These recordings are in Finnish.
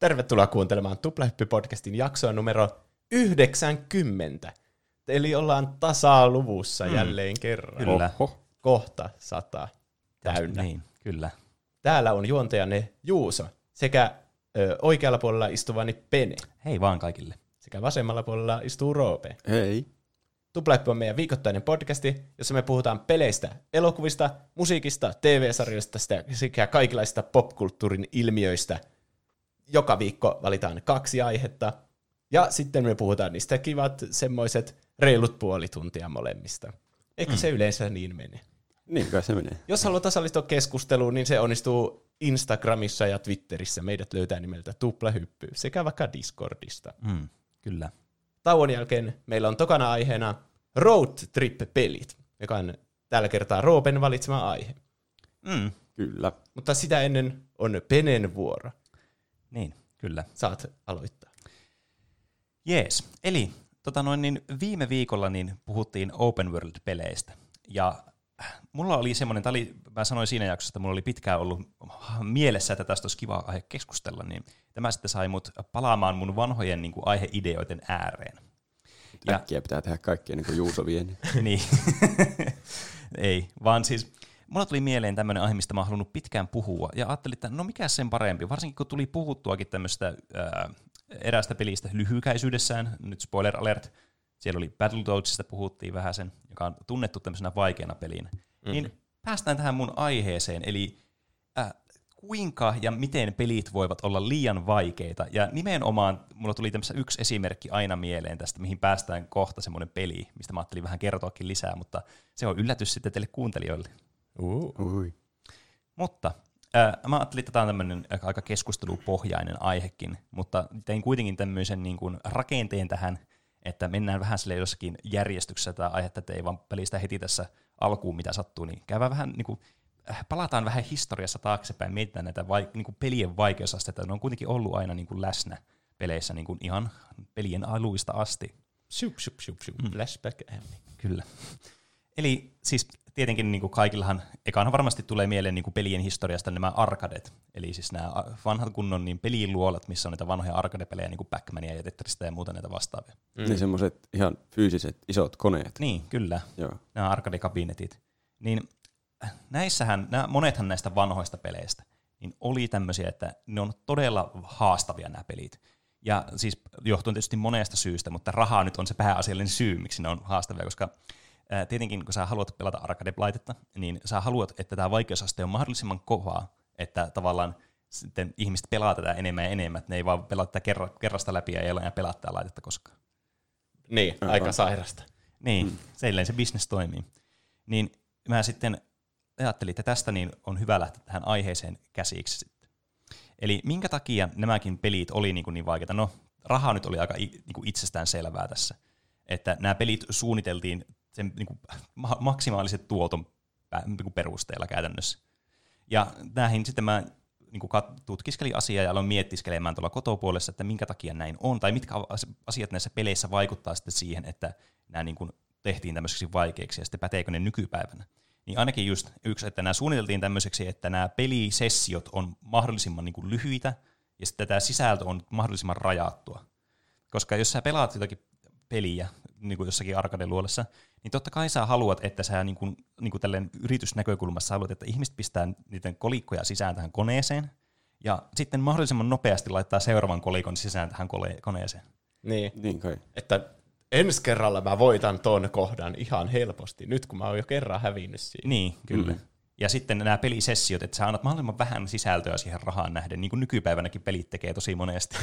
Tervetuloa kuuntelemaan Tuplahyppy-podcastin jaksoa numero 90. Eli ollaan tasaluvussa jälleen kerran. Kyllä. Kohta 100 täynnä. Niin, kyllä. Täällä on juontajanne Juuso sekä oikealla puolella istuvani Pene. Hei vaan kaikille. Sekä vasemmalla puolella istuu Roope. Hei. Tuplahyppy on meidän viikoittainen podcasti, jossa me puhutaan peleistä, elokuvista, musiikista, TV-sarjoista sekä kaikenlaisista popkulttuurin ilmiöistä. Joka viikko valitaan 2 aihetta, ja sitten me puhutaan niistä kivat semmoiset reilut puoli tuntia molemmista. Eikö se yleensä niin mene? Niin kai se menee. Jos haluat osallistua keskusteluun, niin se onnistuu Instagramissa ja Twitterissä. Meidät löytää nimeltä Tuplahyppy sekä vaikka Discordista. Kyllä. Tauon jälkeen meillä on tokana aiheena Road Trip-pelit, joka on tällä kertaa Roopen valitsema aihe. Kyllä. Mutta sitä ennen on Penen vuoro. Niin, kyllä. Saat aloittaa. Jees. Eli viime viikolla niin puhuttiin open world-peleistä. Ja mulla oli semmoinen, mä sanoin siinä jaksossa, että mulla oli pitkään ollut mielessä, että tästä olisi kiva aihe keskustella, niin tämä sitten sai mut palaamaan mun vanhojen niin kuin aiheideoiden ääreen. Äkkiä pitää tehdä kaikkea niin kuin Juuso vie. Niin. Ei, vaan siis mulla tuli mieleen tämmöinen aihe, mistä mä oon halunnut pitkään puhua, ja ajattelin, että no mikä sen parempi, varsinkin kun tuli puhuttuakin tämmöistä eräästä pelistä lyhykäisyydessään, nyt spoiler alert, siellä oli Battletoadsista puhuttiin vähän sen, joka on tunnettu tämmöisenä vaikeana pelinä, niin päästään tähän mun aiheeseen, eli kuinka ja miten pelit voivat olla liian vaikeita, ja nimenomaan mulla tuli tämmöistä yksi esimerkki aina mieleen tästä, mihin päästään kohta semmoinen peli, mistä mä ajattelin vähän kertoakin lisää, mutta se on yllätys sitten teille kuuntelijoille. Mutta mä ajattelin, että tämä on tämmöinen aika keskustelupohjainen aihekin, mutta tein kuitenkin tämmöisen niin kuin rakenteen tähän, että mennään vähän sille jossakin järjestyksessä tämä aihe, että ei vaan pelistä heti tässä alkuun mitä sattuu, niin käydään vähän niin kuin, palataan vähän historiassa taaksepäin, mietitään näitä niin kuin pelien vaikeusasteita, ne on kuitenkin ollut aina niin kuin läsnä peleissä niin kuin ihan pelien aluista asti. Flashback. Kyllä. Eli siis tietenkin niin kuin kaikillahan, ekana varmasti tulee mieleen niin kuin pelien historiasta nämä arkadet, eli siis nämä vanhat kunnon niin peliluolat, missä on näitä vanhoja arcade-pelejä, niin kuin Pac-Mania ja Tetristä ja muuta näitä vastaavia. Niin semmoiset ihan fyysiset isot koneet. Niin, kyllä. Joo. Nämä arcade-kabinetit. Niin monethan näistä vanhoista peleistä niin oli tämmöisiä, että ne on todella haastavia nämä pelit. Ja siis johtuen tietysti monesta syystä, mutta raha nyt on se pääasiallinen syy, miksi ne on haastavia, koska tietenkin kun sä haluat pelata arcade-laitetta, niin sä haluat, että tämä vaikeusaste on mahdollisimman kovaa, että tavallaan sitten ihmiset pelaa tätä enemmän ja enemmän, että ne ei vaan pelaa tätä kerrasta läpi ja ei ole enää pelaa tätä laitetta koskaan. Niin, aika sairasta. Niin, seilleen se business toimii. Niin mä sitten ajattelin, että tästä niin on hyvä lähteä tähän aiheeseen käsiksi sitten. Eli minkä takia nämäkin pelit oli niin vaikeita? No, raha nyt oli aika itsestään selvää tässä, että nämä pelit suunniteltiin sen niin kuin maksimaalisen tuoton perusteella käytännössä. Ja näihin sitten mä niin kuin tutkiskelin asiaa ja aloin miettiskelemään tuolla kotopuolessa, että minkä takia näin on, tai mitkä asiat näissä peleissä vaikuttaa sitten siihen, että nämä niin kuin tehtiin tämmöiseksi vaikeiksi, ja sitten päteekö ne nykypäivänä. Niin ainakin just yksi, että nämä suunniteltiin tämmöiseksi, että nämä pelisessiot on mahdollisimman niin kuin lyhyitä, ja sitten tämä sisältö on mahdollisimman rajattua. Koska jos sä pelaat jotakin peliä niin kuin jossakin arcade-luolassa, niin totta kai sä haluat, että sä niin kuin tälleen yritysnäkökulmassa haluat, että ihmiset pistää niiden kolikkoja sisään tähän koneeseen, ja sitten mahdollisimman nopeasti laittaa seuraavan kolikon sisään tähän koneeseen. Niin kai. Että ensi kerralla mä voitan ton kohdan ihan helposti, nyt kun mä oon jo kerran hävinnyt siinä. Niin, kyllä. Ja sitten nämä pelisessiot, että sä annat mahdollisimman vähän sisältöä siihen rahaan nähden, niin kuin nykypäivänäkin pelit tekee tosi monesti.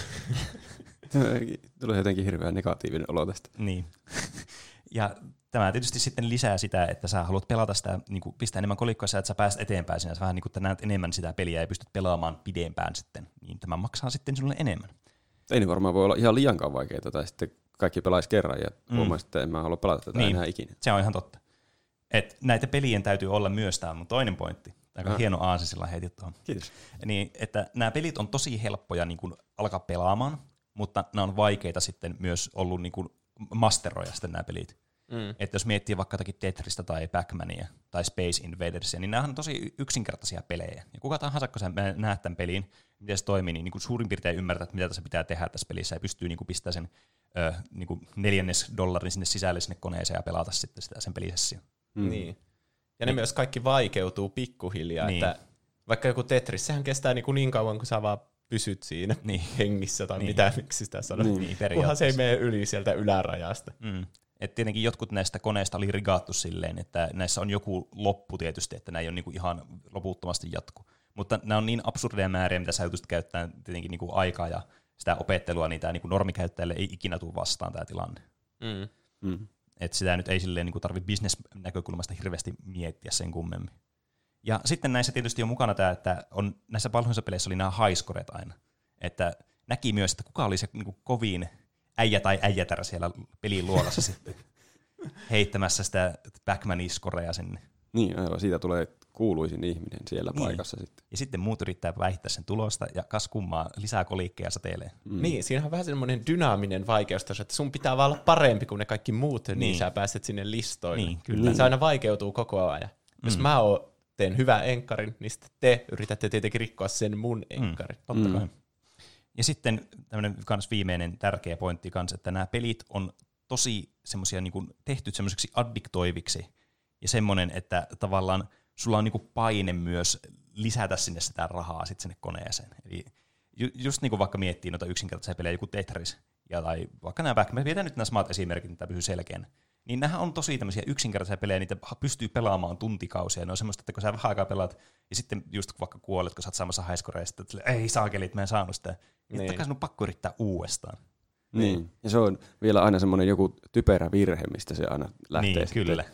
Tulee jotenkin hirveän negatiivinen olo tästä. Niin. Ja tämä tietysti sitten lisää sitä, että sä haluat pelata sitä, niin kuin pistää enemmän kolikkoja, että sä pääset eteenpäin siinä, sä vähän niin kuin näet enemmän sitä peliä ja pystyt pelaamaan pidempään sitten, niin tämä maksaa sitten sinulle enemmän. Ei niin varmaan voi olla ihan liiankaan vaikeaa, tai sitten kaikki pelaisi kerran ja huomaisi, että en mä halua pelata tätä enää ikinä. Se on ihan totta. Et näitä pelien täytyy olla myös, tämä on mun toinen pointti. Aika hieno aasi sillä heitit tuohon. Kiitos. Niin, että nämä pelit on tosi helppoja niin kuin alkaa pelaamaan, mutta nämä on vaikeita sitten myös ollut niin kuin masteroida sitten nämä pelit. Että jos miettii vaikka jotakin Tetristä tai Pac-Mania tai Space Invadersia, niin nämä on tosi yksinkertaisia pelejä. Ja kuka tahansa, kun sä näet tämän pelin, miten se toimii, niin kuin suurin piirtein ymmärtää, että mitä tässä pitää tehdä tässä pelissä, ja pystyy niin kuin pistämään sen niin kuin $4 sinne sisälle sinne koneeseen ja pelata sitten sitä sen pelisession. Niin. Ja ne myös kaikki vaikeutuu pikkuhiljaa, Niin. että vaikka joku Tetris, sehän kestää niin kauan, kun sä vaan pysyt siinä hengissä tai mitä miksi sitä sanoo. Niin, kunhan se ei mene yli sieltä ylärajasta. Et tietenkin jotkut näistä koneista oli rigaattu silleen, että näissä on joku loppu tietysti, että nämä ei ole niinku ihan loputtomasti jatku. Mutta nämä on niin absurdeja määriä, mitä sä joutuisit käyttämään tietenkin niinku aikaa ja sitä opettelua, niin tämä niinku normikäyttäjälle ei ikinä tule vastaan tämä tilanne. Että sitä nyt ei silleen niinku tarvitse business-näkökulmasta hirveästi miettiä sen kummemmin. Ja sitten näissä tietysti on mukana tämä, että on, näissä palveluissa peleissä oli nämä highscoret aina. Että näki myös, että kuka oli se niinku kovin äijä tai äijätär siellä pelin luolassa sitten heittämässä sitä Pac-Man-skorea sinne. Niin, aivan. Siitä tulee kuuluisin ihminen siellä paikassa sitten. Ja sitten muut yrittää väittää sen tulosta, ja kas kummaa, lisää kolikkeja satelee. Niin, siinä on vähän semmoinen dynaaminen vaikeus, että sun pitää vaan olla parempi kuin ne kaikki muut, niin sä pääset sinne listoille. Niin, kyllä. Se aina vaikeutuu koko ajan. Jos mä teen hyvän enkkarin, niin sitten te yritätte tietenkin rikkoa sen mun enkkarin. Totta kai. Ja sitten tämmöinen kans viimeinen tärkeä pointti kans, että nämä pelit on tosi semmoisia niin kuin tehty semmoiseksi addiktoiviksi ja semmoinen, että tavallaan sulla on niin kuin paine myös lisätä sinne sitä rahaa sitten sinne koneeseen. Eli just niin kuin vaikka miettii noita yksinkertaisia pelejä, joku Tetris ja tai vaikka nämä Pac-Man, viedään nyt nämä smart esimerkit, että pysyy selkeänä. Niin nämähän on tosi tämmöisiä yksinkertaisia pelejä, niitä pystyy pelaamaan tuntikausia. Ne on semmoista, että kun sä vähän aikaa pelaat, ja sitten just vaikka kuolet, kun sä oot saamassa highscoreista, että ei saakelit, mä en saanut sitä. Niin takaisin sun on pakko yrittää uudestaan. Niin. Ja se on vielä aina semmoinen joku typerä virhe, mistä se aina lähtee niin, sitten kyllä.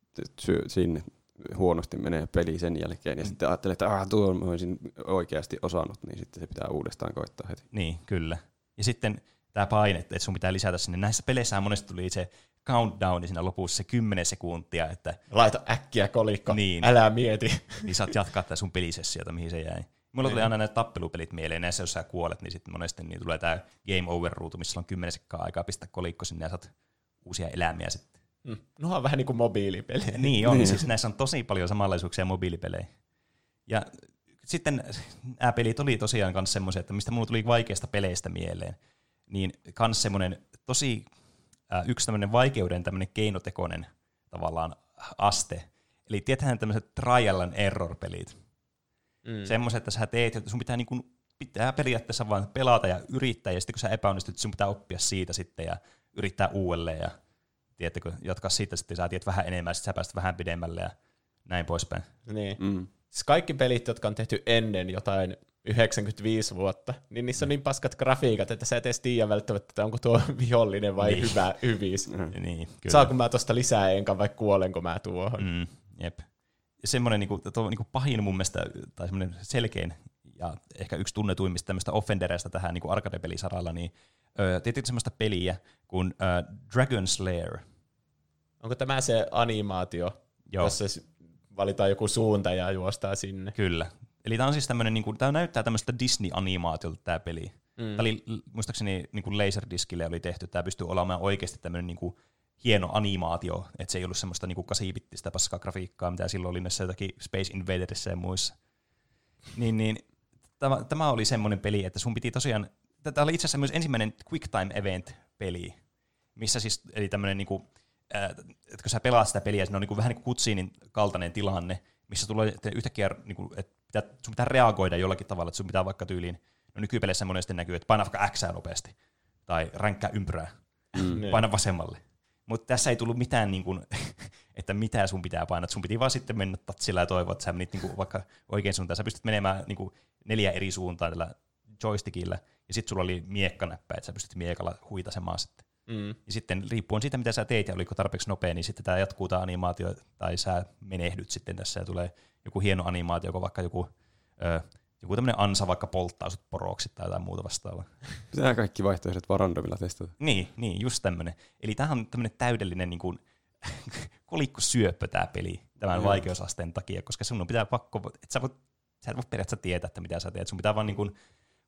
Sinne huonosti menee peli sen jälkeen. Ja sitten ajattelee, että tuo mä olisin oikeasti osannut, niin sitten se pitää uudestaan koittaa heti. Niin, kyllä. Ja sitten tämä paine, että sun pitää lisätä sinne. Näissä peleissä monesti tuli se countdown siinä lopussa se 10 sekuntia, että laita äkkiä kolikko, älä mieti. Niin saat jatkaa tätä sun pelisessiota, mihin se jäi. Mulla tuli aina näitä tappelupelit mieleen, näissä jos sä kuolet, niin sitten monesti niin tulee tämä game over-ruutu, missä on 10 sekkaa aikaa pistää kolikko sinne ja saat uusia elämiä sitten. No on vähän niin kuin mobiilipelejä. Niin on, siis näissä on tosi paljon samanlaisuuksia mobiilipelejä. Ja sitten nämä pelit oli tosiaan myös semmoisia, että mistä mulla tuli vaikeista peleistä mieleen, niin myös semmoinen tosi yksi tämmöinen vaikeuden tämmöinen keinotekoinen tavallaan aste. Eli tietäähän tämmöiset trial and error-pelit. Semmoiset, että sä teet, että sun pitää periaatteessa vaan pelata ja yrittää, ja sitten kun sä epäonnistut, sun pitää oppia siitä sitten ja yrittää uudelleen ja tiedätkö, jatkaa siitä sitten, sä tiedät vähän enemmän, sitten sä pääset vähän pidemmälle ja näin poispäin. Niin. Siis kaikki pelit, jotka on tehty ennen jotain 95 vuotta, niin niissä on niin paskat grafiikat, että sä et edes tiedä välttämättä, että onko tuo vihollinen vai hyvä hyvis. Niin, saanko mä tosta lisää enkä vai kuolenko mä tuohon. Jep. Ja semmoinen niinku pahin mun mielestä, tai semmoinen selkein, ja ehkä yksi tunnetuimmista tämmöistä offendereista tähän niinku arcade-pelisaralla, niin tietysti semmoista peliä kuin Dragon Slayer. Onko tämä se animaatio, jossa valitaan joku suunta ja juostaa sinne? Kyllä. Eli tämä on siis tämmöinen, niinku, tämä näyttää tämmöistä Disney-animaatiolta tämä peli. Tämä oli muistaakseni niinku Laserdiscille oli tehty, tämä pystyy olemaan oikeasti tämmöinen niinku hieno animaatio, että se ei ollut semmoista niinku 8-bittistä paskaa grafiikkaa, mitä silloin oli näissä jotakin Space Invaderissa ja muissa. Niin tämä oli semmoinen peli, että sun piti tosiaan, tämä oli itse asiassa myös ensimmäinen Quick Time Event-peli, missä siis, eli tämmöinen niinku, että kun sä pelaat sitä peliä, siinä on niinku vähän niin kuin kutsiinin kaltainen tilanne, missä tulee yhtäkkiä, niinku, että sun pitää reagoida jollakin tavalla, että sun pitää vaikka tyyliin, no nykypeleissä monesti näkyy, että paina vaikka Xää nopeasti, tai ränkkää ympyrää, paina vasemmalle. Mutta tässä ei tullut mitään, niin kuin, että mitä sun pitää painaa. Sun piti vaan sitten mennä tatsilla ja toivoa, että sä menit niin kuin, vaikka oikein suuntaan. Sä pystyt menemään niin kuin 4 eri suuntaan tällä joystickilla, ja sitten sulla oli miekkanäppä, että sä pystyt miekalla huitasemaan sitten. Ja sitten riippuen siitä, mitä sä teit ja oliko tarpeeksi nopea, niin sitten tämä jatkuu tämä animaatio, tai sä menehdyt sitten tässä ja tulee joku hieno animaatio, joka vaikka joku tämmöinen ansa vaikka polttaa sut poroksi tai jotain muuta vastaavaa. Pitää kaikki vaihtoehdot vaan randomilla testata. Niin, just tämmöinen. Eli tämähän on tämmöinen täydellinen niin kuin kolikkosyöppö tämä peli tämän vaikeusasteen takia, koska sun pitää pakko, että sä et voi periaatteessa tietää, että mitä sä teet. Sun pitää vaan niin kuin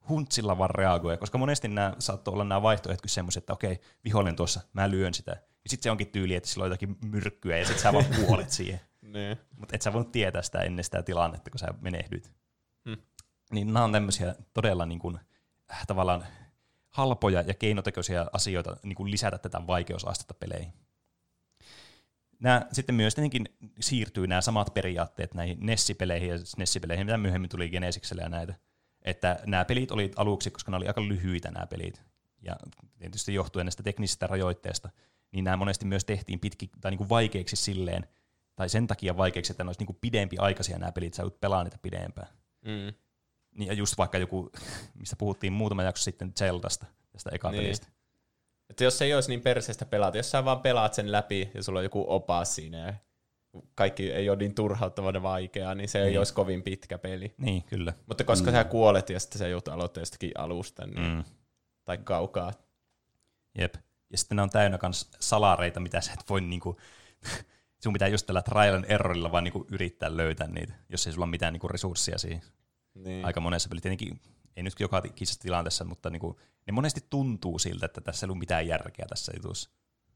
huntsilla vaan reagoi, koska monesti nämä saattoi olla nämä vaihtoehdot semmoiset, että okei, vihollinen tuossa, mä lyön sitä. Ja sitten se onkin tyyli, että sillä on jotakin myrkkyä, ja sitten sä vaan kuolet siihen. Mutta et sä voinut tietää sitä ennen sitä tilannetta, kun sä menehdyt. Niin nämä on tämmöisiä todella niin kuin, tavallaan halpoja ja keinotekoisia asioita niin kuin lisätä tätä vaikeusastetta peleihin. Nämä sitten myös tietenkin siirtyy nämä samat periaatteet näihin NES-peleihin ja SNES-peleihin, mitä myöhemmin tuli Genesikselle ja näitä. Että nämä pelit oli aluksi, koska ne oli aika lyhyitä nämä pelit, ja tietysti johtuen näistä teknisistä rajoitteista, niin nämä monesti myös tehtiin tai niin kuin vaikeiksi silleen, tai sen takia vaikeiksi, että ne olisi niin kuin pidempiaikaisia nämä pelit, sä voit pelaa niitä pidempään. Niin, ja just vaikka joku, mistä puhuttiin muutama jakso sitten Zeldasta, tästä pelistä. Että jos ei olisi niin perseestä pelata, jos sä vaan pelaat sen läpi ja sulla on joku opas siinä ja kaikki ei ole niin turhauttavan vaikeaa, niin se ei olisi kovin pitkä peli. Niin, kyllä. Mutta koska sä kuolet ja sitten sä joutut aloittamaan jostakin alusta niin, tai kaukaa. Jep. Ja sitten ne on täynnä myös salareita, mitä sä et voi niinku, sun pitää just tällä trial and errorilla vaan niinku yrittää löytää niitä, jos ei sulla ole mitään niinku resursseja siihen. Niin. Aika monessa pelissä. Tietenkin ei nyt joka kisassa tilanteessa, mutta niinku, ne monesti tuntuu siltä, että tässä ei ollut mitään järkeä tässä jutussa.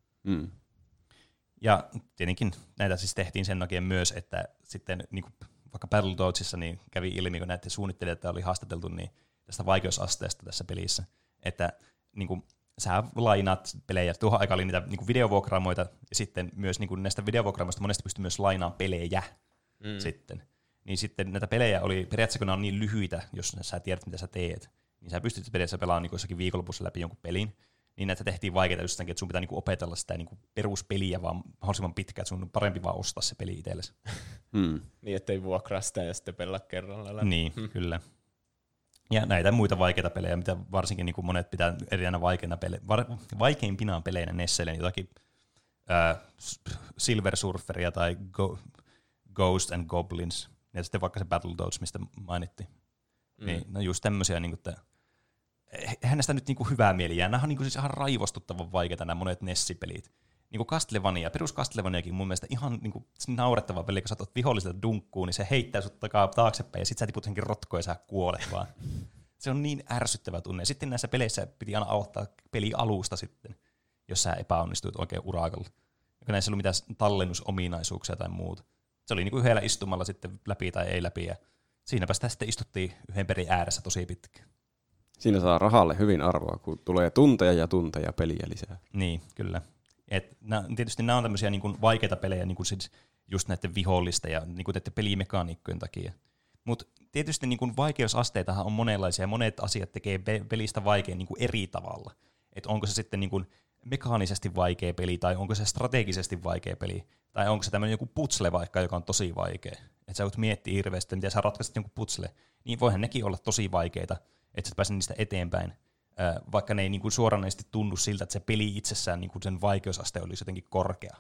Ja tietenkin näitä siis tehtiin sen takia myös, että sitten niinku, vaikka Battletoadsissa niin kävi ilmi, kun näiden suunnittelijat oli haastateltu niin tästä vaikeusasteesta tässä pelissä, että niinku, sä lainaat pelejä. Tuohon aikaan oli niitä niinku videovuokraamoita, ja sitten myös niinku, näistä videovuokraamoista monesti pystyi myös lainaamaan pelejä sitten. Niin sitten näitä pelejä oli, periaatteessa kun ne on niin lyhyitä, jos sä tiedät, mitä sä teet, niin sä pystyt periaatteessa pelaamaan niin jossakin viikonlopussa läpi jonkun pelin, niin näitä tehtiin vaikeita just senkin, että sun pitää niin opetella sitä niin peruspeliä vaan mahdollisimman pitkään, että sun on parempi vaan ostaa se peli itsellesi. Niin, ettei vuokraa sitä ja sitten pelaa kerralla läpi. Niin, kyllä. Ja näitä muita vaikeita pelejä, mitä varsinkin niin monet pitää erinä vaikeimpinaan peleinä Nesselle, niin jotakin Silver Surferia tai Ghost and Goblins, ja sitten vaikka se Battletoads, mistä mainittiin. Niin, no just tämmöisiä, niin että eihän näistä nyt niin hyvää mieli jää. Nämä on niin siis ihan raivostuttavan vaikeita nämä monet Nessi-pelit. Niin Castlevania, perus Castlevaniakin mun mielestä ihan niin naurettava peli, kun sä otat viholliselta dunkkuun, niin se heittää sut taaksepäin, ja sit sä tiput senkin rotkoon, ja sä kuolet vaan. Se on niin ärsyttävä tunne. Sitten näissä peleissä piti aina aloittaa peli alusta sitten, jos sä epäonnistuit oikein urakalla. Ja näissä ei ollut mitään tallennusominaisuuksia tai muuta. Se oli niin kuin yhdellä istumalla sitten läpi tai ei läpi, ja siinäpä sitä sitten istuttiin yhden perin ääressä tosi pitkään. Siinä saa rahalle hyvin arvoa, kun tulee tunteja ja tunteja peliä lisää. Niin, kyllä. Tietysti nämä on tämmöisiä niin kuin vaikeita pelejä niin kuin siis just näiden vihollista ja niin kuin näiden pelimekaniikkojen takia. Mutta tietysti niin kuin vaikeusasteitahan on monenlaisia, ja monet asiat tekee pelistä vaikein niin kuin eri tavalla. Et onko se sitten niin kuin mekaanisesti vaikea peli, tai onko se strategisesti vaikea peli, tai onko se tämmöinen joku putsle vaikka, joka on tosi vaikea. Että sä voit miettiä hirveästi, miten sä ratkaiset jonkun putsle. Niin voihan nekin olla tosi vaikeita, että sä pääset niistä eteenpäin. Vaikka ne ei niin kuin suoranaisesti tunnu siltä, että se peli itsessään niin kuin sen vaikeusaste olisi jotenkin korkea.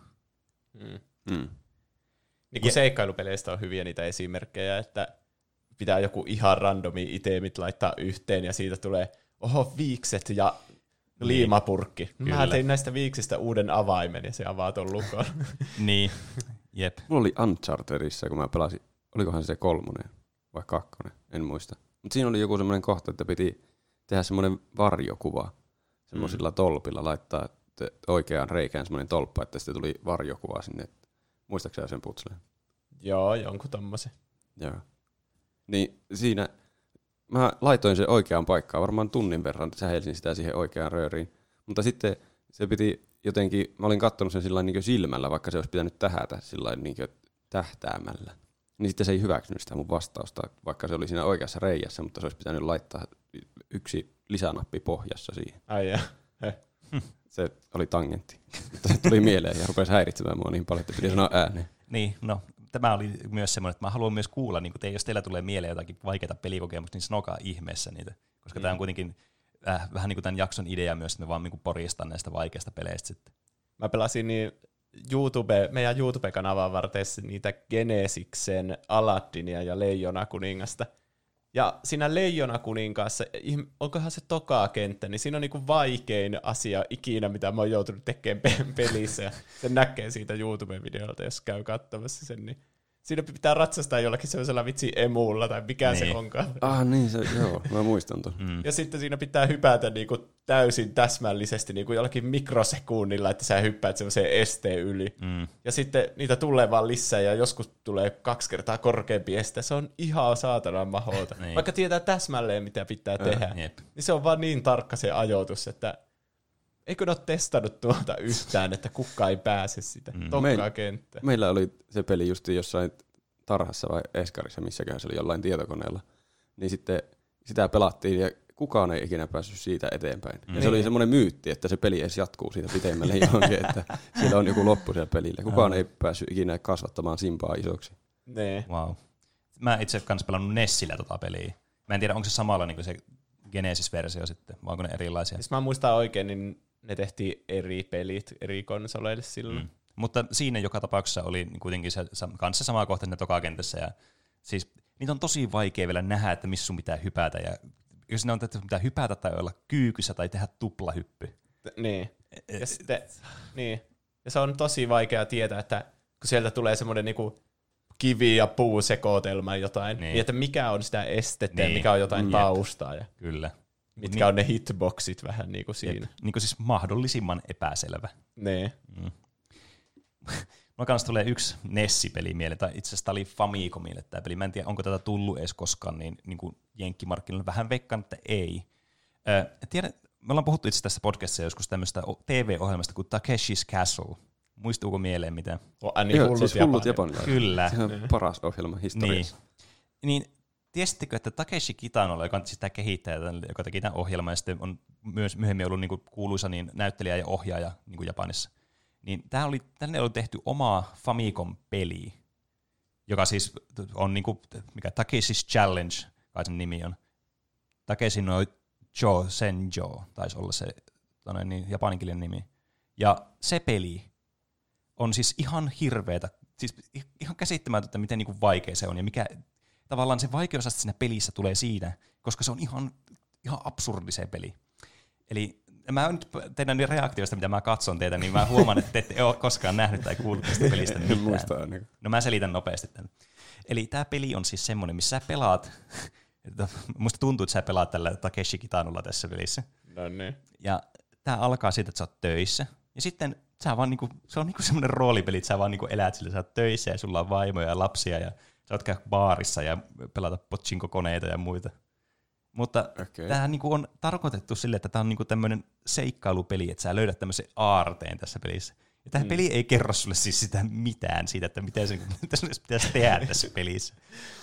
Niin kuin seikkailupeleistä on hyviä niitä esimerkkejä, että pitää joku ihan randomi itemit laittaa yhteen ja siitä tulee viikset ja liimapurkki. Kyllä. Mä tein näistä viiksistä uuden avaimen ja se avaa ton lukon. Niin, jep. Mulla oli Unchartedissa, kun mä pelasin, olikohan se 3 vai 2, en muista. Mutta siinä oli joku semmoinen kohta, että piti tehdä semmoinen varjokuva semmoisilla tolpilla, laittaa oikeaan reikään semmoinen tolppa, että sitten tuli varjokuva sinne. Muistaakseni sen putsleen? Joo, jonkun tommosen. Joo. Niin siinä mä laitoin sen oikeaan paikkaan, varmaan tunnin verran sähelsin sitä siihen oikeaan rööriin. Mutta sitten se piti jotenkin, mä olin kattonut sen sillain niin silmällä, vaikka se olisi pitänyt tähätä sillain niin tähtäämällä. Niin sitten se ei hyväksynyt sitä mun vastausta, vaikka se oli siinä oikeassa reijässä, mutta se olisi pitänyt laittaa yksi lisänappi pohjassa siihen. Ai ja. Se oli tangentti. Mutta se tuli mieleen ja rupesi häiritsemään mua niin paljon, että piti sanoa ääneen. Niin, no tämä oli myös semmoinen, että mä haluan myös kuulla, niin jos teillä tulee mieleen jotakin vaikeita pelikokemusta, niin sanokaa ihmeessä niitä. Koska tämä on kuitenkin vähän niin kuin tämän jakson idea myös, että me vaan niin poristaan näistä vaikeista peleistä sitten. Mä pelasin niin meidän YouTube-kanavaan varten niitä Genesiksen Aladdinia ja Leijona kuningasta. Ja siinä Leijona kuninkaassa, onkohan se toka kenttä, niin siinä on niinku vaikein asia ikinä, mitä mä oon joutunut tekemään pelissä. Ja sen näkee siitä YouTube-videolta, jos käy katsomassa sen. Niin siinä pitää ratsastaa jollakin sellaisella vitsi emulla tai mikä se onkaan. Niin se, joo, mä muistan tuon. Ja sitten siinä pitää hypätä niinku täysin täsmällisesti niinku jollakin mikrosekunnilla, että sä hyppäät semmoiseen esteen yli. Ja sitten niitä tulee vaan lisää ja joskus tulee 2 kertaa korkeampi este. Se on ihan saatanan mahdotonta. Niin. Vaikka tietää täsmälleen, mitä pitää tehdä. Niin se on vaan niin tarkka se ajoitus, että eikö ne ole testannut tuota yhtään, että kukaan ei pääse sitä tokkaa kenttään. Meillä oli se peli just jossain tarhassa vai eskarissa, missäkään se oli jollain tietokoneella. Niin sitten sitä pelattiin ja kukaan ei ikinä päässyt siitä eteenpäin. Ja se oli semmoinen myytti, että se peli edes jatkuu siitä pitemmälle johonkin, että siellä on joku loppu siellä pelillä. Kukaan ei päässyt ikinä kasvattamaan Simpaa isoksi. Nee. Wow. Mä itse kanssa pelannut Nessillä tota peliä. Mä en tiedä, onko se samalla niin kuin se Genesis-versio sitten, vai onko ne erilaisia? Jos mä muistan oikein, niin ne tehtiin eri pelit eri konsoleille silloin. Mutta siinä joka tapauksessa oli kuitenkin se kanssa sama kohta siinä tokakentässä. Ja siis niitä on tosi vaikea vielä nähdä, että missä sun pitää hypätä. Ja jos ne on, että sun pitää hypätä tai olla kyykyssä tai tehdä tuplahyppy. Niin. Ja sitten, niin. Ja se on tosi vaikea tietää, että kun sieltä tulee semmoinen niinku kivi- ja puusekoitelma jotain, niin että mikä on sitä estettä ja mikä on jotain taustaa. Ja kyllä. Mitkä on ne hitboxit vähän niin kuin siinä. Niin kuin siis mahdollisimman epäselvä. Nee. Mulla kanssa tulee yksi Nessi-peli mieleen, tai itse asiassa tämä oli Famicomille tämä peli. Mä en tiedä, onko tätä tullut edes koskaan niin kuin jenkkimarkkinoilla. Vähän veikkaan, että ei. Tiedän, me ollaan puhuttu itse tässä podcastissa joskus tämmöistä TV-ohjelmasta kuin Takeshi's Castle. Muistuuko mieleen mitään? Hullut japanilaiset. Kyllä. Se on paras ohjelma historiassa. Niin tiesittekö, että Takeshi Kitanolla, joka on siis tämä kehittäjä, joka teki tämän ohjelman, ja sitten on myös myöhemmin ollut niinku kuuluisa niin näyttelijä ja ohjaaja niinku Japanissa, niin tänne oli tehty oma Famicom-peli, joka siis on niinku, mikä Takeshi's Challenge, kai sen nimi on. Takeshi no Senjo, taisi olla se niin japaninkielinen nimi. Ja se peli on siis ihan hirveetä, siis ihan käsittämätöntä, miten niinku vaikea se on, ja mikä tavallaan se vaikeusaste siinä pelissä tulee siinä, koska se on ihan absurdi se peli. Eli mä nyt teidän reaktioista, mitä mä katson teitä, niin mä huomaan, että te ette ole koskaan nähnyt tai kuullut tästä pelistä mitään. No mä selitän nopeasti tämän. Eli tää peli on siis semmoinen, missä sä pelaat, musta tuntuu, että sä pelaat tällä Takeshi Kitanolla tässä pelissä. No niin. Ja tää alkaa siitä, että sä oot töissä. Ja sitten sä vaan niinku, se on niinku semmoinen roolipeli, että sä vaan niinku elät sillä, sä oot töissä ja sulla on vaimoja ja lapsia ja sä oot käy baarissa ja pelata pochinko-koneita ja muita. Mutta tämähän niinku on tarkoitettu sille, että tämä on niinku tämmöinen seikkailupeli, että sä löydät tämmöisen aarteen tässä pelissä. Ja tämä peli ei kerro sulle siis sitä mitään siitä, että mitä se pitäisi tehdä tässä pelissä.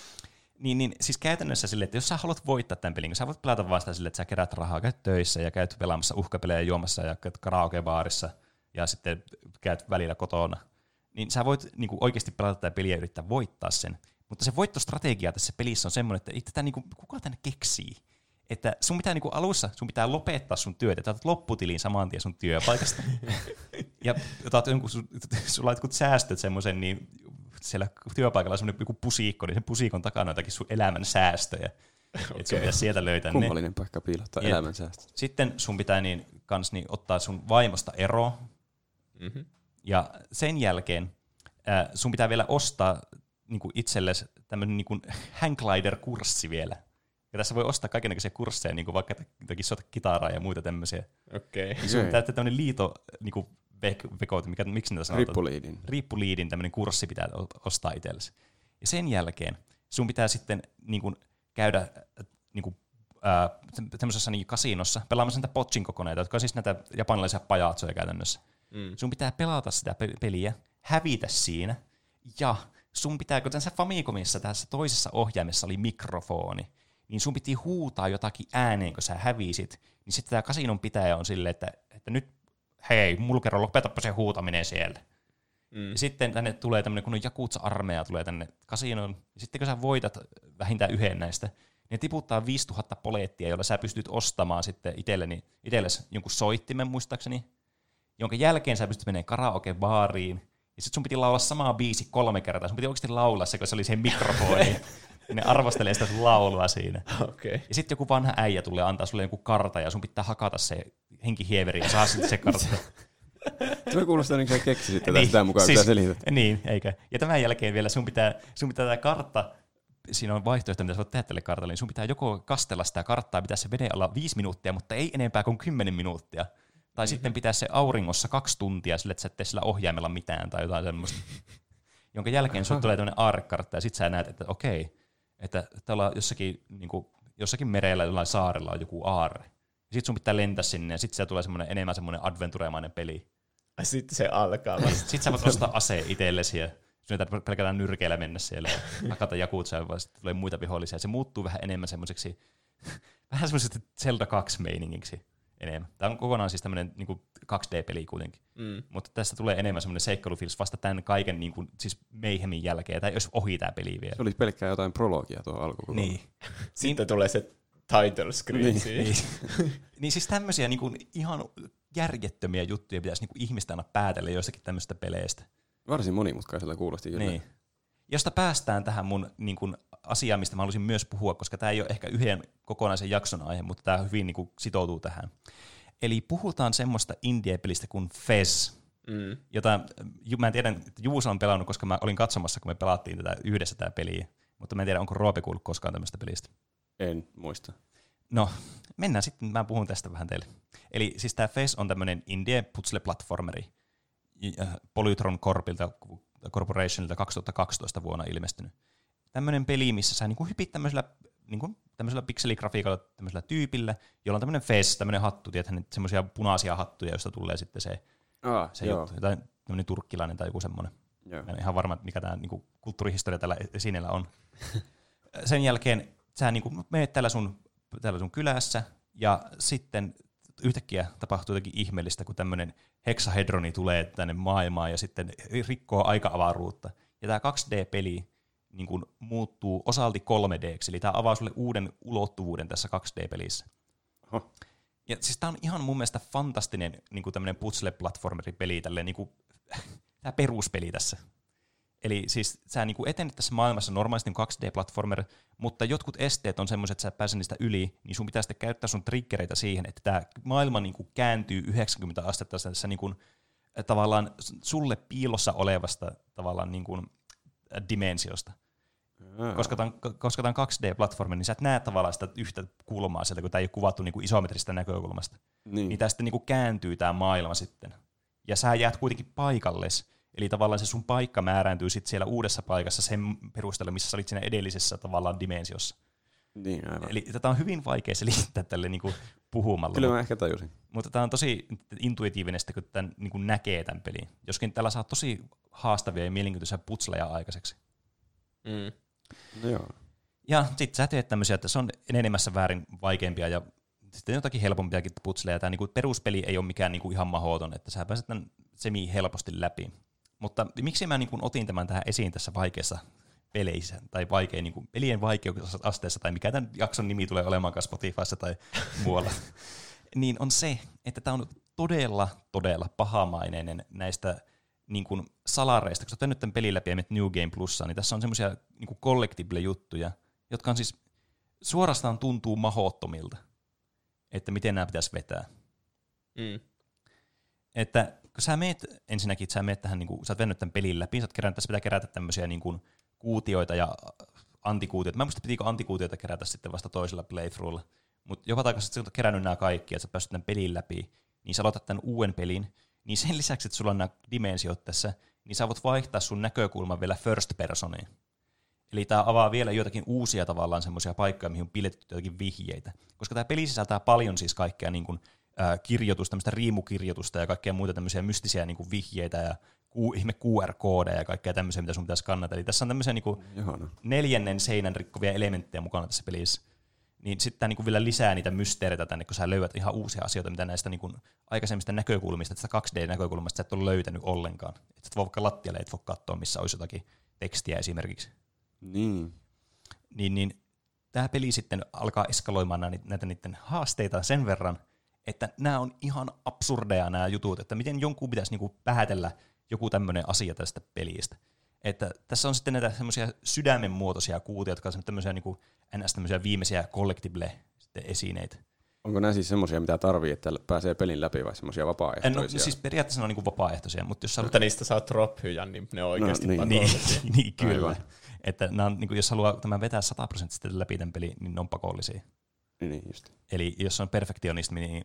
Niin siis käytännössä silleen, että jos sä haluat voittaa tämän pelin, kun sä voit pelata vaan sitä silleen, että sä kerät rahaa, käyt töissä ja käyt pelaamassa uhkapelejä juomassa ja käyt karaokebaarissa ja sitten käyt välillä kotona, niin sä voit niinku oikeasti pelata tätä peliä ja yrittää voittaa sen. Mutta se voittostrategia tässä pelissä on semmoinen, että tätä niinku, kuka tänne keksii? Että sun pitää niinku alussa, sun pitää lopettaa sun työt, että otat lopputiliin saman tien sun työpaikasta. Ja sulla on jotkut säästöt semmoisen, niin siellä työpaikalla on semmoinen joku pusiikko, niin sen pusiikon takana on jotakin sun elämän säästöjä. Että sun pitää sieltä löytää ne. Kummallinen paikka piilottaa elämän säästöt. Sitten sun pitää ottaa sun vaimosta ero. Mm-hmm. Ja sen jälkeen sun pitää vielä ostaa niinku itsellesi tämmöinen niinku hangglider-kurssi vielä. Ja tässä voi ostaa kaikennäköisiä kursseja, niinku vaikka soita kitaraa ja muita tämmöisiä. Okei. Sun pitää tämmöinen liito niinku vekooti, miksi niitä sanotaan? Riippuliidin tämmöinen kurssi pitää ostaa itsellesi. Ja sen jälkeen sun pitää sitten niinku käydä niinku tämmöisessä niinku kasinossa pelaamassa näitä pochinko-koneita, jotka on siis näitä japanilaisia pajatsoja käytännössä. Sun pitää pelata sitä peliä, hävitä siinä, ja sun pitää, kun tässä Famicomissa tässä toisessa ohjaimessa oli mikrofoni, niin sun piti huutaa jotakin ääneen, kun sä hävisit, niin sitten tämä kasinon pitäjä on silleen, että nyt, hei, mulkero, lopetapa se huutaminen siellä. Ja sitten tänne tulee tämmöinen, kun on Jakutsa-armeija tulee tänne kasinoon, ja sitten kun sä voitat vähintään yhden näistä, ne tiputtaa 5000 polettia, jolla sä pystyt ostamaan sitten itsellesi jonkun soittimen muistaakseni, jonka jälkeen sä pystyt menemään karaoke-baariin, ja sitten sun piti laulaa samaa biisi 3 kertaa. Sun piti oikeasti laulaa se, kun se oli siihen mikrofoniin. Ja ne arvostelee sitä sun laulua siinä. Okay. Ja sitten joku vanha äijä tulee antaa sulle joku karta, ja sun pitää hakata se henkihieveri ja saa sitten se kartta. Tämä kuulostaa niin kuin keksisit tätä sitä mukaan, siis, mitä selität. Niin, eikä. Ja tämän jälkeen vielä sun pitää tämä kartta, siinä on vaihtoehto, mitä sä voit tehdä tälle kartalle, niin sun pitää joko kastella sitä karttaa, pitää se veden alla 5 minuuttia, mutta ei enempää kuin 10 minuuttia. Tai sitten pitää se auringossa 2 tuntia sille, että sä et tee sillä ohjaimella mitään tai jotain semmoista. Jonka jälkeen sulle tulee tämmöinen aarrekartta ja sit sä näet, että okei, että täällä jossakin merellä jollain saarella on joku aarre. Ja sit sun pitää lentää sinne ja sit siellä tulee enemmän semmoinen adventuremainen peli. Sitten se alkaa. Sitten sä voit ostaa aseen itsellesi ja sun ei pelkästään nyrkeillä mennä siellä ja hakata jakutsaa, vaan sitten tulee muita vihollisia. Se muuttuu vähän enemmän semmoiseksi, vähän semmoiseksi Zelda 2-meiningiksi enemmän. Tämä on kokonaan siis tämmöinen niin 2D-peli kuitenkin. Mutta tästä tulee enemmän semmoinen seikkailufiilis vasta tämän kaiken niin kuin, siis Mayhemin jälkeen, tai jos ohi tämä peli vielä. Se oli pelkkää jotain prologia tuohon alkuun. Niin. Sitten tulee se title screen. Niin siis tämmöisiä niin kuin, ihan järjettömiä juttuja pitäisi niin kuin ihmistä aina päätellä joistakin tämmöistä peleistä. Varsin monimutkaisella kuulosti kyllä. Niin. Josta päästään tähän mun niin kuin, asiaan, mistä mä haluaisin myös puhua, koska tämä ei ole ehkä yhden kokonaisen jakson aihe, mutta tämä hyvin niin kuin, sitoutuu tähän. Eli puhutaan semmoista indie-pelistä kuin Fez, jota mä en tiedä, että Juuso on pelannut, koska mä olin katsomassa, kun me pelattiin tätä yhdessä tätä peliä, mutta mä en tiedä, onko Roope kuullut koskaan tämmöistä pelistä. En muista. No, mennään sitten, mä puhun tästä vähän teille. Eli siis tämä Fez on tämmöinen indie-puzzle-platformeri, Polytron Corporationilta 2012 vuonna ilmestynyt. Tämmöinen peli, missä sä niinku hypit tämmöisellä pikseligrafiikalla tämmöisellä tyypillä, jolla on tämmöinen Fez, tämmöinen hattu, tiedätkö, semmoisia punaisia hattuja, joista tulee sitten se juttu, jotain tämmöinen turkkilainen tai joku semmoinen. Mä en ihan varma, mikä tämä niinku kulttuurihistoria tällä esineellä on. Sen jälkeen sä niinku menet täällä sun kylässä, ja sitten yhtäkkiä tapahtuu jotakin ihmeellistä, kun tämmöinen heksahedroni tulee tänne maailmaan ja sitten rikkoo aika-avaruutta. Ja tämä 2D-peli niin kuin muuttuu osalti 3D:ksi, eli tämä avaa sulle uuden ulottuvuuden tässä 2D-pelissä. Oho. Ja siis tämä on ihan mun mielestä fantastinen niin kuin tämmöinen puzzle-platformeri-peli, niin kuin, tämä peruspeli tässä. Eli siis sä niin kuin etenet tässä maailmassa normaalisti 2D-platformer, mutta jotkut esteet on semmoiset, että sä et pääse niistä yli, niin sun pitää sitten käyttää sun triggereitä siihen, että tämä maailma niin kuin kääntyy 90 astetta tässä niin kuin, tavallaan sulle piilossa olevasta tavallaan niin kuin, dimensiosta. Koska tämä on 2D-platformi, niin sä et näe tavallaan sitä yhtä kulmaa sieltä, kun tämä ei ole kuvattu niin kuin isometristä näkökulmasta. Niin tämä sitten niin kuin kääntyy tämä maailma sitten. Ja sä jäät kuitenkin paikalles. Eli tavallaan se sun paikka määrääntyy sitten siellä uudessa paikassa sen perusteella, missä sä olit siinä edellisessä tavallaan dimensiossa. Niin, aivan. Eli tätä on hyvin vaikea selittää tälle niin kuin puhumalla. Kyllä mä ehkä tajusin. Mutta tämä on tosi intuitiivinen, kun tämän niin kuin näkee tämän pelin. Joskin tällä saa tosi haastavia ja mielenkiintoisia putsleja aikaiseksi. No joo. Ja sitten sä teet tämmöisiä, että se on enenemässä väärin vaikeampia ja sitten jotakin helpompiakin putsleja. Tämä niin peruspeli ei ole mikään niin kuin ihan mahdoton, että sä pääset tämän semi-helposti läpi. Mutta miksi mä niin kuin otin tämän tähän esiin tässä vaikeassa peleissä, tai niin kuin pelien vaikeusasteessa, tai mikä tämän jakson nimi tulee olemaankaan Spotifyssa tai muualla, niin on se, että tämä on todella pahamaineinen näistä niin kuin salareista. Kun sä oot tehnyt tämän pelin läpi ja menet New Game Plussaan, niin tässä on semmoisia niin kuin collectible-juttuja, jotka on siis suorastaan tuntuu mahdottomilta, että miten nämä pitäisi vetää. Että kun sä meet ensinnäkin, sä meet tähän, niin kuin, sä oot vennyt tämän pelin läpi, tässä pitää kerätä tämmöisiä niin kuin kuutioita ja antikuutioita. Mä en muista, pitikö antikuutioita kerätä sitten vasta toisella playthroughlla, mutta joka takaisin, että sä oot kerännyt nämä kaikki, että sä pääsit tämän pelin läpi, niin sä aloitat tämän uuden pelin, niin sen lisäksi, että sulla on nämä dimensiot tässä, niin sä voit vaihtaa sun näkökulman vielä first personiin. Eli tämä avaa vielä joitakin uusia tavallaan semmoisia paikkoja, mihin on piletty jotakin vihjeitä. Koska tämä peli sisältää paljon siis kaikkea niin kuin kirjoitusta, tämmöistä riimukirjoitusta ja kaikkea muita tämmöisiä mystisiä niin kuin vihjeitä ja ihme QR-koodeja ja kaikkea tämmöisiä, mitä sun pitäisi kannata. Eli tässä on tämmöisiä niin kuin 4. seinän rikkovia elementtejä mukana tässä pelissä. Niin sitten tämä niin kuin vielä lisää niitä mysteereitä tänne, kun sä löydät ihan uusia asioita, mitä näistä niin kuin aikaisemmista näkökulmista, tästä 2D-näkökulmasta sä et ole löytänyt ollenkaan. Että sä voi vaikka lattialle et voi katsoa, missä olisi jotakin tekstiä esimerkiksi. Niin tämä peli sitten alkaa eskaloimaan näitä niiden haasteita sen verran, että nämä on ihan absurdeja nämä jutut, että miten jonkun pitäisi niinku päätellä joku tämmöinen asia tästä pelistä. Että tässä on sitten näitä semmoisia sydämenmuotoisia kuutioita, jotka on tämmöisiä niinku ns. Tämmöisiä viimeisiä collectible-esineitä. Onko nämä siis semmoisia, mitä tarvii, että pääsee pelin läpi vai semmoisia vapaaehtoisia? No, siis periaatteessa ne on niin vapaaehtoisia, mutta jos Mutta niistä saa drop-hyjän, niin ne on oikeasti pakollisia. Niin, kyllä. Että nämä on, niin jos haluaa tämän vetää 100% läpi tämän peli, niin ne on pakollisia. Niin, just. Eli jos on perfektionismi, niin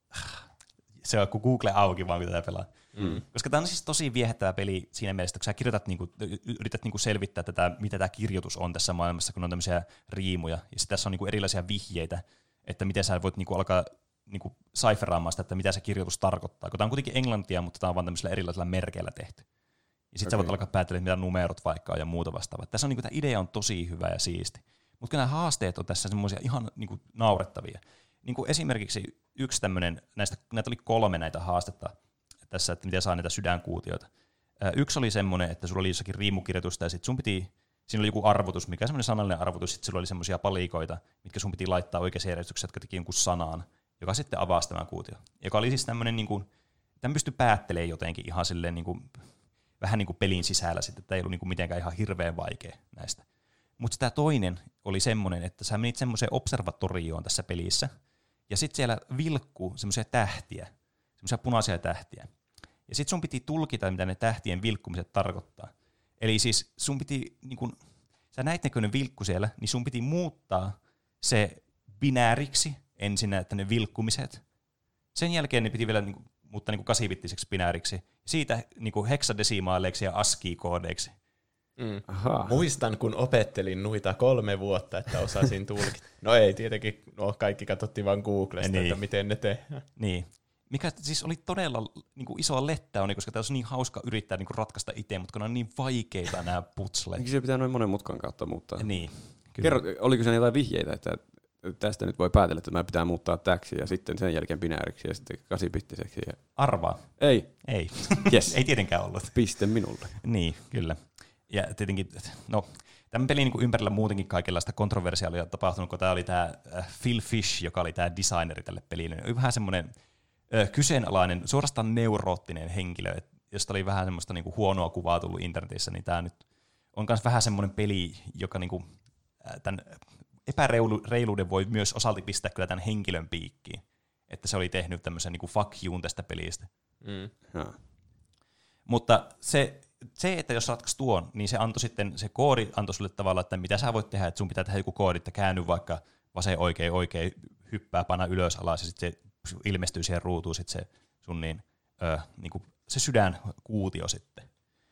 se on kuin Google auki vaan, mitä tämä pelaa. Koska tämä on siis tosi viehättävä peli siinä mielessä, kun sä kirjoitat, yrität selvittää tätä, mitä tämä kirjoitus on tässä maailmassa, kun on tämmöisiä riimuja. Ja sitten tässä on erilaisia vihjeitä, että miten sä voit alkaa saiferaamaan sitä, että mitä se kirjoitus tarkoittaa. Kun tämä on kuitenkin englantia, mutta tämä on vaan tämmöisillä erilaisilla merkeillä tehty. Ja sitten sä voit alkaa päätellä, mitä numerot vaikka on ja muuta vastaavaa. Tässä on tämä idea on tosi hyvä ja siisti. Mutta nämä haasteet on tässä semmoisia ihan naurettavia. Esimerkiksi yksi tämmöinen, näitä oli 3 näitä haastetta tässä, että miten saa näitä sydänkuutioita. Yksi oli semmoinen, että sulla oli jossakin riimukirjoitusta ja sitten sun piti, siinä oli joku arvotus, mikä semmoinen sanallinen arvotus, sitten sulla oli semmoisia palikoita, mitkä sun piti laittaa oikeaan järjestykseen, jotka teki jonkun sanaan, joka sitten avasi tämän kuution. Joka oli siis tämmöinen, tämän pystyi päättelemään jotenkin ihan silleen vähän niin kuin pelin sisällä sitten, että ei ollut mitenkään ihan hirveän vaikea näistä. Mutta tämä toinen oli semmoinen, että sä menit semmoiseen observatorioon tässä pelissä, ja sitten siellä vilkkuu semmoisia tähtiä, semmoisia punaisia tähtiä. Ja sitten sun piti tulkita, mitä ne tähtien vilkkumiset tarkoittaa. Eli siis sun piti, sä näit näköinen vilkku siellä, niin sun piti muuttaa se binääriksi ensin, että ne vilkkumiset. Sen jälkeen ne piti vielä muuttaa 8-bittiseksi binääriksi. Siitä heksadesimaaleiksi ja ASCII-koodeiksi. Muistan, kun opettelin noita 3 vuotta, että osasin tulkita. No ei tietenkin, kaikki katsottiin vaan Googlesta, että miten ne tehdään. Niin. Mikä siis oli todella isoa lettä, koska tämä olisi niin hauska yrittää ratkaista itse, mutta kun on niin vaikeita nämä putslet. Miksi se pitää noin monen mutkan kautta muuttaa? Niin. Kerro, oliko se jotain vihjeitä, että tästä nyt voi päätellä, että mä pitää muuttaa täksi ja sitten sen jälkeen binääriksi ja sitten 8-bittiseksi? Ja... Arvaa. Ei. Yes. Ei tietenkään ollut. Piste minulle. Niin, kyllä. Ja tietenkin, tämän pelin ympärillä muutenkin kaikenlaista kontroversiaalia on tapahtunut, kun tämä oli tämä Phil Fish, joka oli tämä designeri tälle pelille. Oli vähän semmoinen kyseenalainen, suorastaan neuroottinen henkilö, josta oli vähän semmoista huonoa kuvaa tullut internetissä, niin tämä nyt on myös vähän semmoinen peli, joka tämän epäreiluuden voi myös osalti pistää kyllä tämän henkilön piikkiin, että se oli tehnyt tämmöisen fuck you'n tästä pelistä. Mutta se, että jos ratkaisi tuon, niin se koodi antoi sulle tavalla, että mitä sä voit tehdä, että sun pitää tehdä joku koodi, että käänny vaikka vasen oikein, hyppää, pana ylös alas ja sitten se ilmestyy siihen ruutuun sitten se sun se sydänkuutio sitten.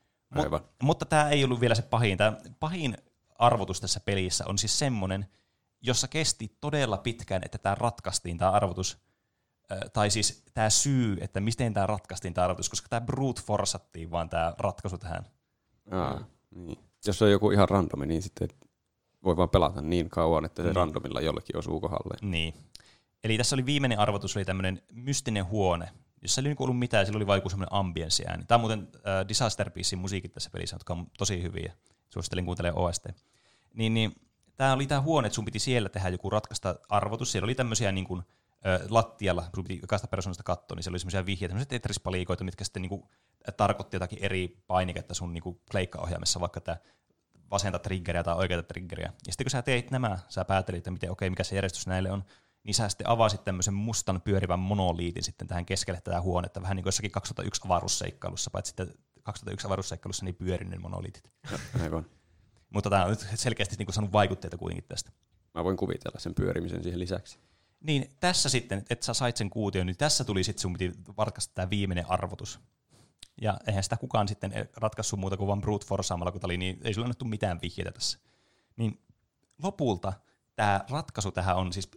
Mutta tämä ei ollut vielä se pahin. Tämä pahin arvotus tässä pelissä on siis semmoinen, jossa kesti todella pitkään, että tämä ratkaistiin, tämä arvotus, tai siis tämä syy, että miten tämä ratkaistiin, tämä arvotus, koska tämä brute forsattiin vaan tämä ratkaisu tähän. Niin. Jos on joku ihan randomi, niin sitten voi vaan pelata niin kauan, että se randomilla jollekin osuu kohdalle. Niin. Eli tässä oli viimeinen arvotus, oli tämmöinen mystinen huone, jossa ei ollut mitään, sillä oli vaikka semmoinen ambienssiääni. Tämä on muuten Disaster Piecein musiikit tässä pelissä, jotka on tosi hyviä. Suosittelin kuuntelemaan OST. Niin, tämä oli tämä huone, että sun piti siellä tehdä joku ratkaista arvotus. Siellä oli tämmöisiä lattialla, sun piti jokaista persoonasta katsoa, niin siellä oli semmoisia vihjeitä, tämmöisiä Tetris-palikoita, mitkä sitten tarkoitti jotakin eri painiketta sun pleikkaohjaimessa, vaikka tämä vasenta triggeriä tai oikeata triggeriä. Ja sitten kun sä teit nämä, sä päätelit, että mikä se järjestys näille on, niin sä sitten avasit tämmöisen mustan pyörivän monoliitin sitten tähän keskelle tätä huonetta, vähän niin kuin jossakin 2001 avaruusseikkailussa, paitsi sitten 2001 avaruusseikkailussa niin pyörin ne monoliitit. Aivan. Mutta tämä on nyt selkeästi saanut vaikutteita kuitenkin tästä. Mä voin kuvitella sen pyörimisen siihen lisäksi. Niin, tässä sitten, että sä sait sen kuution, niin tässä tuli sitten sun piti ratkaista tämä viimeinen arvotus. Ja eihän sitä kukaan sitten ratkaissut muuta kuin vaan brute forceamalla, kun niin ei sulla annettu mitään vihjeitä tässä. Niin lopulta tämä ratkaisu tähän on, siis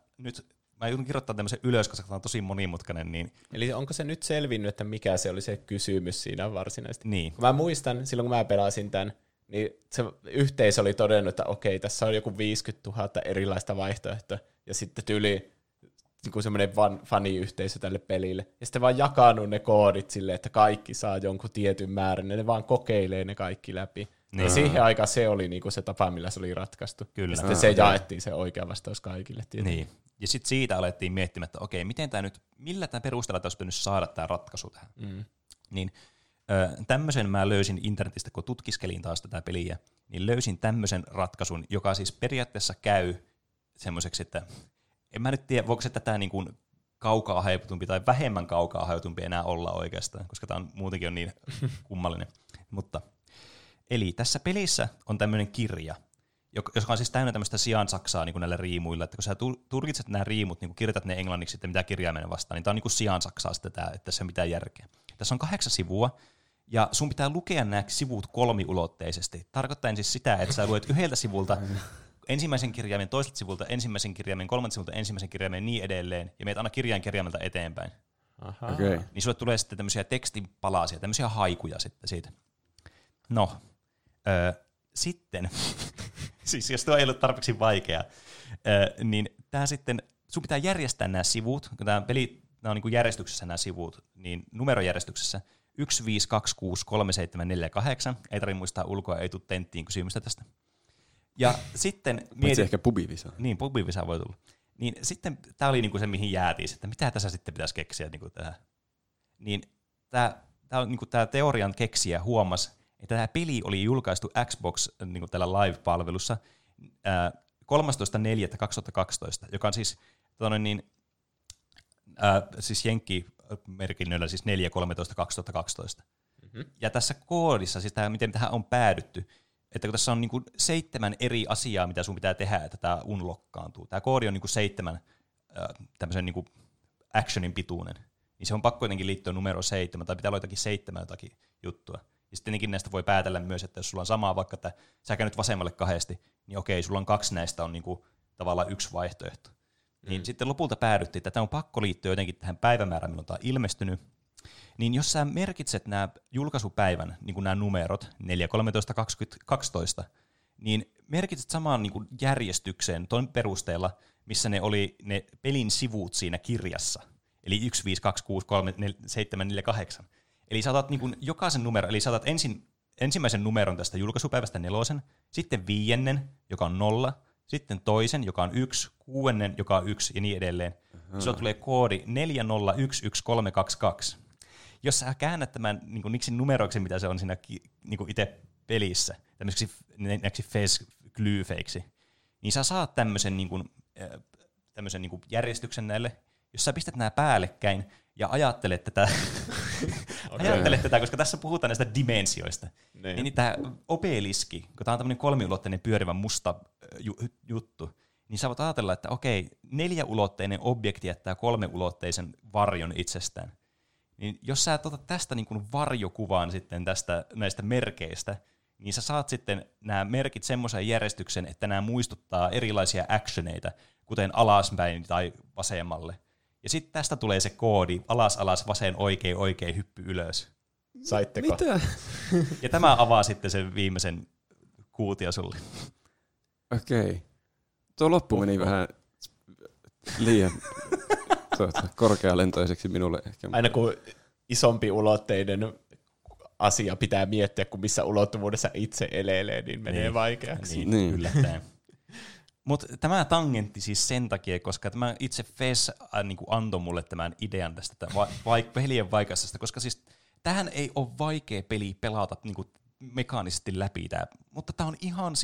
mä joudun kirjoittamaan tämmöisen ylös, koska tämä on tosi monimutkainen. Niin... Eli onko se nyt selvinnyt, että mikä se oli se kysymys siinä varsinaisesti? Niin. Mä muistan, silloin kun mä pelasin tämän, niin se yhteisö oli todennut, että okei, tässä on joku 50 000 erilaista vaihtoehtoa, ja sitten tyyli niin semmoinen faniyhteisö tälle pelille. Ja sitten vaan jakanut ne koodit silleen, että kaikki saa jonkun tietyn määrän, ja ne vaan kokeilee ne kaikki läpi. Niin. Ja siihen aikaan se oli niinku se tapa, millä se oli ratkaistu. Kyllä. Ja sitten se jaettiin se oikea vastaus kaikille. Tietenkin. Niin. Ja sitten siitä alettiin miettimään, että okei, millä tämä perusteella tässä pitänyt saada tämä ratkaisu tähän. Niin tämmöisen mä löysin internetistä, kun tutkiskelin taas tätä peliä, niin löysin tämmöisen ratkaisun, joka siis periaatteessa käy semmoiseksi, että en mä nyt tiedä, voiko se tätä niin kuin kaukaa hajautumpi tai vähemmän kaukaa hajautumpi enää olla oikeastaan, koska tämä on muutenkin on niin kummallinen. Mutta, eli tässä pelissä on tämmöinen kirja, joka on siis täynnä tämmöistä siansaksaa niin kuin näillä riimuilla, että kun sä tulkitset nämä riimut, niin kun kirjoitat ne englanniksi, että mitä kirjaimenen vastaan, niin tämä on niin kuin siansaksaa sitten tämä, että se on mitään järkeä. Tässä on 8 sivua, ja sun pitää lukea nämä sivut kolmiulotteisesti. Tarkoittaen siis sitä, että sä luet yhdeltä sivulta ensimmäisen kirjaimen, toiselta sivulta ensimmäisen kirjaimen, kolmannelta sivulta ensimmäisen kirjaimen ja niin edelleen, ja meet aina kirjaimelta eteenpäin. Okay. Niin sulle tulee sitten tämmöisiä tekstinpalasia, tämmöisiä haikuja sitten siitä. No, sitten, siis jos tuo ei ollut tarpeeksi vaikeaa, niin tää sitten, sun pitää järjestää nämä sivut, kun tämä peli, nämä on niin kuin järjestyksessä nämä sivut, niin numerojärjestyksessä 1, 5, 2, 6, 3, 7, 4, 8, ei tarvitse muistaa ulkoa, ei tule tenttiin kysymystä tästä. Ja sitten Paitsi ehkä pubivisa. Niin, pubivisa voi tulla. Niin sitten tämä oli niinku se, mihin jäätiin, että mitä tässä sitten pitäisi keksiä niinku tähän. Niin tämä on niinku tämä teorian keksijä huomasi, että tämä peli oli julkaistu Xbox niinku tällä live-palvelussa 13.4.2012, joka on siis siis jenkkimerkinnöillä siis 4.13.2012. Mm-hmm. Ja tässä koodissa, siis miten tähän on päädytty, että kun tässä on niinku 7 eri asiaa, mitä sun pitää tehdä, että tämä unlockkaantuu. Tämä koodi on niinku 7 tämmöisen niinku actionin pituinen. Niin se on pakko jotenkin liittyä numero 7, tai pitää olla jotakin 7 jotakin juttua. Ja sitten tietenkin näistä voi päätellä myös, että jos sulla on samaa, vaikka että sä käynyt vasemmalle 2, niin okei, sulla on 2 näistä on niinku tavallaan 1 vaihtoehto. Niin sitten lopulta päädyttiin, että tämä on pakko liittyä jotenkin tähän päivämäärään, milloin tämä on ilmestynyt. Niin jos sä merkitset nämä julkaisupäivän, niin kuin nämä numerot, 4.13.2012, niin merkitset samaan niin kuin järjestykseen ton perusteella, missä ne oli ne pelin sivut siinä kirjassa. Eli 1, 5, 2, 6, 3, 4, 7, 4, 8. Eli sä otat niin kuin jokaisen numeron, eli sä otat ensimmäisen numeron tästä julkaisupäivästä 4, sitten 5, joka on 0, sitten toisen, joka on 1, 6, joka on 1 ja niin edelleen. Sulla tulee koodi 4011322. Jos sä käännät tämän niin Nixin numeroiksi, mitä se on siinä niin itse pelissä, tämmöiseksi fez-glyfeiksi, niin sä saat tämmöisen järjestyksen näille, jos sä pistät nämä päällekkäin ja ajattelet tätä, koska tässä puhutaan näistä dimensioista, niin tämä obeliski, kun tämä on tämmöinen 3-ulotteinen pyörivä musta juttu, niin sä voit ajatella, että okei, 4-ulotteinen objekti jättää 3-ulotteisen varjon itsestään. Niin jos sä otat tästä niin kuin varjokuvan sitten näistä merkeistä, niin sä saat sitten nämä merkit semmoisen järjestyksen, että nämä muistuttaa erilaisia actioneita, kuten alaspäin tai vasemmalle. Ja sitten tästä tulee se koodi, alas, vasen, oikein, hyppy ylös. Saitteko? Mitä? Ja tämä avaa sitten sen viimeisen kuution sulle. Okei. Tuo loppu meni vähän liian korkealentoiseksi minulle ehkä. Aina kun isompi ulotteinen asia pitää miettiä, kun missä ulottuvuudessa itse elelee, niin menee vaikeaksi. Niin. Yllättäen. Mutta tämä tangentti siis sen takia, koska tämä itse Fez antoi mulle tämän idean tästä pelien vaikeasta, koska siis tähän ei ole vaikea peli pelata mekaanisesti läpi, mutta tämä on ihan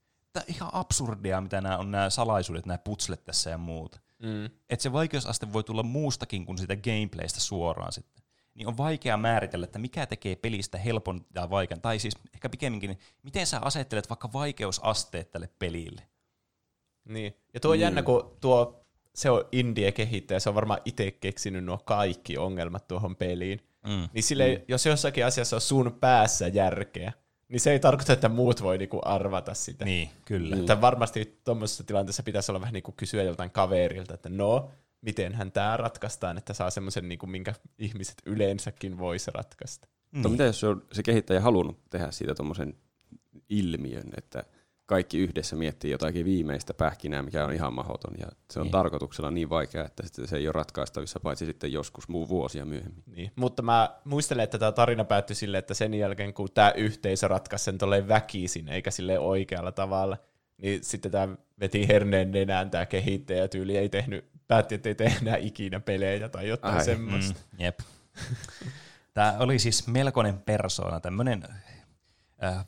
absurdia, mitä nämä salaisuudet, nämä putslet tässä ja muut. Että se vaikeusaste voi tulla muustakin kuin siitä gameplaystä suoraan sitten. Niin on vaikea määritellä, että mikä tekee pelistä helpon ja vaikean. Tai siis ehkä pikemminkin, miten sä asettelet vaikka vaikeusasteet tälle pelille. Niin. Ja tuo on jännä, kun se on indie-kehittäjä, se on varmaan itse keksinyt nuo kaikki ongelmat tuohon peliin. Niin silleen, jos jossakin asiassa on sun päässä järkeä, niin se ei tarkoita, että muut voi niinku arvata sitä. Niin, kyllä. Että varmasti tuommoisessa tilanteessa pitäisi olla vähän niin kuin kysyä joltain kaverilta, että mitenhän tämä ratkaistaan, että saa semmoisen, niinku, minkä ihmiset yleensäkin voisi ratkaista. Mutta mitä jos se kehittäjä halunnut tehdä siitä tommosen ilmiön, että kaikki yhdessä miettii jotakin viimeistä pähkinää, mikä on ihan mahdoton, ja se on tarkoituksella niin vaikea, että se ei ole ratkaistavissa, paitsi sitten joskus vuosia myöhemmin. Niin. Mutta mä muistelen, että tämä tarina päättyi silleen, että sen jälkeen, kun tämä yhteisö ratkaisi sen tolleen väkisin, eikä silleen oikealla tavalla, niin sitten tämä veti herneen nenään tämä kehittäjä tyyli, päätti, että ei tee enää ikinä pelejä tai jotain semmoista. Jep. Tämä oli siis melkoinen persoona, tämmöinen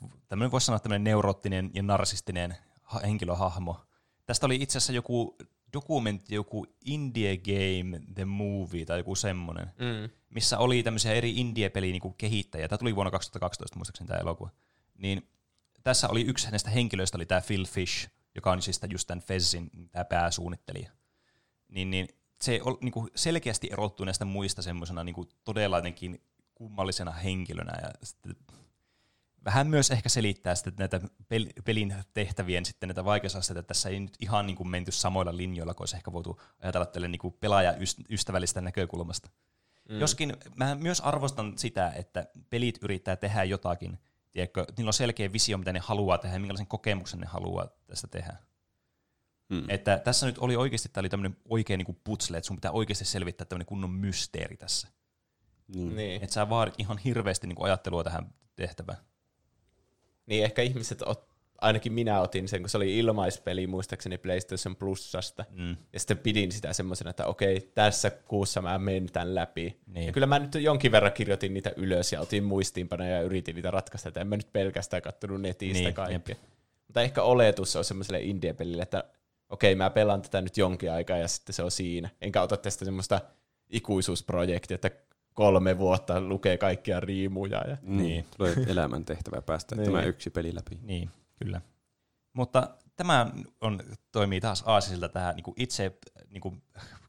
voisi sanoa tämmöinen neuroottinen ja narsistinen henkilöhahmo. Tästä oli itse asiassa joku dokumentti, joku Indie Game The Movie tai joku semmoinen, missä oli tämmöisiä eri indie-peliä niinku kehittäjiä. Tämä tuli vuonna 2012 muistaakseni tämä elokuva. Niin tässä oli yksi näistä henkilöistä, oli tämä Phil Fish, joka on siis just tämän Fezin tämä pääsuunnittelija. Niin se niinku selkeästi erottuu näistä muista semmoisena niinku todella jotenkin kummallisena henkilönä. Ja vähän myös ehkä selittää sitten näitä pelin tehtävien sitten näitä vaikeusasteita. Tässä ei nyt ihan niin kuin menty samoilla linjoilla, kun olisi ehkä voitu ajatella tälle niin kuin pelaajaystävällistä näkökulmasta. Joskin mä myös arvostan sitä, että pelit yrittää tehdä jotakin. Tiedätkö, niillä on selkeä visio, mitä ne haluaa tehdä ja minkälaisen kokemuksen ne haluaa tästä tehdä. Että tässä nyt oli oikeasti tämmöinen oikein niin kuin putsle, että sun pitää oikeasti selvittää tämmöinen kunnon mysteeri tässä. Niin. Että sä vaadit ihan hirveästi niin kuin ajattelua tähän tehtävään. Niin ehkä ihmiset, ainakin minä otin sen, kun se oli ilmaispeli muistaakseni PlayStation Plusasta. Ja sitten pidin sitä semmoisena, että okei, tässä kuussa mä menen tämän läpi. Niin. Ja kyllä mä nyt jonkin verran kirjoitin niitä ylös ja otin muistiinpanoja ja yritin niitä ratkaista. Että en mä nyt pelkästään katsonut netistä kaikkea. Mutta ehkä oletus on semmoiselle indie-pelille, että okei, mä pelaan tätä nyt jonkin aikaa ja sitten se on siinä. Enkä ota tästä semmoista ikuisuusprojektia, että 3 vuotta lukee kaikkia riimuja. Ja niin. Tulee elämän tehtävä päästä tämä yksi peli läpi. Niin, kyllä. Mutta tämä toimii taas aasisilta tähän niin kuin itse niin kuin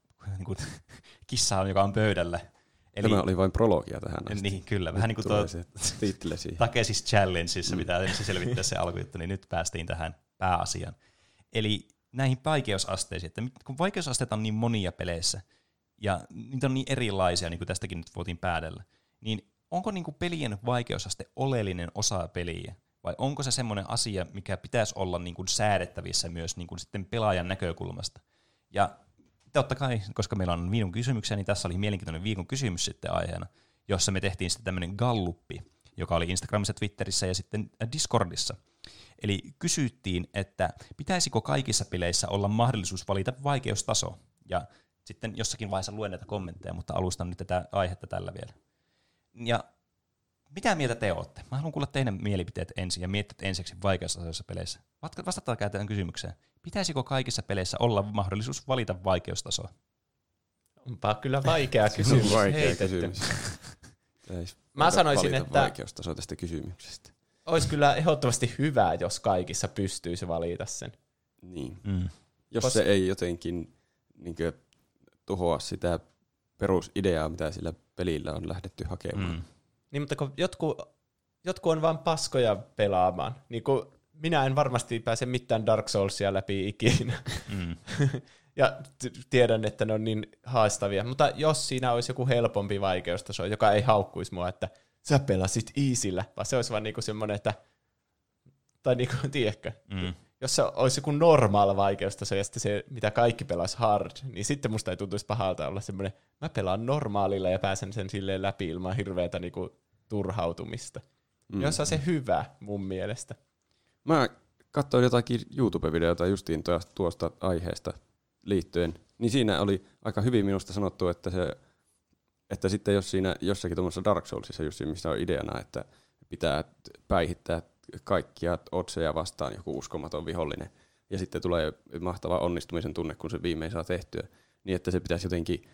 kissaan, joka on pöydällä. Eli, tämä oli vain prologia tähän asti. Niin, kyllä. Vähän niin kuin tuo Takeshis Challengeissa, mitä ensin selvittää se alkujuttu, niin nyt päästiin tähän pääasiaan. Eli näihin vaikeusasteisiin, että kun vaikeusasteita on niin monia peleissä, ja niitä on niin erilaisia, niin kuin tästäkin nyt voitiin päädellä, niin onko niin kuin pelien vaikeusaste oleellinen osa peliä? Vai onko se semmoinen asia, mikä pitäisi olla niin kuin säädettävissä myös niin kuin sitten pelaajan näkökulmasta? Ja totta kai, koska meillä on viikon kysymyksiä, niin tässä oli mielenkiintoinen viikon kysymys sitten aiheena, jossa me tehtiin sitten tämmöinen galluppi, joka oli Instagramissa, Twitterissä ja sitten Discordissa. Eli kysyttiin, että pitäisikö kaikissa peleissä olla mahdollisuus valita vaikeustaso? Ja sitten jossakin vaiheessa luen näitä kommentteja, mutta alustan nyt tätä aihetta tällä vielä. Ja mitä mieltä te olette? Mä haluan kuulla teidän mielipiteet ensin ja miettiä ensiksi vaikeustasoissa peleissä. Vastatkaa tähän kysymykseen. Pitäisikö kaikissa peleissä olla mahdollisuus valita vaikeustasoa? Onpa kyllä vaikea kysymys. Vaikea kysymys. Mä sanoisin, että vaikeustaso tästä kysymyksestä. Olisi kyllä ehdottomasti hyvä, jos kaikissa pystyisi valita sen. Niin. Jos se ei jotenkin niinkö tuhoa sitä perusideaa, mitä sillä pelillä on lähdetty hakemaan. Niin, mutta kun jotkut on vaan paskoja pelaamaan. Niin kuin minä en varmasti pääse mitään Dark Soulsia läpi ikinä. Ja tiedän, että ne on niin haastavia. Mutta jos siinä olisi joku helpompi vaikeustaso, joka ei haukkuisi mua, että sä pelasit easyllä, vaan se olisi vaan niinku semmoinen, että tai niinku, tiedätkö, jos se olisi joku normaali vaikeustaso ja sitten se, mitä kaikki pelas hard, niin sitten musta ei tuntuisi pahalta olla semmoinen, mä pelaan normaalilla ja pääsen sen silleen läpi ilman hirveätä niinku turhautumista. Jos on se hyvä mun mielestä. Mä katsoin jotakin YouTube-videota justiin tuosta aiheesta liittyen, niin siinä oli aika hyvin minusta sanottu, että sitten jos siinä jossakin tuommoisessa Dark Soulsissa just missä on ideana, että pitää päihittää kaikkia otseja vastaan joku uskomaton vihollinen, ja sitten tulee mahtava onnistumisen tunne, kun se viimein saa tehtyä, niin että se pitäisi jotenkin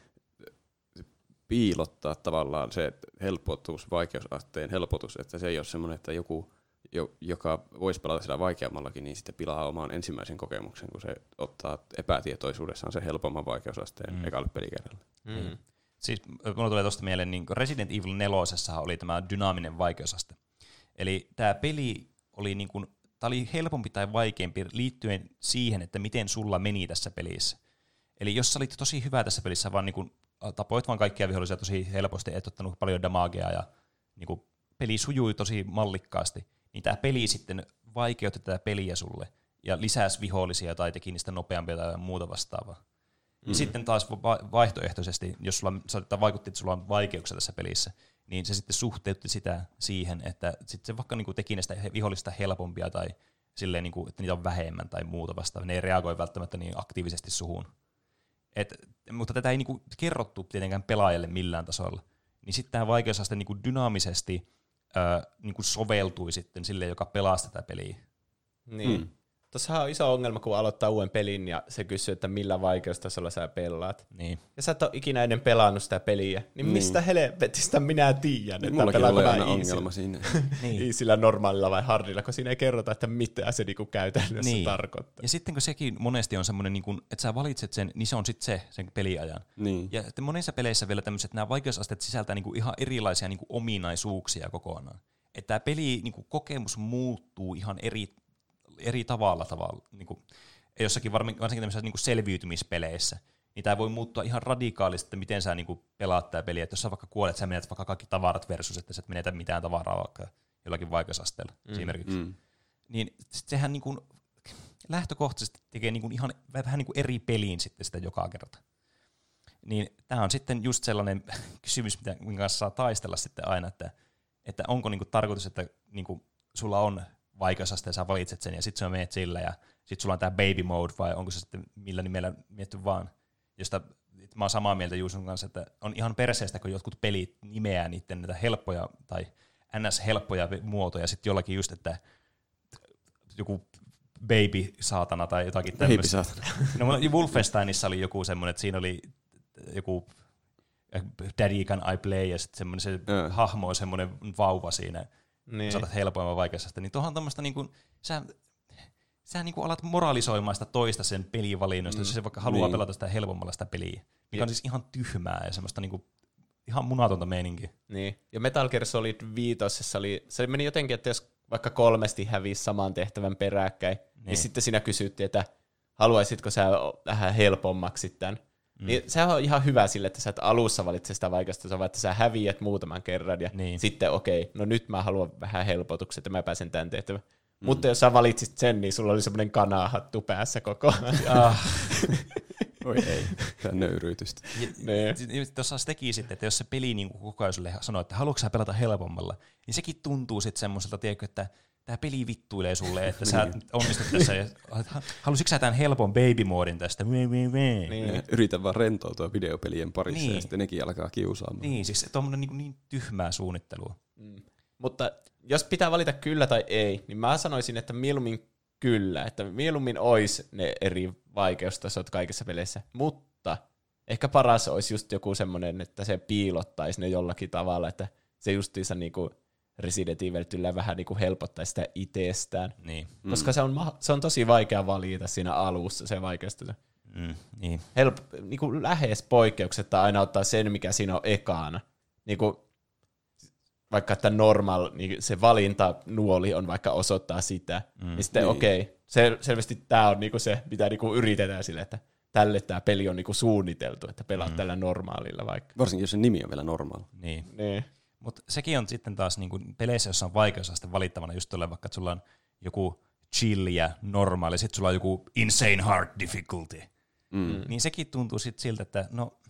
piilottaa tavallaan se helpotus, vaikeusasteen helpotus, että se ei ole semmoinen, että joku, joka voisi pelata sillä vaikeammallakin, niin sitten pilaa oman ensimmäisen kokemuksen, kun se ottaa epätietoisuudessaan se helpomman vaikeusasteen ekalle pelikerralle. Siis mulla tulee tuosta mieleen, niin Resident Evil 4 oli tämä dynaaminen vaikeusaste. Eli tämä peli oli, niin kuin, tämä oli helpompi tai vaikeampi liittyen siihen, että miten sulla meni tässä pelissä. Eli jos sä olit tosi hyvä tässä pelissä, vaan niin kuin, tapoit vaan kaikkia vihollisia tosi helposti, et ottanut paljon damagea ja niin kuin, peli sujui tosi mallikkaasti, niin tämä peli sitten vaikeutti tätä peliä sulle ja lisäsi vihollisia tai teki niistä nopeampia tai muuta vastaavaa. Ja sitten taas vaihtoehtoisesti, jos sulla vaikutti, että sulla on vaikeuksia tässä pelissä, niin se sitten suhteutti sitä siihen, että sitten se vaikka niinku teki näistä vihollista helpompia tai silleen, niinku, että niitä on vähemmän tai muuta vastaavaa. Ne ei reagoi välttämättä niin aktiivisesti suhun. Mutta tätä ei niinku kerrottu tietenkään pelaajalle millään tasolla. Niin sitten tämä vaikeusaste niinku dynaamisesti niinku soveltui sitten sille, joka pelasi tätä peliä. Niin. Tossahan on iso ongelma, kun aloittaa uuden pelin ja se kysyy, että millä vaikeustasolla sä pelaat. Niin. Ja sä et ole ikinä ennen pelannut sitä peliä, niin mistä helvetistä minä tiedän, että mullakin pelaanko tulee mä aina ongelma siinä. Niin. sillä normaalilla vai hardilla, kun siinä ei kerrota, että mitä se niinku käytännössä Niin. tarkoittaa. Ja sitten kun sekin monesti on semmoinen, niin kun, että sä valitset sen, niin se on sitten sen peliajan. Niin. Ja sitten monissa peleissä vielä tämmöiset, nämä vaikeusasteet sisältää niin kuin ihan erilaisia niin kuin ominaisuuksia kokonaan. Että tämä peli niin kuin kokemus muuttuu ihan eri tavalla. Niin kuin, jossakin varsinkin tämmöisissä niin kuin selviytymispeleissä, niin tämä voi muuttua ihan radikaalisti, että miten sä niin kuin pelaat tämä peli. Että jos sä vaikka kuolet, sä menetät vaikka kaikki tavarat versus, että sä et menetä mitään tavaraa vaikka jollakin vaikeusasteella esimerkiksi. Niin sehän niin kuin lähtökohtaisesti tekee niin kuin ihan vähän niin kuin eri peliin sitten sitä joka kerta. Niin tämä on sitten just sellainen kysymys, minkä kanssa saa taistella sitten aina, että onko niinku tarkoitus, että niinku sulla on vaikeusaste ja sä valitset sen ja sitten sä menet sillä ja sitten sulla on tämä baby mode vai onko se sitten millä nimellä mietty vaan, josta mä oon samaa mieltä Juuson kanssa, että on ihan perseestä, kun jotkut pelit nimeää niiden näitä helppoja tai ns-helppoja muotoja sitten jollakin just, että joku baby-saatana tai jotakin tämmöistä. No Wolfensteinissa oli joku semmoinen, että siinä oli joku Daddy Can I Play ja sitten semmoinen se hahmo on semmoinen vauva siinä. Niin. Saatat helpoimman vaikeasta. Niin tuohon tämmöistä niinku, sä niinku alat moralisoimaan sitä toista sen pelivalinnoista, jos se vaikka haluaa pelata sitä helpommalla sitä peliä. Mikä on siis ihan tyhmää ja semmoista niinku ihan munatonta meininkiä. Niin. Ja Metal Gear Solid 5 se meni jotenkin, että jos vaikka 3 hävisi saman tehtävän peräkkäin, niin sitten siinä kysyttiin, että haluaisitko sä vähän helpommaksi tämän. Niin sehän on ihan hyvä sille, että sä et alussa valitse sitä vaikeasta, vaan että sä häviät muutaman kerran ja sitten okei, no nyt mä haluan vähän helpotuksia, että mä pääsen tämän tehtävän. Mutta jos sä valitsit sen, niin sulla oli semmoinen kanahattu päässä koko ajan. Oi ei, tämä nöyryytystä. Tuossa se teki sitten, että jos se peli niin koko ajan sulle sanoo, että haluatko sä pelata helpommalla, niin sekin tuntuu sitten semmoiselta, tiedätkö, että tämä peli vittuilee sulle, että sä onnistut tässä ja halusitko sä tämän helpon baby-moodin tästä? Niin. Yritä vaan rentoutua videopelien parissa ja sitten nekin alkaa kiusaamaan. Niin, siis tuommoinen niin tyhmää suunnittelua. Mutta jos pitää valita kyllä tai ei, niin mä sanoisin, että mieluummin kyllä, että mieluummin olisi ne eri vaikeustasot kaikissa peleissä, mutta ehkä paras olisi just joku semmoinen, että se piilottaisi ne jollakin tavalla, että se justiinsa niinku Resident Evil kyllä vähän niinku helpottaisi sitä itsestään. Niin. Koska se on tosi vaikea valita siinä alussa se vaikeustaso. Niin. Niinku lähes poikkeuksetta aina ottaa sen, mikä siinä on ekana. Niinku, vaikka että normal, niin se valintanuoli on vaikka osoittaa sitä, niin sitten selvästi tämä on niinku se, mitä niinku yritetään sille, että tälle tämä peli on niinku suunniteltu, että pelaat tällä normaalilla vaikka. Varsinkin, jos se nimi on vielä normaali. Niin. Mutta sekin on sitten taas niinku peleissä, jossa on vaikeusaste valittavana, just tulee vaikka, että sulla on joku chill ja normaali, sitten sulla on joku insane hard difficulty. Niin sekin tuntuu sitten siltä, että no,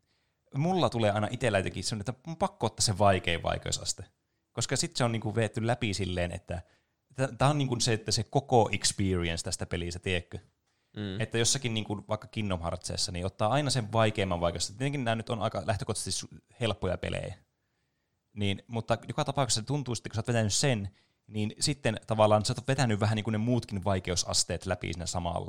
mulla tulee aina itsellä jotenkin sellainen, että on pakko ottaa se vaikein vaikeusaste. Koska sitten se on niinku veetty läpi silleen, että tämä on niinku se, että se koko experience tästä pelistä, tiedätkö? Että jossakin niinku vaikka Kingdom Heartsissa, niin ottaa aina sen vaikeimman vaikeusaste. Tietenkin nämä nyt on aika lähtökohtaisesti helppoja pelejä. Niin, mutta joka tapauksessa se tuntuu sitten, kun sä oot vetänyt sen, niin sitten tavallaan sä oot vetänyt vähän niin kuin ne muutkin vaikeusasteet läpi siinä samalla.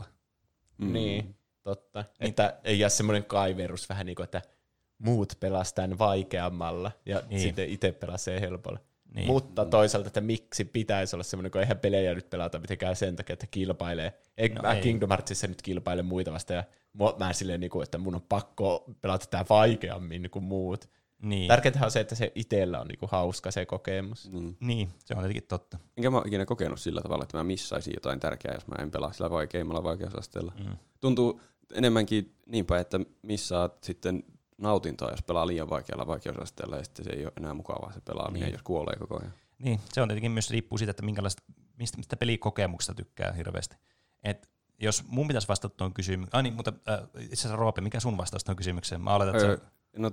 Niin, totta. Niin. Että ei jää semmoinen kaiverus vähän niin kuin, että muut pelas tämän vaikeammalla ja sitten itse pelasee helpolla. Niin. Mutta toisaalta, että miksi pitäisi olla semmoinen, kun eihän pelejä nyt pelata mitenkään sen takia, että kilpailee. Ei Kingdom Heartsissa nyt kilpaile muita vasta ja mä silleen, että mun on pakko pelata tää vaikeammin kuin muut. Niin. Tärkeintä on se, että se itsellä on niinku hauska se kokemus. Niin, se on tietenkin totta. Enkä mä ole ikinä kokenut sillä tavalla, että mä missaisin jotain tärkeää, jos mä en pelaa sillä vaikeimmalla vaikeusasteella. Tuntuu enemmänkin niinpä, että missaat sitten nautintoa, jos pelaa liian vaikealla vaikeusasteella, ja sitten se ei ole enää mukavaa se pelaaminen, jos kuolee koko ajan. Niin, se on tietenkin myös riippuu siitä, että mistä pelikokemuksesta tykkää hirveästi. Et jos mun pitäisi vastata tuon kysymykseen, mutta itse asiassa Roope, mikä sun vastaus tuon kysymykseen? Mä oletan, että no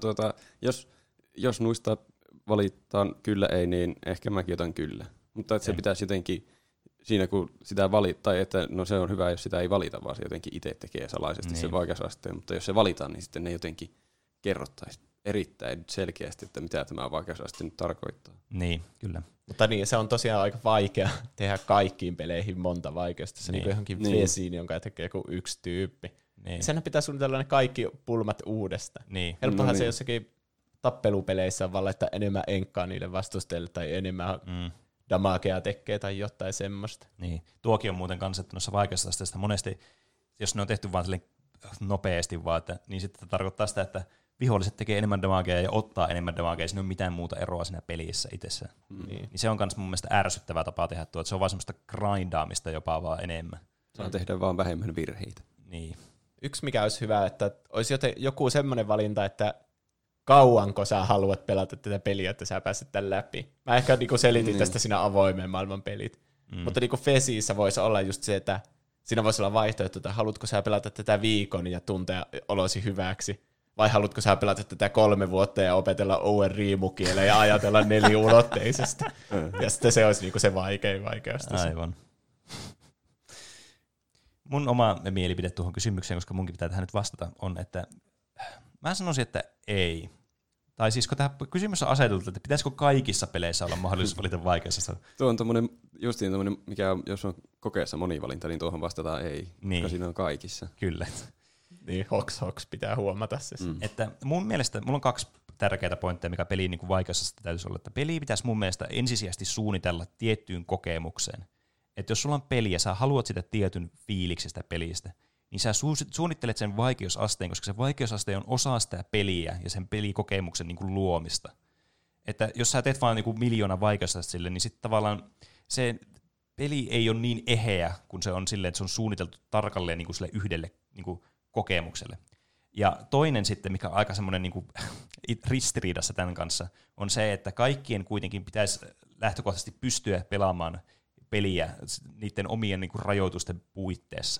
jos nuista valitaan kyllä ei, niin ehkä mäkin otan kyllä. Mutta että se pitäisi jotenkin siinä kun sitä valittaa, että no se on hyvä, jos sitä ei valita, vaan se jotenkin itse tekee salaisesti sen vaikeusasteen. Mutta jos se valitaan, niin sitten ne jotenkin kerrottaisiin erittäin selkeästi, että mitä tämä vaikeusaste nyt tarkoittaa. Niin, kyllä. Mutta niin, se on tosiaan aika vaikea tehdä kaikkiin peleihin monta vaikeusta. Se niin johonkin vesiin, jonka tekee joku yksi tyyppi. Niin. Senhän pitää suunnitella ne kaikki pulmat uudestaan. Niin. Helppohan se jossakin tappelupeleissä on vaan laittaa enemmän enkkaa niille vastustajille tai enemmän damagea tekee tai jotain semmoista. Niin. Tuokin on muuten kanssa, että noissa vaikeusasteista monesti, jos ne on tehty vaan nopeasti vaan, niin sitten tarkoittaa sitä, että viholliset tekee enemmän damagea ja ottaa enemmän damagea, siinä ei ole mitään muuta eroa siinä pelissä itsessään. Niin se on myös mun mielestä ärsyttävä tapa tehdä tuo, että se on vaan semmoista grindaamista jopa vaan enemmän. Saa tehdä vaan vähemmän virheitä. Niin. Yksi mikä olisi hyvä, että olisi joku semmoinen valinta, että kauanko sä haluat pelata tätä peliä, että sä pääset tämän läpi. Mä ehkä niinku selitin tästä siinä avoimen maailman pelit. Mutta niinku Fesissä voisi olla just se, että siinä voisi olla vaihtoehto, että haluatko sä pelata tätä viikon ja tuntea olosi hyväksi, vai haluatko sä pelata tätä 3 vuotta ja opetella uuden riimukielen ja ajatella 4-ulotteisesti. Ja sitten se olisi niinku se vaikein vaikeus. Aivan. Mun oma mielipide tuohon kysymykseen, koska munkin pitää tähän nyt vastata, on, että mä sanoisin, että ei. Tai siis kun tämä kysymys on aseteltu, että pitäisikö kaikissa peleissä olla mahdollisuus valita vaikeassa. Tuo on justiin tommonen, mikä on, jos on kokeessa monivalinta, niin tuohon vastataan ei, koska siinä on kaikissa. Kyllä. Niin, hoks pitää huomata se. Että mun mielestä, mulla on 2 tärkeää pointteja, mikä peliin niin vaikeassa täytyisi olla. Että peli pitäisi mun mielestä ensisijaisesti suunnitella tiettyyn kokemukseen. Että jos sulla on peli ja sä haluat sitä tietyn fiiliksestä pelistä, niin sä suunnittelet sen vaikeusasteen, koska se vaikeusaste on osa sitä peliä ja sen pelikokemuksen niin kuin luomista. Että jos sä teet vaan niin kuin 1,000,000 vaikeusastetta sille, niin sitten tavallaan se peli ei ole niin eheä, kun se on silleen, että se on suunniteltu tarkalleen niin kuin sille yhdelle niin kuin kokemukselle. Ja toinen sitten, mikä on aika semmoinen niin kuin ristiriidassa tämän kanssa, on se, että kaikkien kuitenkin pitäisi lähtökohtaisesti pystyä pelaamaan peliä niiden omien niin kuin rajoitusten puitteissa.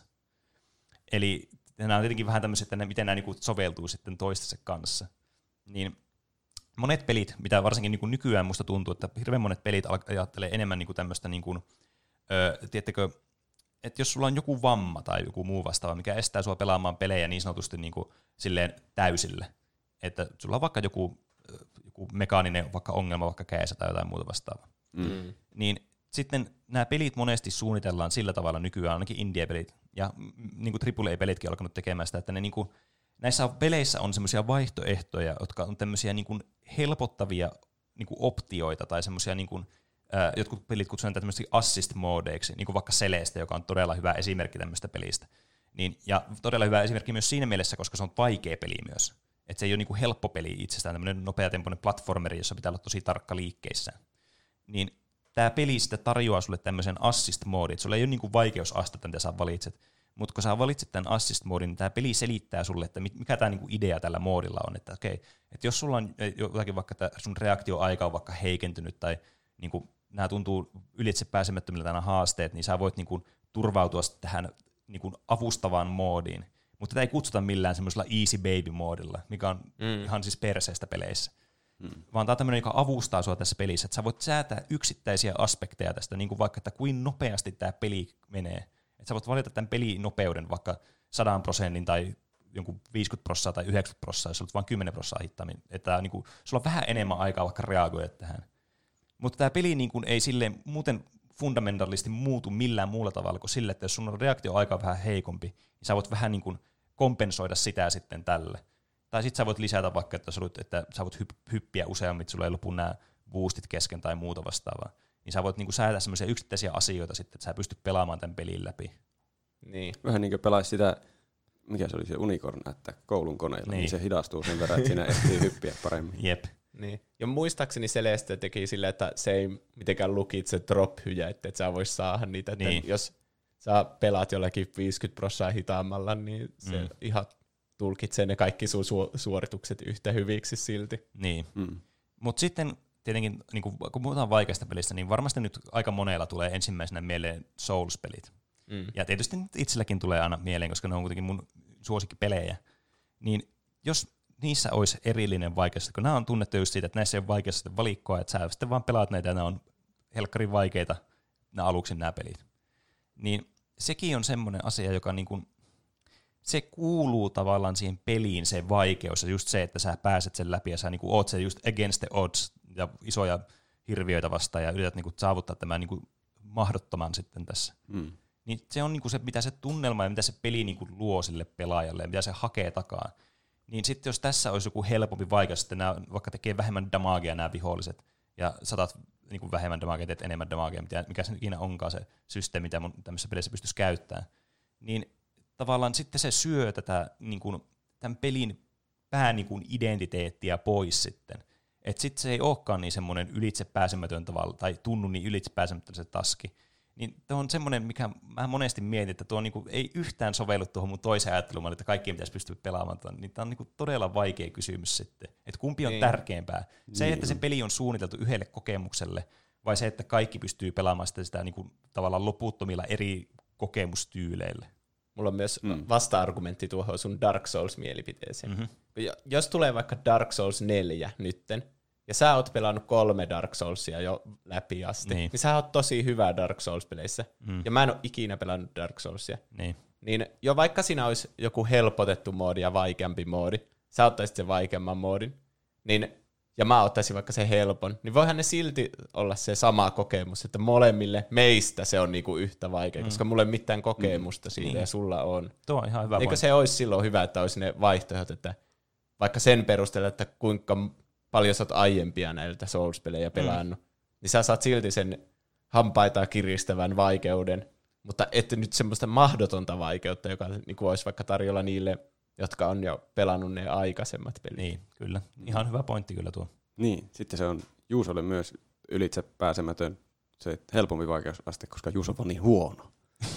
Eli nämä on tietenkin vähän tämmöiset, että miten nämä niin kuin soveltuu sitten toistensa kanssa. Niin monet pelit, mitä varsinkin niin kuin nykyään musta tuntuu, että hirveän monet pelit ajattelee enemmän niin kuin tämmöistä, niin kuin, tiedättekö, että jos sulla on joku vamma tai joku muu vastaava, mikä estää sua pelaamaan pelejä niin sanotusti niin kuin silleen täysille, että sulla on vaikka joku mekaaninen vaikka ongelma vaikka kädessä tai jotain muuta vastaavaa, niin sitten nämä pelit monesti suunnitellaan sillä tavalla nykyään, ainakin indie-pelit, ja niin kuin AAA-pelitkin on alkanut tekemään sitä, että ne niin kuin, näissä peleissä on semmoisia vaihtoehtoja, jotka on tämmöisiä niin kuin helpottavia niin kuin optioita, tai semmoisia, niin kuin, jotkut pelit kutsutaan tämmöisiä assist-modeiksi, niin kuin vaikka Celeste, joka on todella hyvä esimerkki tämmöistä pelistä. Niin, ja todella hyvä esimerkki myös siinä mielessä, koska se on vaikea peli myös. Että se ei ole niin kuin helppo peli itsestään, tämmöinen nopeatempoinen platformeri, jossa pitää olla tosi tarkka liikkeissään. Niin tämä peli sitten tarjoaa sulle tämmöisen assist-moodin, että sulla ei ole niin kuin vaikeusastetta, mitä sä valitset, mutta kun sä valitset tämän assist-moodin, niin tämä peli selittää sulle, että mikä tämä niinku idea tällä moodilla on, että okei, että jos sulla on jotakin vaikka sun reaktioaika on vaikka heikentynyt tai niinku, nämä tuntuu ylitse pääsemättömiltä nämä haasteet, niin sä voit niinku turvautua tähän niinku avustavaan moodiin, mutta tätä ei kutsuta millään semmoisella easy baby-moodilla, mikä on ihan siis perseestä peleissä. Vaan tämä on tämmöinen, joka avustaa sua tässä pelissä, että sä voit säätää yksittäisiä aspekteja tästä, niin kuin vaikka, että kuinka nopeasti tämä peli menee. Että sä voit valita tämän pelinopeuden vaikka 100% tai jonkun 50% tai 90%, jos olet vain 10% hittaammin. Että niin kuin, sulla on vähän enemmän aikaa vaikka reagoida tähän. Mutta tämä peli niin kuin ei silleen muuten fundamentaalisesti muutu millään muulla tavalla kuin sille, että jos sun reaktioaika on vähän heikompi, niin sä voit vähän niin kuin kompensoida sitä sitten tälle. Tai sitten sä voit lisätä vaikka, että sä voit hyppiä useammin, että sulla ei lopu nämä boostit kesken tai muuta vastaavaa. Niin sä voit niinku säätää semmoisia yksittäisiä asioita sitten, että sä pystyt pelaamaan tämän pelin läpi. Niin. Vähän niin kuin pelaisi sitä, mikä se oli se Unicorn, että koulun koneella, niin se hidastuu sen verran, että siinä ehtii hyppiä paremmin. Jep. Niin. Ja muistaakseni Celeste teki silleen, että se ei mitenkään lukitse drop-hyjä, että et sä vois saada niitä. Että jos sä pelaat jollakin 50% hitaammalla, niin se ihan tulkitsee ne kaikki sun suoritukset yhtä hyviksi silti. Niin. Mutta sitten tietenkin, niin kun puhutaan vaikeasta pelistä, niin varmasti nyt aika monella tulee ensimmäisenä mieleen Souls-pelit. Ja tietysti itselläkin tulee aina mieleen, koska ne on kuitenkin mun suosikkipelejä. Niin jos niissä olisi erillinen vaikeus, kun nämä on tunnettu just siitä, että näissä ei ole vaikeasta valikkoa, että sä sitten vaan pelaat näitä ja nämä on helkkarin vaikeita nämä aluksi nämä pelit. Niin sekin on semmoinen asia, joka niin kuin, se kuuluu tavallaan siihen peliin se vaikeus ja just se, että sä pääset sen läpi ja sä niinku oot se just against the odds ja isoja hirviöitä vastaan ja yrität niinku saavuttaa tämän niinku mahdottoman sitten tässä. Niin se on niinku se, mitä se tunnelma ja mitä se peli niinku luo sille pelaajalle ja mitä se hakee takaa. Niin sitten jos tässä olisi joku helpompi vaikeus, että nämä vaikka tekee vähemmän damagea nämä viholliset ja satat niinku vähemmän damagea, teet enemmän damagea, mikä se ikinä onkaan se systeemi, mitä mun tämmöisessä pelissä pystyisi käyttämään, niin tavallaan sitten se syö tätä niinku, tämän pelin pääidentiteettiä pois sitten. Että sitten se ei olekaan niin semmoinen ylitsepääsemätön tavalla, tai tunnu niin ylitsepääsemätön se taski. Niin tuo on semmoinen, mikä mä monesti mietin, että tuo niinku ei yhtään sovellu tuohon mun toiseen ajatteluun, että kaikkien pitäisi pystyä pelaamaan tuon. Niin tämä on niinku todella vaikea kysymys sitten. Että kumpi on tärkeämpää? Se, että se peli on suunniteltu yhdelle kokemukselle, vai se, että kaikki pystyy pelaamaan sitä niinku tavallaan loputtomilla eri kokemustyyleillä? Mulla on myös vasta-argumentti tuohon sun Dark Souls-mielipiteeseen. Jos tulee vaikka Dark Souls 4 nytten, ja sä oot pelannut 3 Dark Soulsia jo läpi asti, niin sä oot tosi hyvä Dark Souls-peleissä, ja mä en ole ikinä pelannut Dark Soulsia. Niin jo vaikka siinä olisi joku helpotettu moodi ja vaikeampi moodi, sä ottaisit sen vaikeamman moodin, niin, ja mä ottaisin vaikka sen helpon, niin voihan ne silti olla se sama kokemus, että molemmille meistä se on niinku yhtä vaikea, koska mulla ei mitään kokemusta siitä ja sulla on. Tuo on ihan hyvä. Eikö se olisi silloin hyvä, että olisi ne vaihtoehdot, että vaikka sen perusteella, että kuinka paljon sä oot aiempia näiltä Souls-pelejä pelannut, niin sä saat silti sen hampaita kiristävän vaikeuden, mutta ette nyt semmoista mahdotonta vaikeutta, joka niin kuin olisi vaikka tarjolla niille, jotka on jo pelannut ne aikaisemmat pelit. Niin, kyllä. Ihan hyvä pointti kyllä tuo. Niin, sitten se on Juusolle myös ylitse pääsemätön se helpompi vaikeusaste, koska Juuso on niin huono.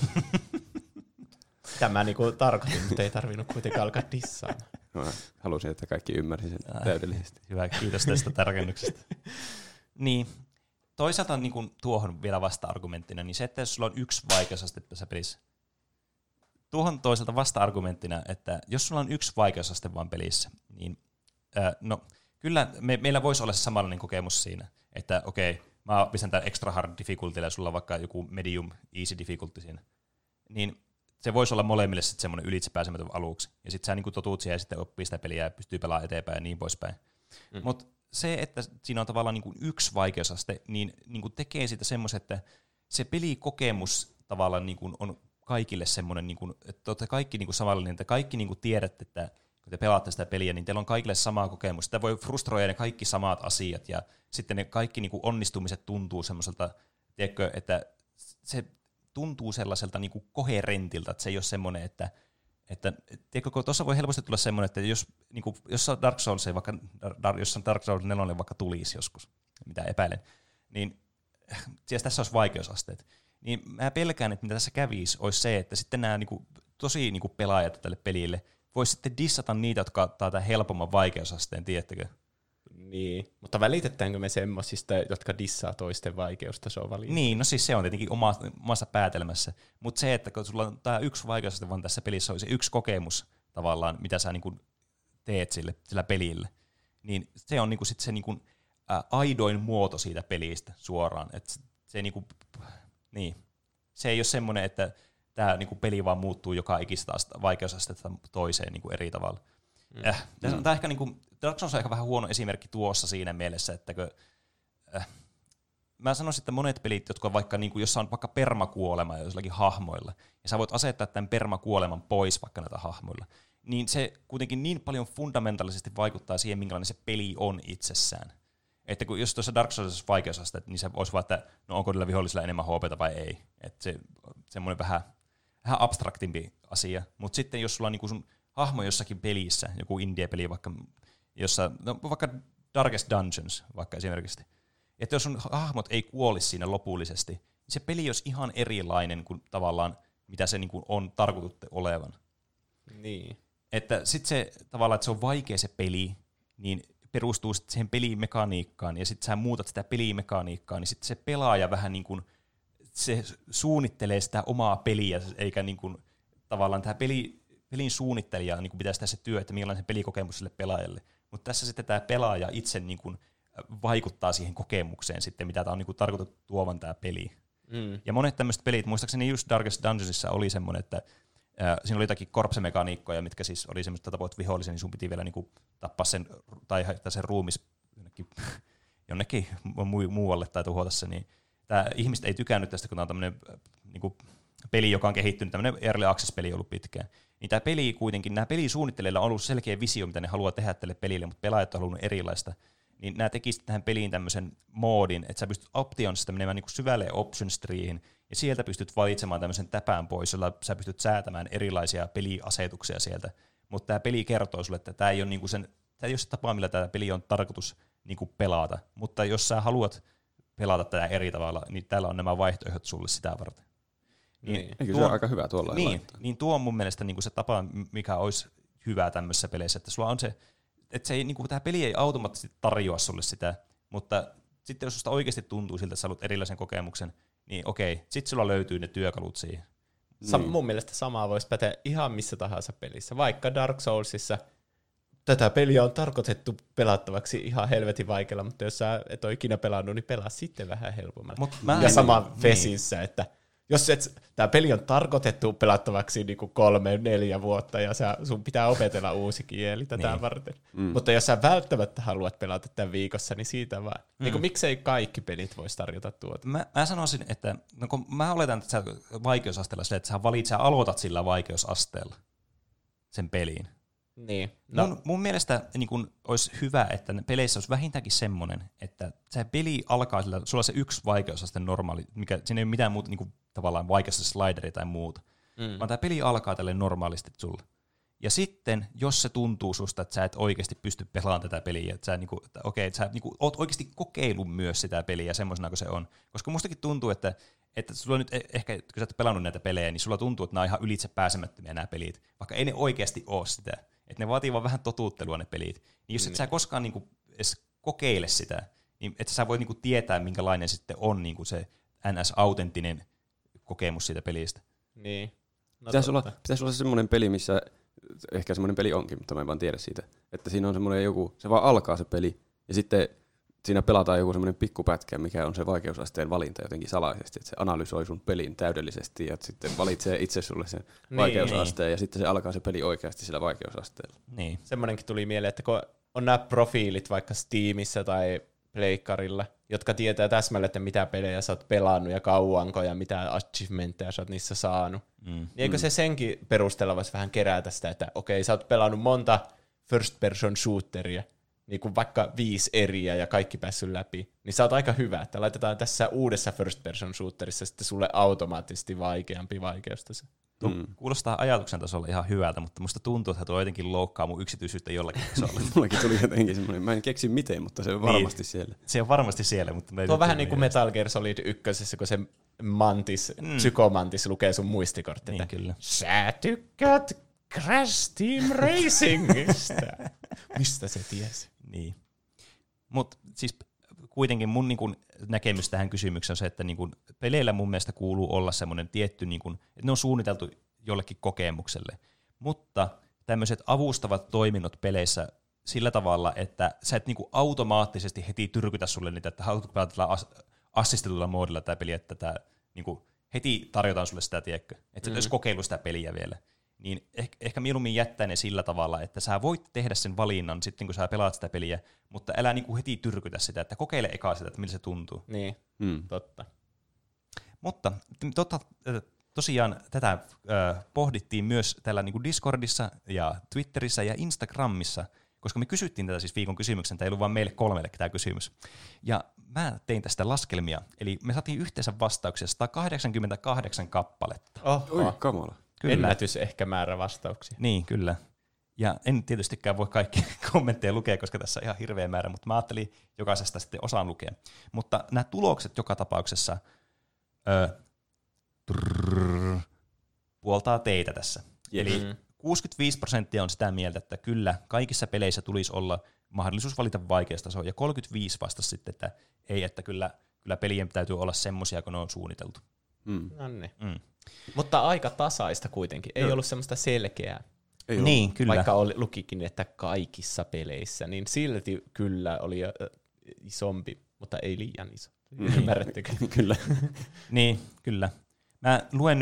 Tämä niinku tarkoitin, mutta ei tarvinnut kuitenkaan alkaa dissaamaan. Mä halusin, että kaikki ymmärsi sen täydellisesti. Hyvä, kiitos tästä tarkennuksesta. Niin, toisaalta niin kuin tuohon vielä vasta-argumenttina, niin se, että jos sulla on yksi vaikeusaste tässä pelissä, tuohon toisaalta vasta-argumenttina, että jos sulla on yksi vaikeusaste vaan pelissä, niin no kyllä meillä voisi olla se samanlainen kokemus siinä, että okei, mä pistän tämän extra hard difficultylle ja sulla on vaikka joku medium easy difficulty siinä, niin se voisi olla molemmille sitten semmoinen ylitsepääsemätön aluksi. Ja sitten sä niinku totuut siihen ja sitten oppii sitä peliä ja pystyy pelaamaan eteenpäin ja niin poispäin. Mutta se, että siinä on tavallaan niinku yksi vaikeusaste, niin niinku tekee siitä semmoisen, että se pelikokemus tavallaan niinku on kaikille semmoinen, niinku, että olette kaikki niinku samallinen, että kaikki niinku tiedätte, että kun te pelaatte sitä peliä, niin teillä on kaikille sama kokemus. Sitä voi frustroida ne kaikki samat asiat ja sitten ne kaikki niinku onnistumiset tuntuu semmoiselta, tiedätkö, että se tuntuu sellaiselta niinku koherentilta, että se ei ole semmoinen, että tiedätkö, kun tuossa voi helposti tulla semmoinen, että jos Dark Souls vaikka, jos Dark Souls 4 vaikka tulisi joskus, mitä epäilen, niin siis tässä olisi vaikeusasteet. Niin mä pelkään, että mitä tässä kävisi, olisi se, että sitten nämä niinku, tosi niinku pelaajat tälle pelille voisi sitten dissata niitä, jotka ottaa tämän helpomman vaikeusasteen, tiedättekö? Niin, mutta välitetäänkö me semmoisista, jotka dissaa toisten vaikeustasoa valintaa? Niin, no siis se on tietenkin omassa päätelmässä, mutta se, että kun sulla on tämä yksi vaikeusaste vaan tässä pelissä on se yksi kokemus tavallaan, mitä sä niinku teet sillä pelille, niin se on niinku sit se niinku, aidoin muoto siitä pelistä suoraan. Et se, niinku, niin. Se ei ole semmoinen, että tämä niinku peli vaan muuttuu joka ikistä vaikeusastetta toiseen niinku eri tavalla. Tämä ehkä niinku, Dark Souls on ehkä vähän huono esimerkki tuossa siinä mielessä, että mä sanoisin, että monet pelit, jotka on vaikka, niinku, jossa on vaikka permakuolema joillakin hahmoilla, ja sä voit asettaa tämän permakuoleman pois vaikka näitä hahmoilla, niin se kuitenkin niin paljon fundamentaalisesti vaikuttaa siihen, minkälainen se peli on itsessään. Että kun jos tuossa Dark Souls vaikeusaste, niin se olisi vaan, että no onko niillä vihollisilla enemmän HP:tä vai ei. Että se semmoinen vähän abstraktimpi asia. Mutta sitten jos sulla on niinku sun hahmo jossakin pelissä, joku indie-peli vaikka, jossa, no vaikka Darkest Dungeons vaikka esimerkiksi, että jos sun hahmot ei kuolisi siinä lopullisesti, niin se peli olisi ihan erilainen kuin tavallaan, mitä se niinku on tarkoitettu olevan. Niin. Että sitten se tavallaan, että se on vaikea se peli, niin perustuu sitten siihen pelimekaniikkaan, ja sitten sä muutat sitä pelimekaniikkaa, niin sitten se pelaaja vähän niin kuin, se suunnittelee sitä omaa peliä, eikä niin kuin, tavallaan tämä pelin suunnittelija niin kuin pitäisi tehdä se työ, että millainen se pelikokemus sille pelaajalle. Mutta tässä sitten tämä pelaaja itse niin kuin vaikuttaa siihen kokemukseen sitten, mitä tämä on niin kuin tarkoitettu tuovan tämä peli. Ja monet tämmöiset pelit, muistaakseni just Darkest Dungeonsissa oli semmoinen, että Siinä oli jotakin korpsemekaniikkoja, mitkä siis oli semmoista tapoit vihollisen, niin sun piti vielä niinku tappaa sen tai haittaa sen ruumis jonnekin muualle tai tuhota se. Niin tämä ihmiset ei tykännyt tästä, kun tämä on tämmöinen niinku peli, joka on kehittynyt, tämmöinen Early Access-peli ollut pitkään. Niin tämä peli kuitenkin, nämä pelisuunnittelijoilla on ollut selkeä visio, mitä ne haluaa tehdä tälle pelille, mutta pelaajat on halunnut erilaista. Niin nämä tekisivät tähän peliin tämmöisen moodin, että sä pystyt optionsista menemään niin kuin syvälle options treehin, ja sieltä pystyt valitsemaan tämmöisen täpään pois, jolla sä pystyt säätämään erilaisia peliasetuksia sieltä. Mutta tämä peli kertoo sulle, että tämä ei ole, niinku tämä ei ole se tapa, millä tämä peli on tarkoitus niinku pelata. Mutta jos sä haluat pelata tätä eri tavalla, niin täällä on nämä vaihtoehdot sulle sitä varten. Niin. Eikö se ole aika hyvä tuolla? Niin tuo on mun mielestä niinku se tapa, mikä olisi hyvä tämmöisessä peleissä, että sulla on se, että se ei, niinku, tämä peli ei automaattisesti tarjoa sulle sitä, mutta sitten jos susta oikeasti tuntuu siltä, että sä haluat erilaisen kokemuksen, niin okei, sitten sulla löytyy ne työkalut siihen. Mun mielestä samaa voisi päteä ihan missä tahansa pelissä. Vaikka Dark Soulsissa tätä peliä on tarkoitettu pelattavaksi ihan helvetin vaikealla, mutta jos sä et ole ikinä pelannut, niin pelaa sitten vähän helpommalla. Ja sama Fesissä, että jos tämä peli on tarkoitettu pelattavaksi niin 3-4 vuotta ja sun pitää opetella uusi kieli tätä varten. Mutta jos sä välttämättä haluat pelata tämän viikossa, niin siitä vaan. Niin miksei kaikki pelit voisi tarjota tuota? Mä sanoisin, että kun mä oletan, että sä vaikeusasteella sille, että sä aloitat sillä vaikeusasteella sen peliin. Niin. Mun mielestä niin kun olisi hyvä, että peleissä olisi vähintäänkin semmoinen, että se peli alkaa sillä, sulla on se yksi vaikeusaste normaali, siinä ei ole mitään muuta niin kuin, tavallaan vaikeusaste slideri tai muuta, vaan tämä peli alkaa tälle normaalisti sulla. Ja sitten, jos se tuntuu susta, että sä et oikeasti pysty pelaamaan tätä peliä, että sä, niinku, että sä niinku, oot oikeasti kokeillut myös sitä peliä semmoisena kuin se on. Koska mustakin tuntuu, että sulla nyt ehkä, kun sä et pelannut näitä pelejä, niin sulla tuntuu, että nämä on ihan ylitse pääsemättömiä nämä pelit, vaikka ei ne oikeasti ole sitä. Että ne vaatii vaan vähän totuuttelua ne pelit. Niin jos et sä koskaan niinku edes kokeile sitä, niin että sä voit niinku tietää, minkälainen sitten on niinku se NS-autenttinen kokemus siitä pelistä. Niin. Pitäisi olla semmoinen peli, missä, ehkä semmoinen peli onkin, mutta mä en vaan tiedä siitä, että siinä on semmoinen joku, se vaan alkaa se peli, ja sitten siinä pelataan joku semmoinen pikkupätkä, mikä on se vaikeusasteen valinta jotenkin salaisesti, että se analysoi sun pelin täydellisesti, ja sitten valitsee itse sulle sen vaikeusasteen, ja sitten se alkaa se peli oikeasti sillä vaikeusasteella. Niin. Semmoinenkin tuli mieleen, että kun on nämä profiilit vaikka Steamissa tai Pleikkarilla, jotka tietää täsmälleen, että mitä pelejä sä oot pelannut ja kauanko ja mitä achievementteja sä oot niissä saanut. Niin eikö se senkin perusteella voisi vähän kerätä sitä, että okei, sä oot pelannut monta first person shooteria, niin kuin vaikka 5 eriä ja kaikki päässyt läpi, niin sä oot aika hyvä, että laitetaan tässä uudessa first person shooterissa sitten sulle automaattisesti vaikeampi vaikeustaso. Kuulostaa ajatuksen tasolla ihan hyvältä, mutta musta tuntuu, että tuo jotenkin loukkaa mun yksityisyyttä jollakin tasolla. Mullakin tuli jotenkin semmoinen, mä en keksi miten, mutta se on varmasti siellä. Se on varmasti siellä, mutta... Tuo on vähän niin kuin Metal Gear Solid 1, kun se psykomantis lukee sun muistikortti, niin, että kyllä. Sä tykkäät Crash Team Racingista. Mistä se tiesi? Niin. Mutta siis kuitenkin mun niin kun näkemys tähän kysymykseen on se, että niin kun peleillä mun mielestä kuuluu olla semmoinen tietty, niin kun, että ne on suunniteltu jollekin kokemukselle. Mutta tämmöiset avustavat toiminnot peleissä sillä tavalla, että sä et niin kun automaattisesti heti tyrkytä sulle niitä, että haluatko pelata tällä assistetulla moodilla tämä peli, että tämä, niin kun heti tarjotaan sulle sitä, tiedätkö, että sä et olisi kokeillut sitä peliä vielä. Niin ehkä mieluummin jättää ne sillä tavalla, että sä voit tehdä sen valinnan sitten, kun sä pelaat sitä peliä, mutta älä niinku heti tyrkytä sitä, että kokeile eka sitä, että miltä se tuntuu. Niin, totta. Mutta tosiaan tätä pohdittiin myös täällä niinku Discordissa ja Twitterissä ja Instagramissa, koska me kysyttiin tätä siis viikon kysymyksen, tämä ei ollut vaan meille 3 tämä kysymys. Ja mä tein tästä laskelmia, eli me saatiin yhteensä vastauksia 188 kappaletta. Oi, kamala. Kyllä. Ennätys ehkä määrä vastauksia. Niin, kyllä. Ja en tietystikään voi kaikki kommentteja lukea, koska tässä on ihan hirveä määrä, mutta mä ajattelin jokaisesta sitten osaan lukea. Mutta nämä tulokset joka tapauksessa puoltaa teitä tässä. Eli 65% on sitä mieltä, että kyllä, kaikissa peleissä tulisi olla mahdollisuus valita vaikeustaso, ja 35% vastasi sitten, että ei, että kyllä pelien täytyy olla semmoisia, kun ne on suunniteltu. Mutta aika tasaista kuitenkin. Ei ollut semmoista selkeää. Ei niin, kyllä. Vaikka lukikin, että kaikissa peleissä, niin silti kyllä oli isompi, mutta ei liian iso. Ymmärrättekö? Kyllä. Niin, kyllä. Mä luen nyt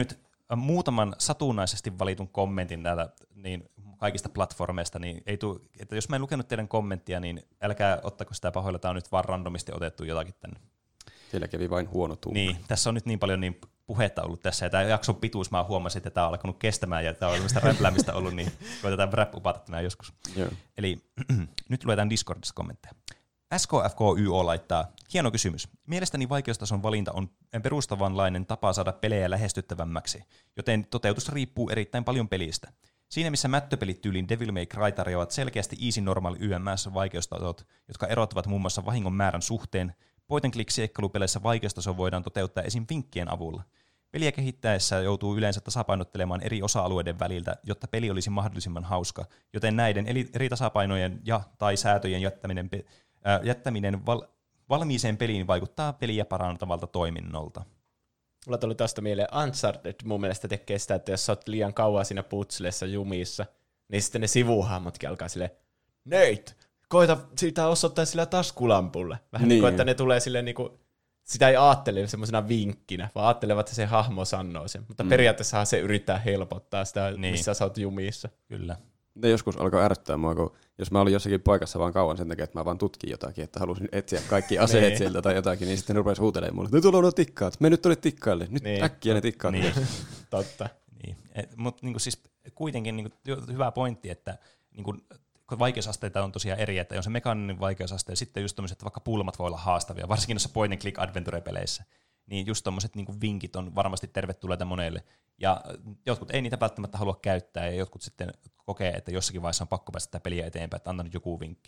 muutaman satunnaisesti valitun kommentin täältä niin kaikista platformeista, niin ei että jos mä en lukenut teidän kommenttia, niin älkää ottako sitä pahoilla, tämä on nyt vaan randomisti otettu jotakin tänne. Siellä kävi vain huono tuuma. Niin, tässä on nyt niin paljon puhetta ollut tässä, ja tämä jakson pituus, mä huomasin, että tämä on alkanut kestämään, ja tämä on tämmöistä räpläämistä ollut, niin koitetaan wrap-upata tämä joskus. Joo. Eli nyt luetaan Discordissa kommentteja. SKFKYO laittaa, hieno kysymys. Mielestäni vaikeustason valinta on perustavanlainen tapa saada pelejä lähestyttävämmäksi, joten toteutus riippuu erittäin paljon pelistä. Siinä missä mättöpelit tyyliin Devil May Cry tarjoavat selkeästi easy normal YMS vaikeustasot, jotka erottavat muun muassa vahingon määrän suhteen, point and click -seikkailupeleissä vaikeustaso voidaan toteuttaa esim. Vinkkien avulla. Peliä kehittäessä joutuu yleensä tasapainottelemaan eri osa-alueiden väliltä, jotta peli olisi mahdollisimman hauska, joten näiden eri tasapainojen tai säätöjen jättäminen valmiiseen peliin vaikuttaa peliä parantavalta toiminnolta. Mulla tuli tästä mieleen, Uncharted mun mielestä tekee sitä, että jos sä oot liian kauan siinä putselessa jumissa, niin sitten ne sivuhahmotkin alkaa silleen, Nate, koita siitä osoittaa sillä taskulampulle. Vähän niin kuin, että ne tulee silleen niin kuin, sitä ei ajattele semmoisena vinkkinä, vaan ajattelevat, että se hahmo sanoo sen. Mutta periaatteessahan se yrittää helpottaa sitä, missä sä oot jumissa. Kyllä. Ne joskus alkoi ärsyttää mua, kun jos mä olin jossakin paikassa vaan kauan sen takia, että mä vaan tutkin jotakin, että halusin etsiä kaikki aseet sieltä tai jotakin, niin sitten ne rupesi huutelemaan mulle, että nyt on tikkaat, me nyt tuonne tikkaille, nyt äkkiä ne tikkaat. Niin. Totta. Niin. Mutta niinku siis kuitenkin niinku hyvä pointti, että niinku, vaikeusasteita on tosiaan eri, että on se mekaaninen vaikeusaste ja sitten just tommoset, että vaikka pulmat voi olla haastavia, varsinkin noissa point and click adventure-peleissä, niin just tommoset niinku vinkit on varmasti tervetulleita monelle. Ja jotkut ei niitä välttämättä halua käyttää, ja jotkut sitten kokee, että jossakin vaiheessa on pakko päästä sitä peliä eteenpäin, että antanut joku vinkki.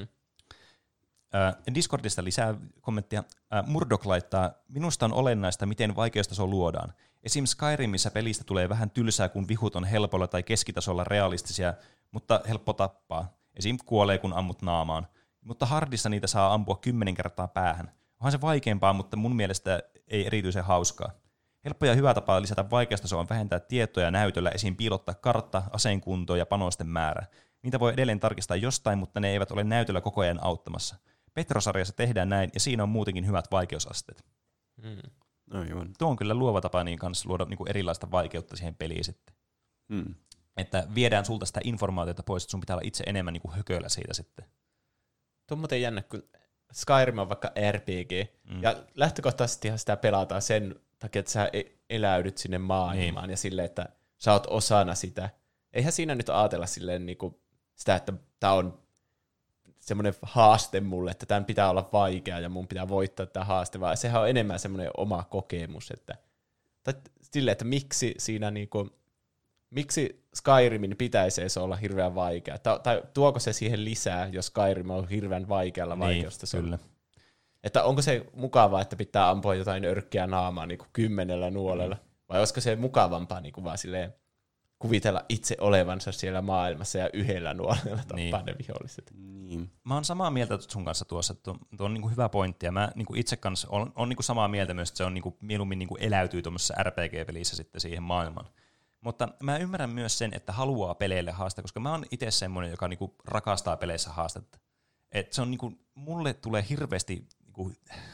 Discordista lisää kommenttia. Murdoch laittaa, minusta on olennaista, miten vaikeustaso luodaan. Esim. Skyrimissä pelistä tulee vähän tylsää, kun vihut on helpolla tai keskitasolla realistisia, mutta helppo tappaa. Esim. Kuolee, kun ammut naamaan. Mutta hardissa niitä saa ampua 10 kertaa päähän. Onhan se vaikeampaa, mutta mun mielestä ei erityisen hauskaa. Helppo ja hyvä tapa lisätä vaikeustasoa on vähentää tietoja näytöllä, esiin piilottaa kartta, aseen kunto ja panosten määrä. Niitä voi edelleen tarkistaa jostain, mutta ne eivät ole näytöllä koko ajan auttamassa. Petrosarjassa tehdään näin, ja siinä on muutenkin hyvät vaikeusasteet. Tuo on kyllä luova tapa niin kanssa luoda niin kuin erilaista vaikeutta siihen peliin sitten. Että viedään sulta sitä informaatiota pois, että sun pitää olla itse enemmän niin kuin hököllä siitä sitten. Tuo on muuten jännä, kun Skyrim on vaikka RPG, ja lähtökohtaisesti sitä pelataan sen takia, että sä eläydyt sinne maailmaan ja silleen, että sä oot osana sitä. Eihän siinä nyt ajatella silleen niinku sitä, että tää on semmoinen haaste mulle, että tämän pitää olla vaikea ja mun pitää voittaa tämä haaste, vaan sehän on enemmän semmoinen oma kokemus, että tai silleen, että miksi siinä niinku, miksi Skyrimin pitäisi edes olla hirveän vaikea, tai tuoko se siihen lisää, jos Skyrim on hirveän vaikealla vaikeustasolla. Kyllä. Että onko se mukavaa, että pitää ampua jotain örkkiä naamaa niin kuin 10 nuolella, vai olisiko se mukavampaa niin kuin vaan silleen kuvitella itse olevansa siellä maailmassa ja yhdellä nuolella tappaa ne viholliset. Niin. Mä oon samaa mieltä sun kanssa tuossa, että tuo on niinku hyvä pointti, ja mä niinku itse kanssa on niinku samaa mieltä myös, että se on niinku mieluummin niinku eläytyy tuommoisessa RPG-pelissä sitten siihen maailmaan. Mutta mä ymmärrän myös sen, että haluaa peleille haastaa, koska mä oon itse semmoinen, joka niinku rakastaa peleissä haastetta. Et se on niinku, mulle tulee hirveästi niinku,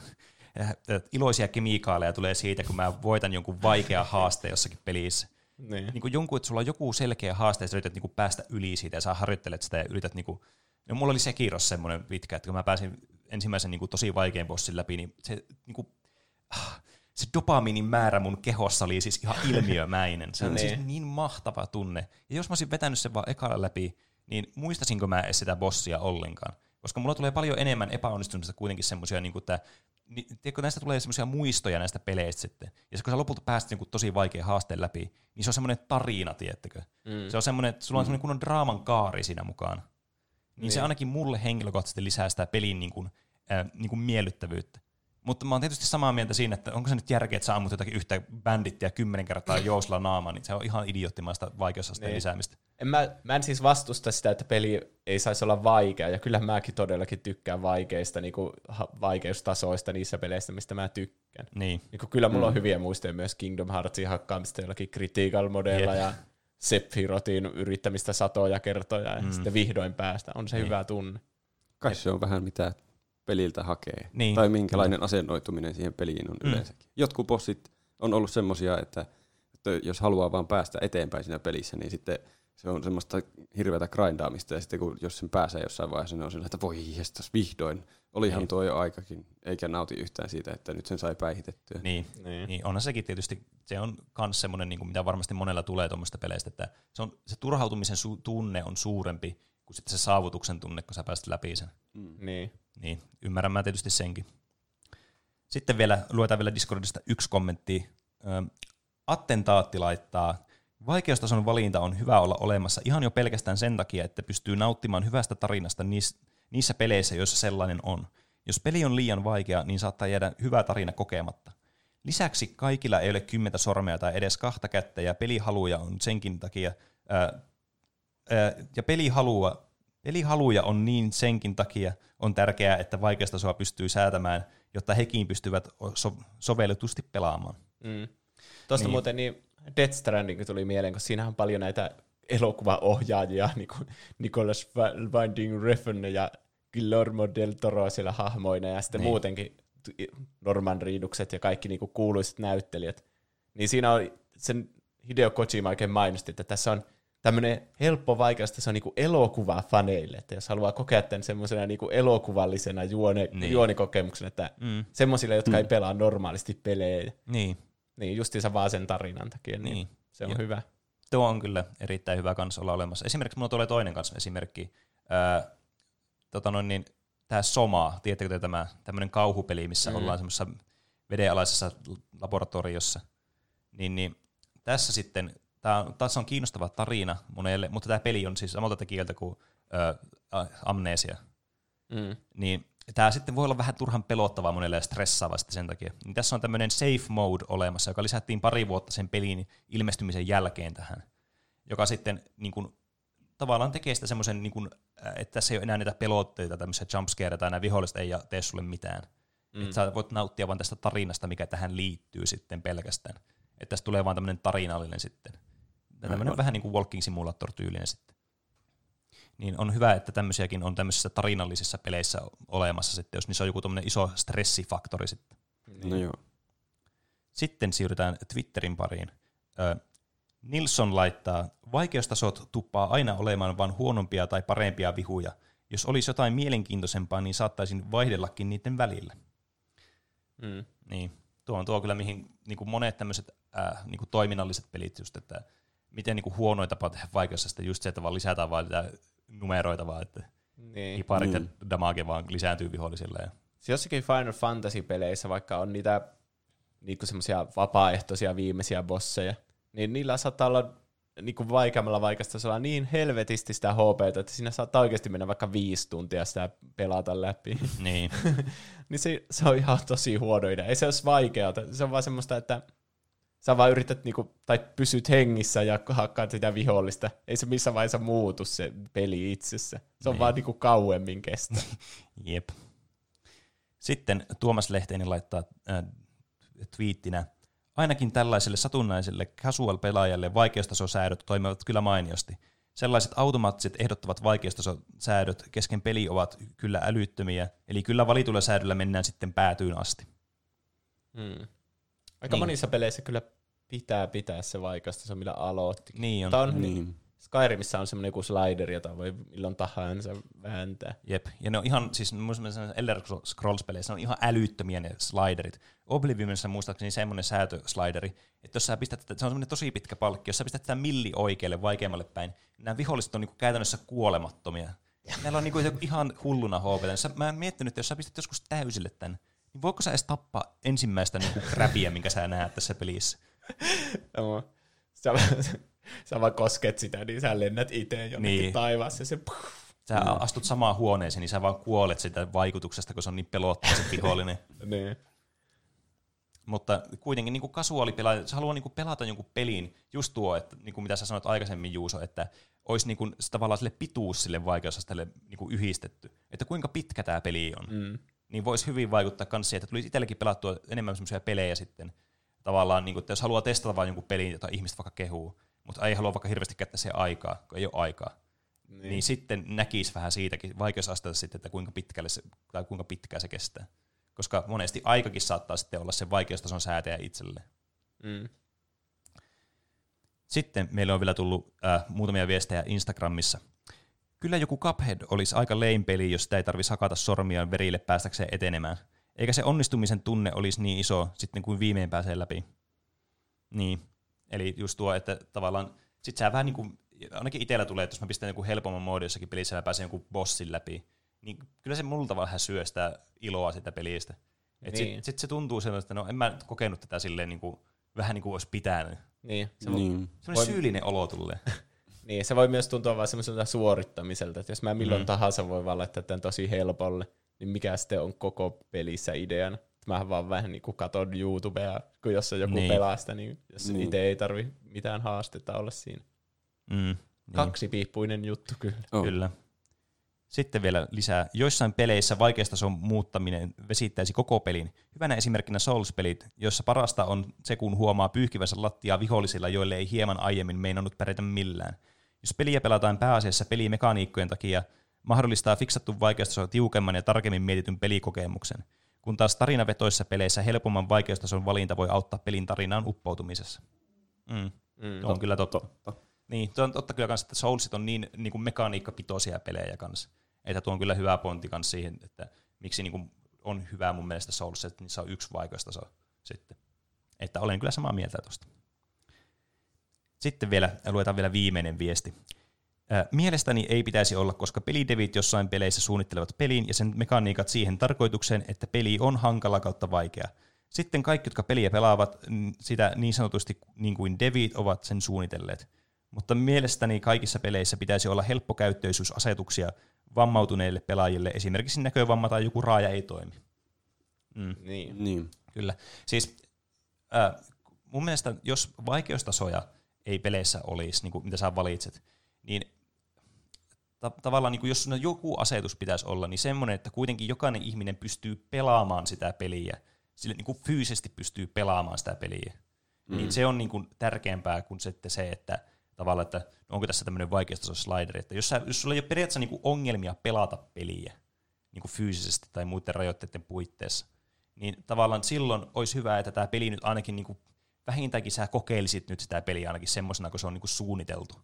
iloisia kemikaaleja tulee siitä, kun mä voitan jonkun vaikea haaste jossakin pelissä. Niin jonkun, että sulla on joku selkeä haaste, ja sä yrität niinku päästä yli siitä, ja sä harjoittelet sitä, ja yrität niinku, no mulla oli Sekiros semmoinen pitkä, että kun mä pääsin ensimmäisen niinku tosi vaikean bossin läpi, niin se niinku, se dopamiinin määrä mun kehossa oli siis ihan ilmiömäinen. Se on siis niin mahtava tunne. Ja jos mä olisin vetänyt sen vaan ekalla läpi, niin muistasinko mä edes sitä bossia ollenkaan? Koska mulla tulee paljon enemmän epäonnistumista kuitenkin semmoisia, niin että tiedätkö, näistä tulee semmoisia muistoja näistä peleistä sitten. Ja kun sä lopulta pääset niin tosi vaikea haasteen läpi, niin se on semmoinen tarina, tiedättekö? Se on semmoinen, että sulla on semmoinen kunnon draaman kaari siinä mukaan. Niin se ainakin mulle henkilökohtaisesti lisää sitä pelin niin kuin miellyttävyyttä. Mutta mä oon tietysti samaa mieltä siinä, että onko se nyt järkeä, että sä ammut jotakin yhtä bandittia 10 kertaa jousilla naamaan, niin se on ihan idioottimaista vaikeusasteen lisäämistä. Mä en siis vastusta sitä, että peli ei saisi olla vaikea, ja kyllähän mäkin todellakin tykkään vaikeista niinku, vaikeustasoista niissä peleissä, mistä mä tykkään. Niinku, kyllä mulla on hyviä muistoja myös Kingdom Heartsin hakkaamista jollakin critical modella ja Sephirotin yrittämistä satoja kertoja, ja sitten vihdoin päästä. On se hyvä tunne. Kai se on vähän mitä peliltä hakee. Tai minkälainen asennoituminen siihen peliin on yleensäkin. Jotkut bossit on ollut semmosia, että mutta jos haluaa vaan päästä eteenpäin siinä pelissä, niin sitten se on semmoista hirveätä grindaamista, ja sitten jos sen pääsee jossain vaiheessa, niin on sillä, että voi jestas vihdoin. Olihan tuo jo aikakin, eikä nauti yhtään siitä, että nyt sen sai päihitettyä. Niin onhan sekin tietysti, se on myös semmoinen, niin kuin mitä varmasti monella tulee tuommoista peleistä, että se turhautumisen tunne on suurempi kuin sitten se saavutuksen tunne, kun sä pääset läpi sen. Niin, ymmärrän mä tietysti senkin. Sitten luetaan vielä Discordista yksi kommentti. Attentaatti laittaa, vaikeustason valinta on hyvä olla olemassa ihan jo pelkästään sen takia, että pystyy nauttimaan hyvästä tarinasta niissä peleissä, joissa sellainen on. Jos peli on liian vaikea, niin saattaa jäädä hyvä tarina kokematta. Lisäksi kaikilla ei ole 10 sormea tai edes 2 kättä, ja pelihaluja on senkin takia, pelihaluja on niin senkin takia on tärkeää, että vaikeustasoa pystyy säätämään, jotta hekin pystyvät sovelletusti pelaamaan. Tuosta muuten niin Death Stranding tuli mieleen, koska siinähän on paljon näitä elokuvaohjaajia, niin kuin Nicholas Winding Refn ja Guillermo del Toro siellä hahmoina, ja sitten muutenkin Norman Reedukset ja kaikki niin kuin kuuluiset näyttelijät. Niin siinä on sen Hideo Kojima oikein mainosti, että tässä on tämmöinen helppo vaikeus, että se on niin kuin elokuva faneille, että jos haluaa kokea tämän semmoisena niin kuin elokuvallisena juonikokemuksena, että semmoisille, jotka ei pelaa normaalisti pelejä. Niin justiinsa vaan sen tarinan takia, niin se on hyvä. Tuo on kyllä erittäin hyvä kans olla olemassa. Esimerkiksi mulla tulee toinen kanssa esimerkki. Tämä Soma, tiedättekö tämä tämmöinen kauhupeli, missä ollaan semmoisessa vedenalaisessa laboratoriossa. Niin tässä sitten, tässä on kiinnostava tarina monelle, mutta tämä peli on siis samalta tekijältä kuin Amnesia. Niin tämä sitten voi olla vähän turhan pelottavaa monelle ja stressaavaa sen takia. Niin tässä on tämmöinen safe mode olemassa, joka lisättiin 2 vuotta sen pelin ilmestymisen jälkeen tähän, joka sitten niin kuin, tavallaan tekee sitä semmoisen, niin kuin, että tässä ei ole enää niitä pelotteita, tämmöisiä jumpscareja tai nämä viholliset ei tee sulle mitään. Että sä voit nauttia vaan tästä tarinasta, mikä tähän liittyy sitten pelkästään. Että tästä tulee vaan tämmöinen tarinallinen sitten. Tämmöinen vähän niin kuin Walking Simulator-tyylinen sitten. Niin on hyvä, että tämmöisiäkin on tämmöisissä tarinallisissa peleissä olemassa sitten, jos niissä on joku tämmöinen iso stressifaktori sitten. No joo. Sitten siirrytään Twitterin pariin. Nilsson laittaa, vaikeustasot tuppaa aina olemaan vain huonompia tai parempia vihuja. Jos olisi jotain mielenkiintoisempaa, niin saattaisin vaihdellakin niiden välillä. Niin, tuo on tuo kyllä, mihin niin kuin monet tämmöiset niin kuin toiminnalliset pelit just, että miten niin kuin huonoin tapa tehdä vaikeudesta just se, että vaan lisätään vaan numeroita vaan, että hiparit ja damage vaan lisääntyy vihollisille. Ja jossakin Final Fantasy-peleissä, vaikka on niitä niinku semmoisia vapaaehtoisia viimeisiä bosseja, niin niillä saattaa olla niinku vaikeammalla vaikeasta niin helvetisti sitä HP:tä, että siinä saattaa oikeasti mennä vaikka 5 tuntia sitä pelata läpi. Niin. Niin se on ihan tosi huono idea. Ei se olisi vaikeaa. Se on vaan semmoista, että sä vaan yrität niinku, tai pysyt hengissä ja hakkaat sitä vihollista. Ei se missään vaiheessa muutu se peli itsessä. Se on vaan niinku kauemmin kestä. Jep. Sitten Tuomas Lehteinen laittaa twiittinä, ainakin tällaiselle satunnaiselle casual-pelaajalle vaikeustasosäädöt toimivat kyllä mainiosti. Sellaiset automaattiset ehdottavat vaikeustasosäädöt kesken peli ovat kyllä älyttömiä, eli kyllä valitulla säädöllä mennään sitten päätyyn asti. Aika monissa peleissä kyllä pitää se vaikeustaso, millä aloitti. Niin on. Skyrimissä on semmoinen joku slider, jota voi milloin tahansa vääntää. Jep, ja ne on ihan, siis Elder Scrolls-peleissä on ihan älyttömiä ne sliderit. Oblivionissa muistaakseni semmoinen säätöslideri, että jos sä pistät, se on semmoinen tosi pitkä palkki, jos sä pistät sitä milli oikealle vaikeammalle päin, niin nämä viholliset on niinku käytännössä kuolemattomia. Näillä on niinku ihan hulluna HP. Mä oon miettinyt, että jos sä pistät joskus täysille tän, niin voiko sä edes tappaa ensimmäistä niinku crapia, minkä sä näet tässä pelissä? Sä vaan kosket sitä, niin sä lennät itse jonnekin taivaassa ja se sä astut samaan huoneeseen, niin sä vaan kuolet sitä vaikutuksesta, kun se on niin pelottava se vihollinen. Niin. Mutta kuitenkin niin kuin kasuaalipelaaja, se haluaa niin kuin pelata jonkun pelin, just tuo, että niin kuin mitä sä sanoit aikaisemmin, Juuso, että olisi niin kuin tavallaan sille pituus sille vaikeusasteelle niin kuin yhdistetty, että kuinka pitkä tämä peli on. Niin voisi hyvin vaikuttaa myös siihen, että tulisi itsellekin pelattua enemmän semmoisia pelejä sitten, tavallaan, niin kuin, että jos haluaa testata vain jonkun pelin, jota ihmiset vaikka kehuu, mutta ei halua vaikka hirveästi käyttää siihen aikaa, kun ei ole aikaa. Niin sitten näkisi vähän siitäkin vaikeusasteelta sitten, että kuinka pitkälle se, tai kuinka pitkään se kestää. Koska monesti aikakin saattaa sitten olla se vaikeustason säätäjä itselleen. Sitten meille on vielä tullut muutamia viestejä Instagramissa. Kyllä joku Cuphead olisi aika lame peli, jos sitä ei tarvitsisi hakata sormiaan verille päästäkseen etenemään. Eikä se onnistumisen tunne olisi niin iso sitten kuin viimein pääsee läpi. Niin, eli just tuo, että tavallaan sit sä vähän niin kuin, ainakin itsellä tulee, että jos mä pistän joku helpomman moodin jossakin pelissä ja mä pääsen jonkun bossin läpi, niin kyllä se multa vähän syö sitä iloa sitä pelistä. Niin. Sitten se tuntuu sellaista, että no en mä kokenut tätä silleen niin kuin, vähän niin kuin olisi pitänyt. Niin. Semmoinen syyllinen olo tulee. Niin, se voi myös tuntua vaan semmoiselta suorittamiselta, että jos mä milloin tahansa voi vaan laittaa tämän tosi helpolle, niin mikä sitten on koko pelissä ideana. Mähän vaan vähän niin kuin katon YouTubea, kun jos on joku pelasta, niin jos itse ei tarvi mitään haastetta olla siinä. Niin. Kaksipiippuinen juttu kyllä. Kyllä. Sitten vielä lisää. Joissain peleissä vaikeustason muuttaminen vesittäisi koko pelin. Hyvänä esimerkkinä Souls-pelit, joissa parasta on se, kun huomaa pyyhkivänsä lattiaa vihollisilla, joille ei hieman aiemmin meinannut pärjätä millään. Jos peliä pelataan pääasiassa pelimekaniikkojen takia, mahdollistaa fiksattu vaikeustaso tiukemman ja tarkemmin mietityn pelikokemuksen, kun taas tarinavetoissa peleissä helpomman vaikeustason valinta voi auttaa pelin tarinaan uppoutumisessa. On kyllä totta. Niin, on totta kyllä kanssa, että Soulsit on niin kuin mekaniikkapitoisia pelejä kanssa. Että tuo on kyllä hyvä pointti kanssa siihen, että miksi niin kuin on hyvä mun mielestä Souls, että niissä on yksi vaikeustaso sitten. Että olen kyllä samaa mieltä tuosta. Sitten luetaan vielä viimeinen viesti. Mielestäni ei pitäisi olla, koska pelidevit jossain peleissä suunnittelevat pelin ja sen mekaniikat siihen tarkoitukseen, että peli on hankala kautta vaikea. Sitten kaikki, jotka peliä pelaavat, sitä niin sanotusti niin kuin devit ovat sen suunnitelleet. Mutta mielestäni kaikissa peleissä pitäisi olla helppokäyttöisyysasetuksia vammautuneille pelaajille, esimerkiksi näkövamma tai joku raaja ei toimi. Niin. Kyllä. Siis mun mielestä, jos vaikeustasoja ei peleissä olisi, niin kuin mitä sä valitset, niin tavallaan niin kuin jos joku asetus pitäisi olla, niin semmoinen, että kuitenkin jokainen ihminen pystyy pelaamaan sitä peliä, sille niin kuin fyysisesti pystyy pelaamaan sitä peliä. Niin se on niin kuin tärkeämpää kuin se, että tavallaan, että onko tässä tämmöinen vaikeustaso slideri, että jos sulla ei ole periaatteessa niin kuin ongelmia pelata peliä niin kuin fyysisesti tai muiden rajoitteiden puitteissa, niin tavallaan silloin olisi hyvä, että tämä peli nyt ainakin niin kuin, vähintäänkin sä kokeilisit nyt sitä peliä ainakin semmoisena, kun se on niin kuin suunniteltu.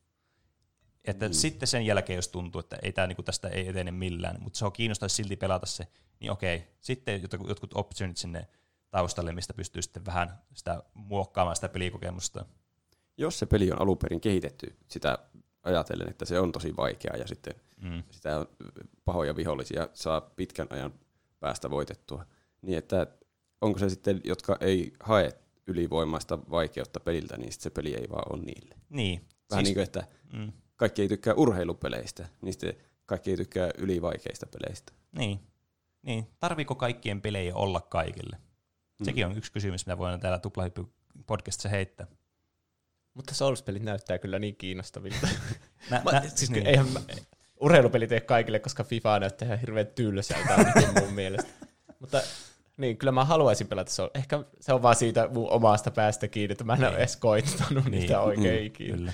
Että sitten sen jälkeen, jos tuntuu, että ei tämä, niin kuin tästä ei etene millään, mutta se on kiinnostaisi silti pelata se, niin okei, sitten jotkut optionit sinne taustalle, mistä pystyy sitten vähän sitä muokkaamaan sitä pelikokemusta. Jos se peli on alun perin kehitetty sitä ajatellen, että se on tosi vaikeaa ja sitten sitä pahoja vihollisia saa pitkän ajan päästä voitettua, niin että onko se sitten, jotka ei hae ylivoimaista vaikeutta peliltä, niin sitten se peli ei vaan ole niille. Niin. Vähän niin kuin, että kaikki ei tykkää urheilupeleistä, niin sitten kaikki ei tykkää ylivaikeista peleistä. Niin. Tarviiko kaikkien pelejä olla kaikille? Sekin on yksi kysymys, mitä voidaan täällä Tuplahyppy-podcastissa heittää. Mutta Souls-pelit näyttää kyllä niin kiinnostavilta. Siis niin. Eihän urheilupelit ei kaikille, koska FIFA näyttää ihan hirveän tylsältä ainakin mun mielestä. Mutta niin, kyllä mä haluaisin pelata Souls. Ehkä se on vaan siitä mun omasta päästä kiinni, että mä en ole edes koittanut niitä oikein ikinä. Kyllä.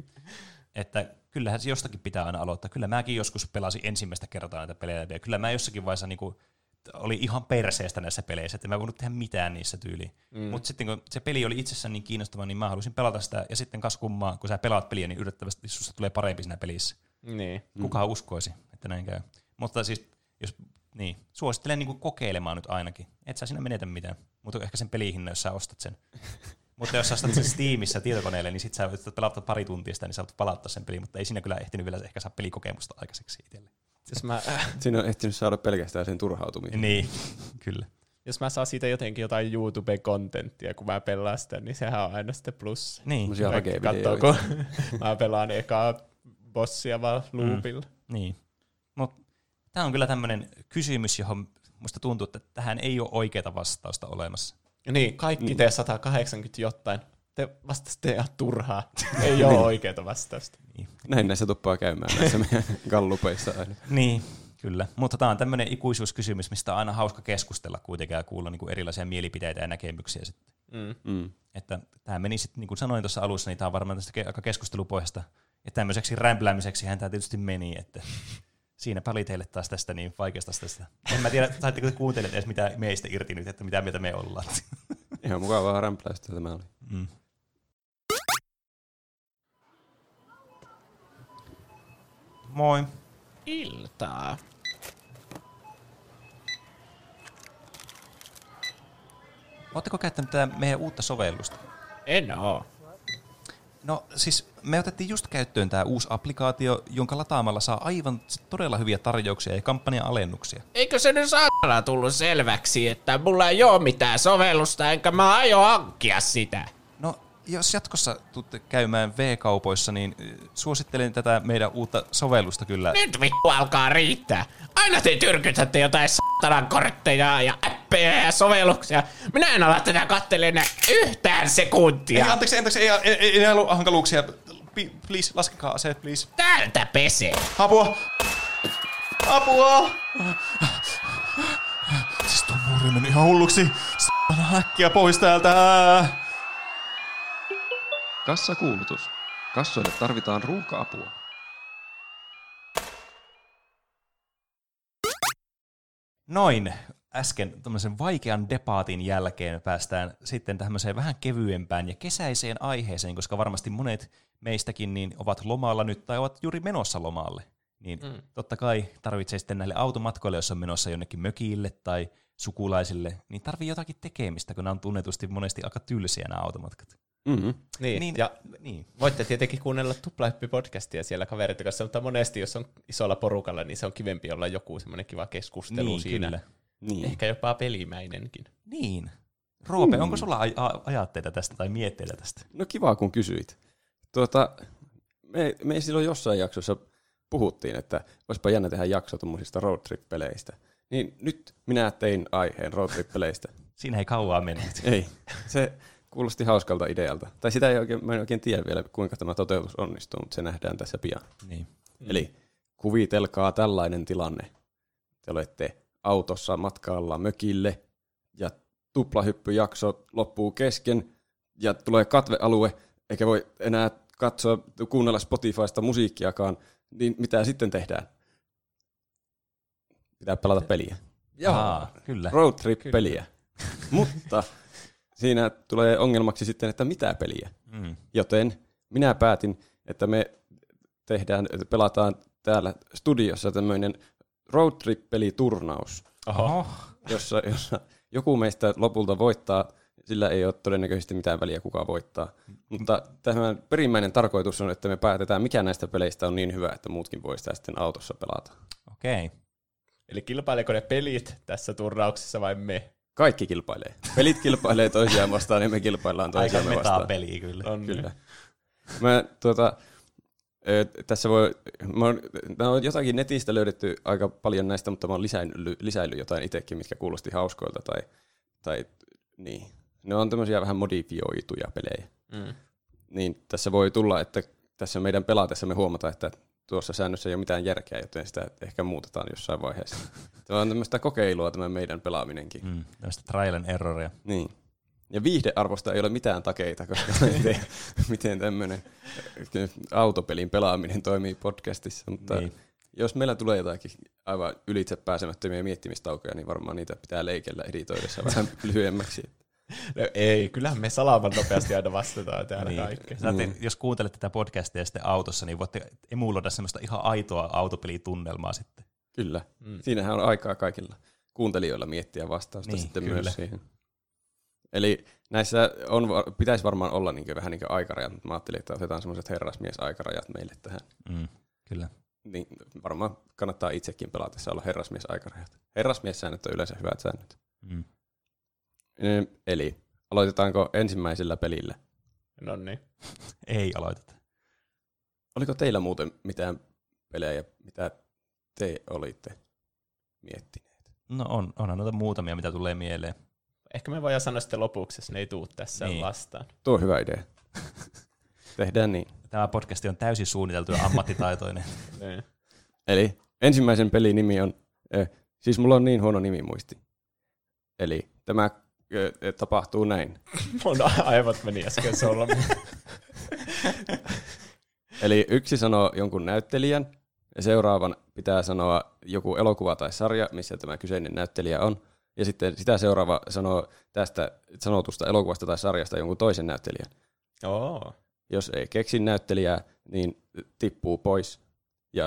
Että kyllähän se jostakin pitää aina aloittaa. Kyllä mäkin joskus pelasin ensimmäistä kertaa näitä pelejä, ja kyllä mä jossakin vaiheessa niinku oli ihan perseestä näissä peleissä, että mä en voinut tehdä mitään niissä tyyliin. Mutta sitten kun se peli oli itsessään niin kiinnostava, niin mä halusin pelata sitä, ja sitten kas kummaa, kun sä pelaat peliä, niin yllättävästi susta tulee parempi siinä pelissä. Niin. Kukaan uskoisi, että näin käy. Mutta siis, suosittelen niinku kokeilemaan nyt ainakin. Et sä siinä menetä mitään, mutta ehkä sen pelihinnan, jos sä ostat sen. Mutta jos sä ostat sen Steamissa tietokoneelle, niin sit sä voit pelata pari tuntia sitä, niin sä voit palauttaa sen peliin, mutta ei siinä kyllä ehtinyt vielä ehkä saa pelikokemusta aikaiseksi itselle. Siinä on ehtinyt saada pelkästään sen turhautumisen. Niin, kyllä. Jos mä saan siitä jotenkin jotain YouTube-kontenttia, kun mä pelaan sitä, niin sehän on aina sitten plus. Niin. Katsoo, kun mä pelaan ekaa bossia vaan loopilla. Niin. Mutta tämä on kyllä tämmöinen kysymys, johon musta tuntuu, että tähän ei ole oikeaa vastausta olemassa. Niin, kaikki te 180 jotain. Te vastasitte ihan turhaa. Ei ole oikeaa vastausta. Niin. Näin näissä tuppaa käymään näissä meidän gallupeissa aina. Niin, kyllä. Mutta tämä on tämmöinen ikuisuuskysymys, mistä on aina hauska keskustella kuitenkin ja kuulla niin kuin erilaisia mielipiteitä ja näkemyksiä sitten. Että tämä meni sitten, niin kuin sanoin tuossa alussa, niin tämä on varmaan tästä aika keskustelupohjasta. Ja tämmöiseksi rämpläämiseksihän tämä tietysti meni, että siinäpä oli teille taas tästä niin vaikeasta tästä. En mä tiedä, saitteko te kuuntelemaan edes mitä meistä irti nyt, että mitä mieltä me ollaan. Ihan mukavaa rämpläistä tämä oli. Moi. Iltaa. Oletteko käyttänyt tätä meidän uutta sovellusta? En oo. No siis me otettiin just käyttöön tämä uusi applikaatio, jonka lataamalla saa aivan todella hyviä tarjouksia ja kampanjan-alennuksia. Eikö se nyt saatana tullut selväksi, että mulla ei oo mitään sovellusta, enkä mä aio hankkia sitä? No jos jatkossa tuutte käymään V-kaupoissa, niin suosittelen tätä meidän uutta sovellusta kyllä. Nyt vittu alkaa riittää. Aina te tyrkytätte jotain saatanan kortteja ja appeja ja sovelluksia. Minä en ala tätä kattelemaan yhtään sekuntia. Anteeksi, ei ollut hankaluuksia. Please, laskekaa aseet, please. Täältä pesee. Apua! Siis tuo muuri meni ihan hulluksi. Saatana äkkiä pois täältä. Kassakuulutus. Kassoille tarvitaan ruoka-apua. Noin. Äsken tämmöisen vaikean debaatin jälkeen päästään sitten tämmöiseen vähän kevyempään ja kesäiseen aiheeseen, koska varmasti monet meistäkin niin ovat lomalla nyt tai ovat juuri menossa lomalle. Niin totta kai tarvitsee sitten näille automatkoille, jos on menossa jonnekin mökille tai sukulaisille, niin tarvii jotakin tekemistä, kun nämä on tunnetusti monesti aika tylsiä nämä automatkat. Mm-hmm. Niin. Voitte tietenkin kuunnella Tuplahyppi-podcastia siellä kavereiden kanssa, mutta monesti, jos on isolla porukalla, niin se on kivempi olla joku semmoinen kiva keskustelu niin, siinä. Kyllä. Niin. Ehkä jopa pelimäinenkin. Niin. Roope, onko sulla ajatteita tästä tai mietteitä tästä? No kiva, kun kysyit. Me silloin jossain jaksossa puhuttiin, että olisipa jännä tehdä jakso tuommoisista roadtrip-peleistä. Niin nyt minä tein aiheen roadtrip-peleistä. Siinä ei kauaa mennyt. Ei, se kuulosti hauskalta idealta. Tai sitä mä en oikein tiedä vielä, kuinka tämä toteutus onnistuu, mutta se nähdään tässä pian. Niin. Eli kuvitelkaa tällainen tilanne. Te olette autossa matkalla mökille ja tuplahyppyjakso loppuu kesken ja tulee katvealue, eikä voi enää kuunnella Spotifysta musiikkiakaan, niin mitä sitten tehdään? Pitää pelata peliä. Joo, kyllä. Roadtrip-peliä. Mutta siinä tulee ongelmaksi sitten, että mitä peliä. Joten minä päätin, että me pelataan täällä studiossa tämmöinen roadtrip-peliturnaus, jossa joku meistä lopulta voittaa. Sillä ei ole todennäköisesti mitään väliä, kuka voittaa. Mutta tämän perimmäinen tarkoitus on, että me päätetään, mikä näistä peleistä on niin hyvä, että muutkin voi sitä sitten autossa pelata. Okei. Eli kilpaileeko ne pelit tässä turnauksessa vai me? Kaikki kilpailee. Pelit kilpailee toisiaan vastaan ja me kilpaillaan toisiamme vastaan. Aika metaa-peliä kyllä. Kyllä. Tässä on jotakin netistä löydetty aika paljon näistä, mutta mä oon lisäillyt jotain itsekin, mitkä kuulosti hauskoilta tai niin. Ne on tämmöisiä vähän modifioituja pelejä. Niin tässä voi tulla, että tässä meidän pelatessa me huomataan, että tuossa säännössä ei ole mitään järkeä, joten sitä ehkä muutetaan jossain vaiheessa. Tämä on tämmöistä kokeilua tämä meidän pelaaminenkin. Tämmöistä trial and erroria. Niin. Ja viihdearvosta ei ole mitään takeita, koska miten tämmöinen autopelin pelaaminen toimii podcastissa. Mutta niin. Jos meillä tulee jotakin aivan ylitse pääsemättömiä miettimistaukoja, niin varmaan niitä pitää leikellä editoidessa vähän lyhyemmäksi. No ei, kyllähän me salaman nopeasti aina vastataan täällä kaikkea. Jos kuuntelet tätä podcastia sitten autossa, niin voitte emuloida semmoista ihan aitoa autopelitunnelmaa sitten. Kyllä. Siinähän on aikaa kaikilla kuuntelijoilla miettiä vastausta niin, sitten kyllä. Myös siihen. Eli näissä pitäisi varmaan olla vähän niin kuin aikarajat, mutta mä ajattelin, että otetaan semmoiset herrasmies-aikarajat meille tähän. Kyllä. Niin varmaan kannattaa itsekin pelatessa olla herrasmies-aikarajat. Herrasmies-säännöt on yleensä hyvät säännöt. Eli aloitetaanko ensimmäisellä pelillä? No niin. Ei aloiteta. Oliko teillä muuten mitään pelejä, mitä te olitte miettineet? No onhan noita muutamia, mitä tulee mieleen. Ehkä me voidaan sanoa sitten lopuksi, jos ne ei tule tässä vastaan. Tuo on hyvä idea. Tehdään niin. Tämä podcasti on täysin suunniteltu ja ammattitaitoinen. Eli ensimmäisen pelin nimi on, siis mulla on niin huono nimimuisti. Eli tämä tapahtuu näin. Mun aivot meni äsken solmiin. Eli yksi sanoo jonkun näyttelijän, ja seuraavan pitää sanoa joku elokuva tai sarja, missä tämä kyseinen näyttelijä on. Ja sitten sitä seuraava sanoo tästä sanotusta elokuvasta tai sarjasta jonkun toisen näyttelijän. Oh. Jos ei keksi näyttelijää, niin tippuu pois. Ja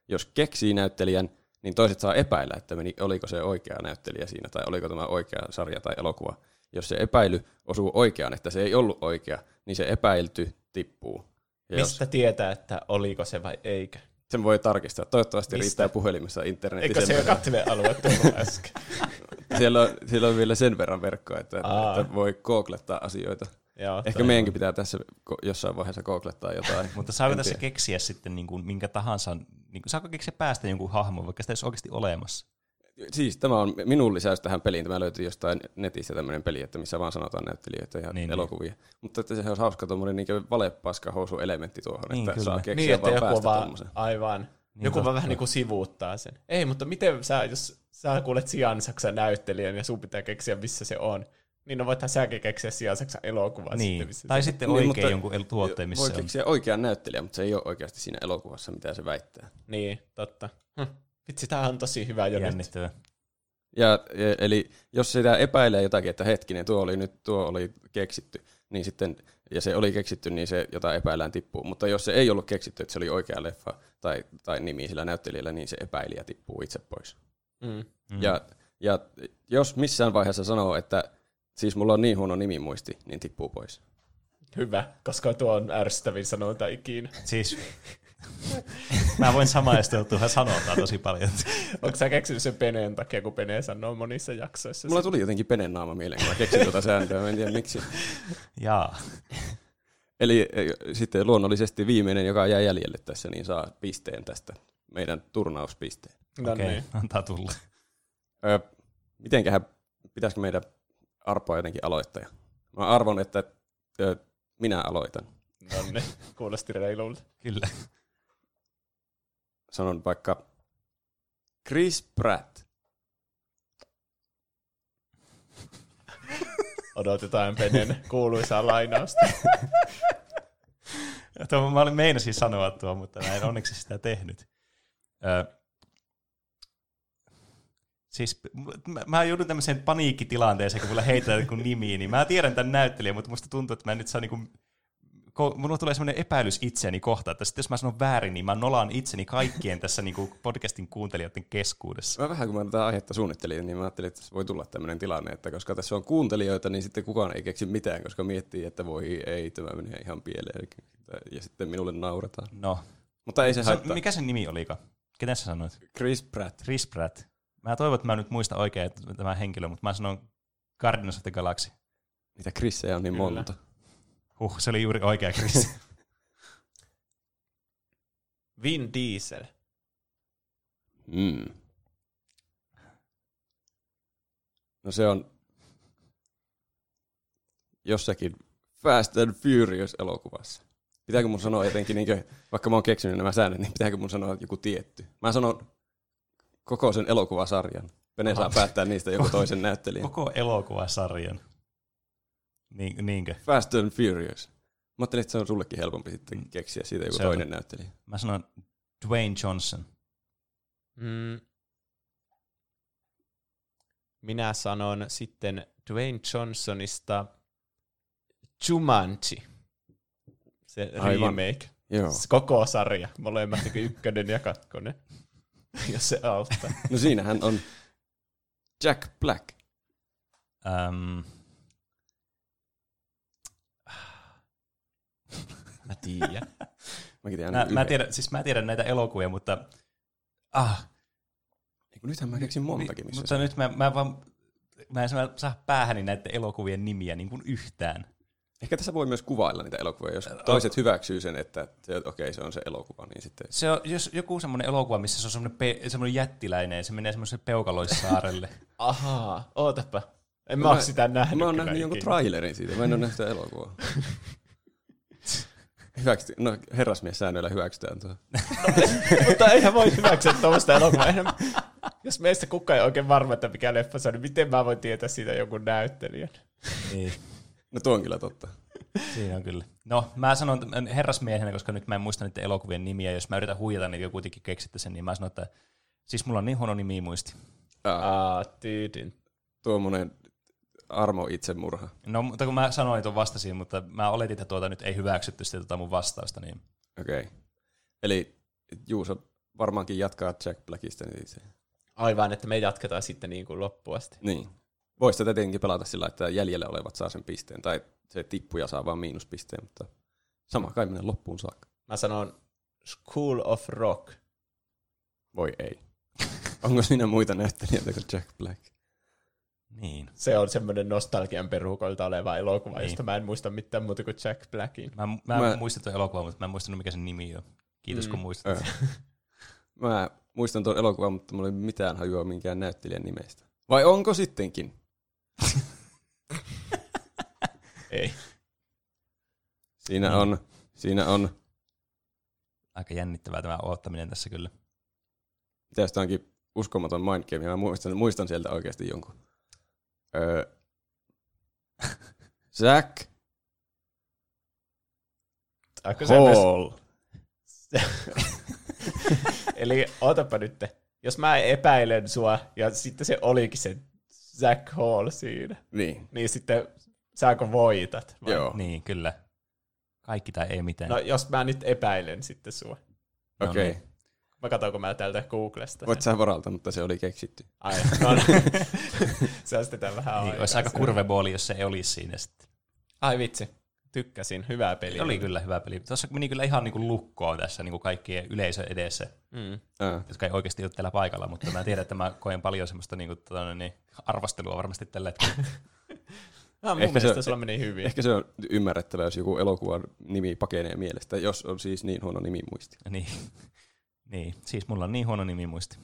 jos keksii näyttelijän, niin toiset saa epäillä, että oliko se oikea näyttelijä siinä, tai oliko tämä oikea sarja tai elokuva. Jos se epäily osuu oikeaan, että se ei ollut oikea, niin se epäilty tippuu. Ja mistä tietää, että oliko se vai eikö? Sen voi tarkistaa. Toivottavasti riittää puhelimessa internetti. Eikö se ole katvealue tullut äsken? Siellä on vielä sen verran verkkoa, että voi googlettaa asioita. Joo, ehkä meidänkin pitää tässä jossain vaiheessa googlettaa jotain. Mutta saako tässä keksiä sitten niin kuin minkä tahansa, niin kuin, saako keksiä päästä jonkun hahmon, vaikka sitä ei olisi oikeasti olemassa? Siis tämä on minun lisäys tähän peliin. Tämä löytyy jostain netistä tämmöinen peli, että missä vaan sanotaan näyttelijöitä ja elokuvia. Niin. Mutta että se on hauska tuommoinen niin valepaska-housu-elementti tuohon, niin, että kyllä. Saa keksiä niin, vaan päästä tommosen. Aivan. Niin joku vaan vähän niin kuin sivuuttaa sen. Ei, mutta miten sä, jos sä kuulet Siansaksan näyttelijän ja sun pitää keksiä, missä se on, niin no voithan säkin keksiä Siansaksan elokuvaa. Niin. Sitten, missä tai se sitten oikein jonkun tuotteen, missä voi keksiä oikean näyttelijän, mutta se ei ole oikeasti siinä elokuvassa, mitä se väittää. Niin, totta. Vitsi, tää on tosi hyvä jo jännittävää. Eli jos sitä epäilee jotakin, että hetkinen, tuo oli keksitty, niin sitten, ja se oli keksitty, niin se jota epäillään tippuu. Mutta jos se ei ollut keksitty, että se oli oikea leffa tai nimi sillä näyttelijällä, niin se epäilijä tippuu itse pois. Ja jos missään vaiheessa sanoo, että siis mulla on niin huono nimimuisti, niin tippuu pois. Hyvä, koska tuo on ärsyttävin sanonta ikinä. Siis mä voin samaistua tuohon sanotaan tosi paljon. Onko sä keksinyt sen Peneen takia, kun Pene sanoo monissa jaksoissa? Mulla tuli jotenkin Penen naama mieleen, kun mä keksin tuota sääntöä, mä en tiedä miksi. Jaa. Eli sitten luonnollisesti viimeinen, joka jää jäljelle tässä, niin saa pisteen tästä, meidän turnauspisteen. Okei, antaa tulla. Mitenköhän, pitäisikö meidän arpoa jotenkin aloittaja? Mä arvon, että minä aloitan. Nonne, kuulosti reilulta. Kyllä. Sanon vaikka Chris Pratt. Odotetaan Penen kuuluisaa lainausta. Mä meinasin sanoa tuo, mutta mä en onneksi sitä tehnyt. Siis mä joudun tämmöiseen paniikkitilanteeseen, kun mulla heitetään joku nimi, niin mä tiedän tämän näyttelijän, mutta musta tuntuu, että mä en nyt saa niinku mulla tulee semmoinen epäilys itseäni kohtaan, että jos mä sanon väärin, niin mä nolaan itseni kaikkien tässä niinku podcastin kuuntelijoiden keskuudessa. Mä vähän kun mä tätä aihetta suunnittelin, niin mä ajattelin, että voi tulla tämmöinen tilanne, että koska tässä on kuuntelijoita, niin sitten kukaan ei keksi mitään, koska miettii, että voi ei, tämä menee ihan pieleen. Ja sitten minulle naurataan. No. Mutta ei se haittaa. Mikä sen nimi olikaan? Ketä sä sanoit? Chris Pratt. Chris Pratt. Mä toivon, että mä nyt muista oikein tämä henkilö, mutta mä sanon Guardians of the Galaxy. Niitä Chrissejä on niin Kyllä. monta. Se oli juuri oikea Chris. Vin Diesel. No se on jossakin Fast and Furious-elokuvassa. Pitääkö mun sanoa jotenkin, niin vaikka mä oon keksinyt nämä säännöt, niin pitääkö mun sanoa joku tietty? Mä sanon koko sen elokuvasarjan. Pene saa päättää niistä joku toisen näyttelijän. Koko elokuvasarjan. Niinkö? Fast and Furious. Mä ajattelin, että se on sullekin helpompi sitten keksiä siitä joku toinen näyttelijä. Mä sanon Dwayne Johnson. Minä sanon sitten Dwayne Johnsonista Jumanji. Se Aivan. remake. Joo. Koko sarja. Molemmat 1 ja 2. Jos se auttaa. No siinähän on Jack Black. Mä tiedän. Mä tiedän näitä elokuvia, mutta nythän mä keksin montakin. Missä mutta nyt mä en saa päähäni näiden elokuvien nimiä niin kuin yhtään. Ehkä tässä voi myös kuvailla niitä elokuvia, jos toiset hyväksyy sen, että se on se elokuva, niin sitten... Se on jos joku semmoinen elokuva, missä se on semmoinen jättiläinen, ja se menee semmoiselle peukaloissaarelle. Ahaa, ootapa. En mä oo sitä nähnyt. Mä oon nähnyt jonkun trailerin siitä, mä en oo nähnyt sitä elokuvaa. No herrasmies säännöillä hyväksytään tuo. Mutta eihän voi hyväksyä tuollaista elokuvaa. Jos meistä kukaan ei oikein varma, että mikä leffa se on, niin miten mä voin tietää siitä jonkun näyttelijän? Niin. No tuo on kyllä totta. Siinä on kyllä. No, mä sanon herrasmiehenä, koska nyt mä en muista niiden elokuvien nimiä. Jos mä yritän huijata niitä, kuitenkin keksitte sen, niin mä sanon, että siis mulla on niin huono nimimuisti. Tyydin. Tuommoinen armo itsemurha. No, mutta kun mä sanoin tuon vastasin, mutta mä oletin, että tuota nyt ei hyväksytty sitä mun vastausta. Niin. Okei. Eli Juuso varmaankin jatkaa Jack Blackista. Niin se... Aivan, että me jatketaan sitten niin kuin loppuun asti. Niin. Voisi tätä tietenkin pelata sillä, että jäljellä olevat saa sen pisteen, tai se tippuja saa vaan miinuspisteen, mutta sama kai mennä loppuun saakka. Mä sanon School of Rock. Voi ei. Onko siinä muita näyttelijöitä kuin Jack Black? Niin. Se on semmoinen nostalgian perukoilta oleva elokuva, Niin. josta mä en muista mitään muuta kuin Jack Blackin. Mä muistan tuon elokuvan, mutta mä en muistanut mikä sen nimi on. Kiitos kun muistat. Mä muistan tuon elokuvan, mutta mulla ei mitään hajua minkään näyttelijän nimestä. Vai onko sittenkin? Ei. Siinä on. Aika jännittävää tämä odottaminen tässä kyllä. Tästä onkin uskomaton mindgame, ja mä muistan sieltä oikeasti jonkun. Zack Hall. Eli ootapa nyt. Jos mä epäilen sua, ja sitten se olikin se Zack Hall siinä, niin sitten sääkö voitat? Vai? Joo. Niin, kyllä. Kaikki tai ei mitään. No jos mä nyt epäilen sitten sua. Okei. niin. Mä katsonko mä täältä Googlesta. Voit sä varalta, mutta se oli keksitty. Ai, no, säästetään vähän Niin, aikaa. olisi aika kurvebooli, jos se ei olisi siinä sitten. Ai vitsi, tykkäsin, hyvää peliä. Oli kyllä hyvä peli. Tuossa meni kyllä ihan niin kuin lukkoon tässä niin kuin kaikkien yleisön edessä, jotka ei oikeasti ole täällä paikalla, mutta mä tiedän, että mä koen paljon semmoista niin kuin, arvostelua varmasti tällä hetkellä. Mun mielestä sulla meni hyvin. Ehkä se on ymmärrettävää, jos joku elokuvan nimi pakenee mielestä, jos on siis niin huono nimimuisti. Niin, siis mulla on niin huono nimimuisti.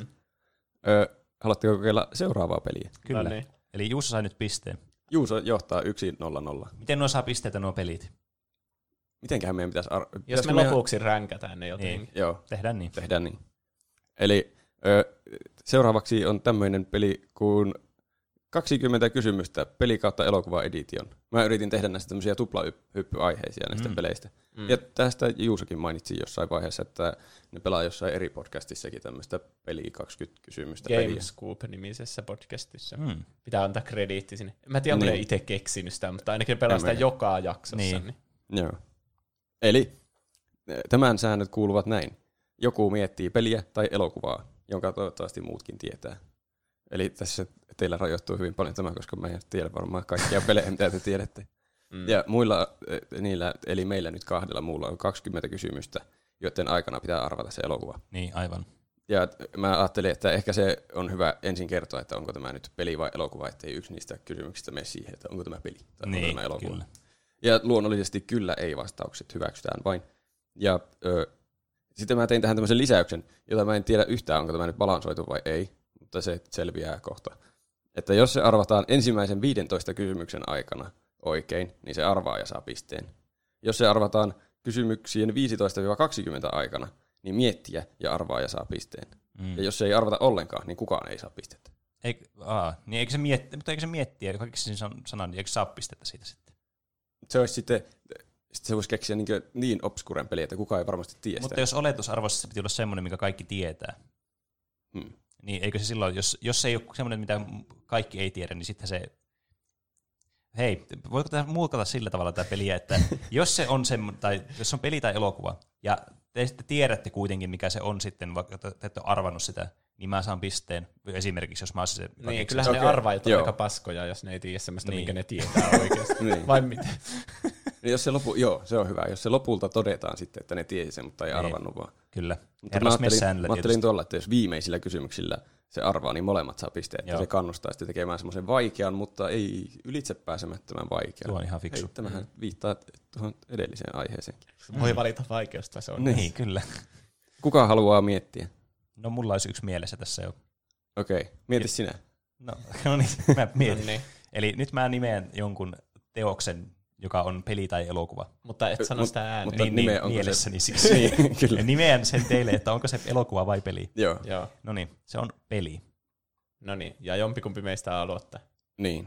Haluatteko kokeilla seuraavaa peliä? Kyllä. No niin. Eli Juuso sai nyt pisteen. Juuso johtaa 1-0. Miten nuo saa pisteitä nuo pelit? Mitenköhän meidän pitäisi... Jos me lopuksi ränkätään ne jotenkin. Niin. Joo, Tehdään niin. tehdään niin. Eli seuraavaksi on tämmöinen peli kuin 20 kysymystä peli kautta elokuva edition. Mä yritin tehdä näistä tämmöisiä tuplahyppyaiheisia näistä peleistä. Ja tästä Juusokin mainitsi jossain vaiheessa, että ne pelaa jossain eri podcastissakin tämmöistä peli 20 kysymystä peliä. Gamescoop-nimisessä podcastissa. Pitää antaa krediitti sinne. Mä en tiedä, onko ne itse keksinyt sitä, mutta ainakin pelaa sitä joka jaksossa. Niin. Joo. Eli tämän säännöt kuuluvat näin. Joku miettii peliä tai elokuvaa, jonka toivottavasti muutkin tietää. Eli tässä teillä rajoittuu hyvin paljon tämä, koska mä en tiedä varmaan kaikkia pelejä, mitä te tiedätte. Ja muilla, niillä, eli meillä nyt kahdella muulla on 20 kysymystä, joiden aikana pitää arvata se elokuva. Niin, aivan. Ja mä ajattelin, että ehkä se on hyvä ensin kertoa, että onko tämä nyt peli vai elokuva, ettei yksi niistä kysymyksistä mene siihen, että onko tämä peli tai onko tämä elokuva. Kyllä. Ja luonnollisesti kyllä ei vastaukset hyväksytään vain. Ja sitten mä tein tähän tämmöisen lisäyksen, jota mä en tiedä yhtään, onko tämä nyt balansoitu vai ei, mutta se selviää kohta. Että jos se arvataan ensimmäisen 15 kysymyksen aikana oikein, niin se arvaaja saa pisteen. Jos se arvataan kysymyksien 15-20 aikana, niin miettiä ja arvaaja saa pisteen. Ja jos se ei arvata ollenkaan, niin kukaan ei saa pistettä. Niin eikö se miettiä, mutta eikö se miettiä, kaikki siinä sanan, niin eikö saa pistettä siitä sitten? Se olisi sitten se voisi keksiä niin obskuren peliä, että kukaan ei varmasti tiedä Mutta sitä. jos oletusarvossa se piti olla semmoinen, mikä kaikki tietää, niin eikö se silloin, jos se ei ole semmoinen, mitä kaikki ei tiedä, niin sitten se... Hei, voiko tämä muokata sillä tavalla tämä peliä, että jos se on tai jos on peli tai elokuva, ja te sitten tiedätte kuitenkin, mikä se on sitten, vaikka te ette ole arvannut sitä, niin mä saan pisteen esimerkiksi, jos mä olisin se... Niin, kyllähän ne arvaajat on aika paskoja, jos ne ei tiedä semmoista, minkä ne tietää oikeasti. Vai miten? Niin jos se se on hyvä. Jos se lopulta todetaan sitten, että ne tiesi sen, mutta ei arvannut vaan. Kyllä. Mutta mä ajattelin tuolla, että jos viimeisillä kysymyksillä se arvaa, niin molemmat saa pisteet. Se kannustaa sitten tekemään semmoisen vaikean, mutta ei ylitse pääsemättömän vaikean. Tuo on ihan fiksu. Hei, tämähän viittaa tuohon edelliseen aiheeseen. Voi valita vaikeustason. Niin, kyllä. Kuka haluaa miettiä? No mulla olisi yksi mielessä tässä jo. Okei, mieti sinä. No niin, mä mietin. Niin. Eli nyt mä nimeän jonkun teoksen, joka on peli tai elokuva. Mutta et sano sitä ääneen. Mutta niin mielessäni se... siis. niin, kyllä. Ja nimeän sen teille, että onko se elokuva vai peli. Joo. No niin, se on peli. No niin, ja jompikumpi meistä aloittaa. Niin.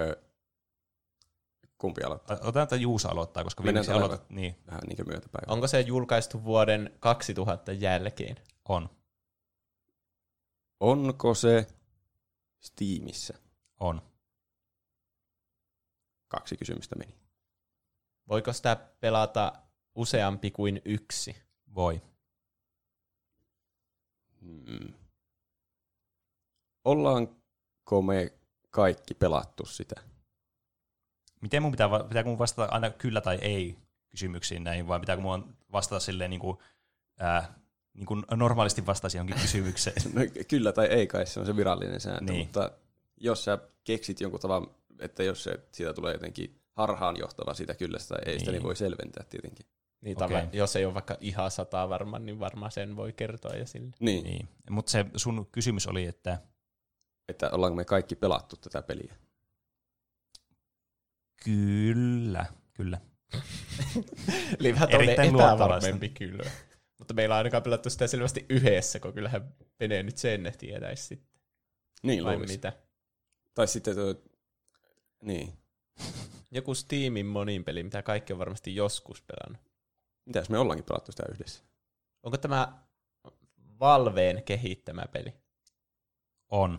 Kumpi aloittaa? Otetaan, että Juuso aloittaa, koska viimeksi aloitat. Niin. Vähän niin kuin myötäpäivä. Onko se julkaistu vuoden 2000 jälkeen? On. Onko se Steamissä? On. 2 kysymystä meni. Voiko sitä pelata useampi kuin yksi? Voi. Ollaanko me kaikki pelattu sitä? Miten pitääkö mun vastata aina kyllä tai ei kysymyksiin näihin, vai pitääkö mun vastata silleen niin kuin normaalisti vastaisi johonkin kysymykseen? No, kyllä tai ei kai, se on se virallinen sääntö, Niin. mutta jos sä keksit jonkun tavan, että jos siitä tulee jotenkin harhaanjohtava siitä kyllä tai ei, sitä niin voi selventää tietenkin. Niin, Okei. jos ei ole vaikka ihan 100 varmaan, niin varmaan sen voi kertoa ja sille. Niin, Mutta se sun kysymys oli, että että ollaanko me kaikki pelattu tätä peliä. kyllä. Eli vähän Erittäin epävarmempi kyllä. Mutta meillä on ainakaan pelattu sitä selvästi yhdessä, kun kyllähän Pene nyt sen tietäisi sitten. Niin, Vai luulisi. mitä? Tai sitten niin. Joku Steamin monin peli, mitä kaikki on varmasti joskus pelannut. Mitäs me ollaankin pelattu sitä yhdessä? Onko tämä Valveen kehittämä peli? on.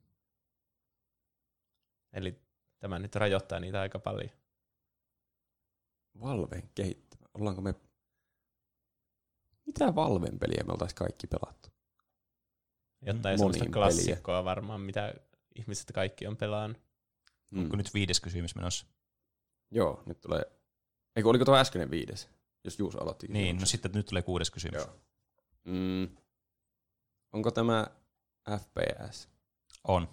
Eli tämä nyt rajoittaa niitä aika paljon. Valven kehittämä. Ollaanko me... Mitä Valven peliä me oltaisiin kaikki pelattu? Jotain monin semmoista klassikkoa varmaan, mitä ihmiset kaikki on pelannut. Onko nyt 5. kysymys menossa? Joo, nyt tulee... Eikö oliko tuo äskeinen 5? Jos Juuso aloitti. Niin, no sitten nyt tulee 6. kysymys. Joo. Onko tämä FPS? On.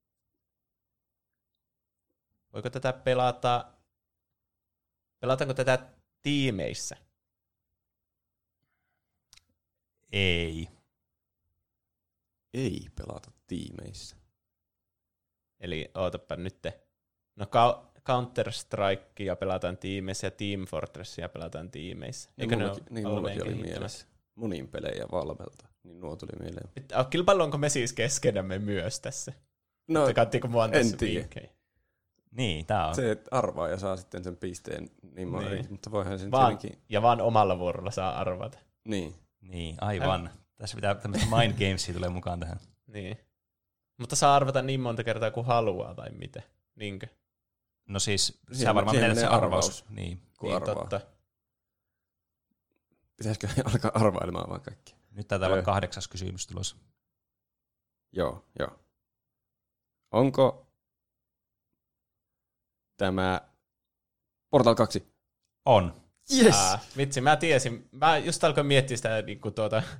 Voiko tätä pelata... Pelataanko tätä tiimeissä? Ei. Ei pelata tiimeissä. Eli ootapa nyt. No Counter-Strikea pelataan tiimeissä ja Team Fortressia pelataan tiimeissä. Eikö ne ole Niin, Valveen mullakin oli kehittämät? mielessä. Monin pelejä Valvelta. Niin nuo tuli mieleen. Kilpailunko me siis keskenämme myös tässä? No, Kattiinko mua en tässä tiedä. vinkkejä? Niin, tää on. Se arvaa ja saa sitten sen pisteen, niin. Mutta voihan sen Vaan, tietenkin... ja vaan omalla vuorolla saa arvata. Niin. Niin, aivan. Tässä pitää tämmöistä mind gamesia tulee mukaan tähän. Niin. Mutta saa arvata niin monta kertaa kuin haluaa, vai mitä? Niinkö? No siis, Siihen sehän varmaan menee se menee arvaus. Niin. Kun Niin, arvaa. totta. Pitäisikö alkaa arvailemaan vaan kaikki? Nyt taitaa olla 8. kysymys tulossa. Joo. Onko tämä Portal 2? On. Yes! Vitsi, mä tiesin. Mä just alkoin miettiä sitä niinku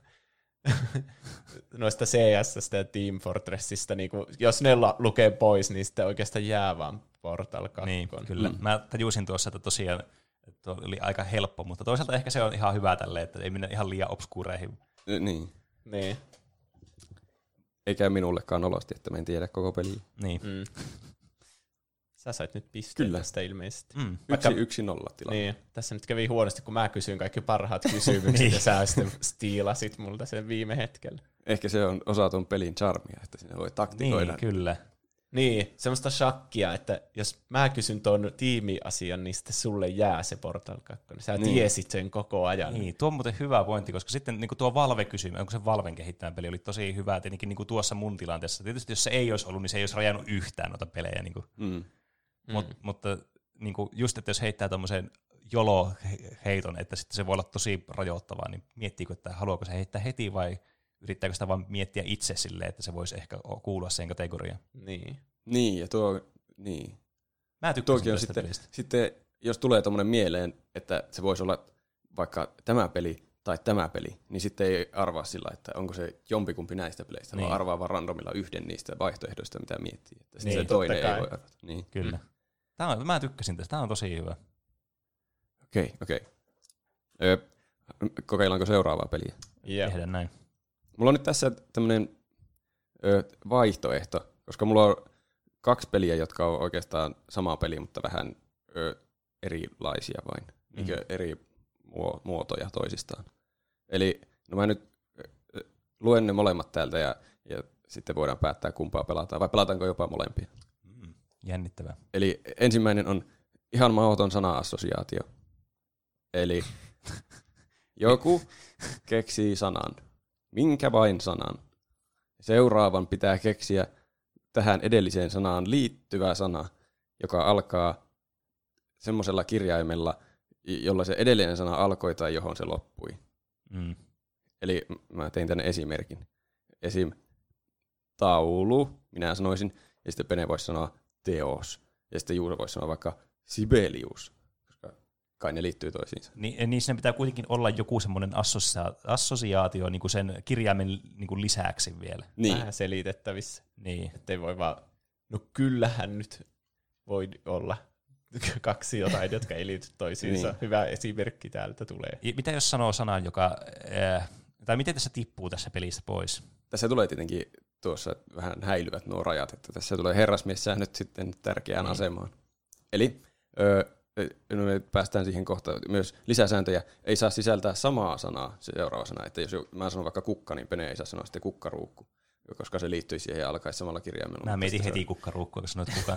noista CS:stä ja Team Fortressista. Niinku, jos ne lukee pois, niin sitten oikeastaan jää vaan Portal 2. Niin, kyllä. Mä tajusin tuossa, että tosiaan tuo oli aika helppo, mutta toisaalta ehkä se on ihan hyvä tälleen, että ei mennä ihan liian obskuureihin. Niin. Niin. Eikä minullekaan olosti, että mä en tiedä koko peliä. Niin. Sä sait nyt pisteen Kyllä. tästä ilmeisesti. 1-0 tilanne. Niin, tässä nyt kävi huonosti, kun mä kysyin kaikki parhaat kysymykset Niin. ja sä sitten stiilasit multa sen viime hetkellä. Ehkä se on osa ton pelin charmia, että siinä voi taktikoida. Niin, kyllä. Niin, semmoista shakkia, että jos mä kysyn ton tiimiasian, niin sitten sulle jää se Portal 2. Sä tiesit sen koko ajan. Niin, tuo on muuten hyvä pointti, koska sitten niin tuo Valve-kysymys, onko se Valven kehittämä peli, oli tosi hyvä tietenkin niin tuossa mun tilanteessa. Tietysti jos se ei olisi ollut, niin se ei olisi rajannut yhtään noita pelejä. Niin mutta niin just, että jos heittää tommosen jolo-heiton, että sitten se voi olla tosi rajoittavaa, niin miettiikö, että haluaako se heittää heti vai yrittääkö sitä vaan miettiä itse silleen, että se voisi ehkä kuulua siihen kategoriaan. Niin, ja niin. Mä tykkäsin Tuokin on tästä pelistä. sitten, jos tulee tommonen mieleen, että se voisi olla vaikka tämä peli tai tämä peli, niin sitten ei arvaa sillä, että onko se jompikumpi näistä peleistä, vaan arvaa vaan randomilla yhden niistä vaihtoehdoista, mitä miettii. Että sitten Niin, se toinen totta kai. ei voi arvata. Niin. Kyllä. Mä tykkäsin tästä, tämä on tosi hyvä. Okei. Kokeillaanko seuraavaa peliä? Tehdään näin. Mulla on nyt tässä tämmöinen vaihtoehto, koska mulla on 2 peliä, jotka on oikeastaan sama peli, mutta vähän erilaisia vain, eri muotoja toisistaan. Eli no mä nyt luen ne molemmat täältä ja sitten voidaan päättää kumpaa pelataan, vai pelataanko jopa molempia. Jännittävää. Eli ensimmäinen on ihan mahdoton sana-assosiaatio. Eli joku keksii sanan, minkä vain sanan. Seuraavan pitää keksiä tähän edelliseen sanaan liittyvä sana, joka alkaa semmoisella kirjaimella, jolla se edellinen sana alkoi tai johon se loppui. Eli mä tein tänne esimerkin. esim. Taulu, minä sanoisin, ja sitten Pene voisi sanoa teos, ja sitten Juuso voisi sanoa vaikka Sibelius, koska kai ne liittyy toisiinsa. Niin siinä pitää kuitenkin olla joku semmoinen assosiaatio niin kuin sen kirjaimen niin kuin lisäksi vielä. Niin. Vähän selitettävissä. Niin. Ettei voi vaan, no kyllähän nyt voi olla kaksi jotain, jotka ei liity toisiinsa. Niin. Hyvä esimerkki täältä tulee. Mitä jos sanoo sanan, joka... tai miten tässä tippuu tässä pelistä pois? Tässä tulee tietenkin tuossa vähän häilyvät nuo rajat, että tässä tulee herrasmiessäännöt sitten tärkeään asemaan. Eli no me päästään siihen kohtaan. Myös lisäsääntöjä ei saa sisältää samaa sanaa seuraava sana. Että jos mä sanon vaikka kukka, niin Pene ei saa sanoa sitten kukkaruukku, koska se liittyy siihen ja alkaisi samalla kirjaimella. Mä mietin heti kukkaruukkua, kun sanoit kuka.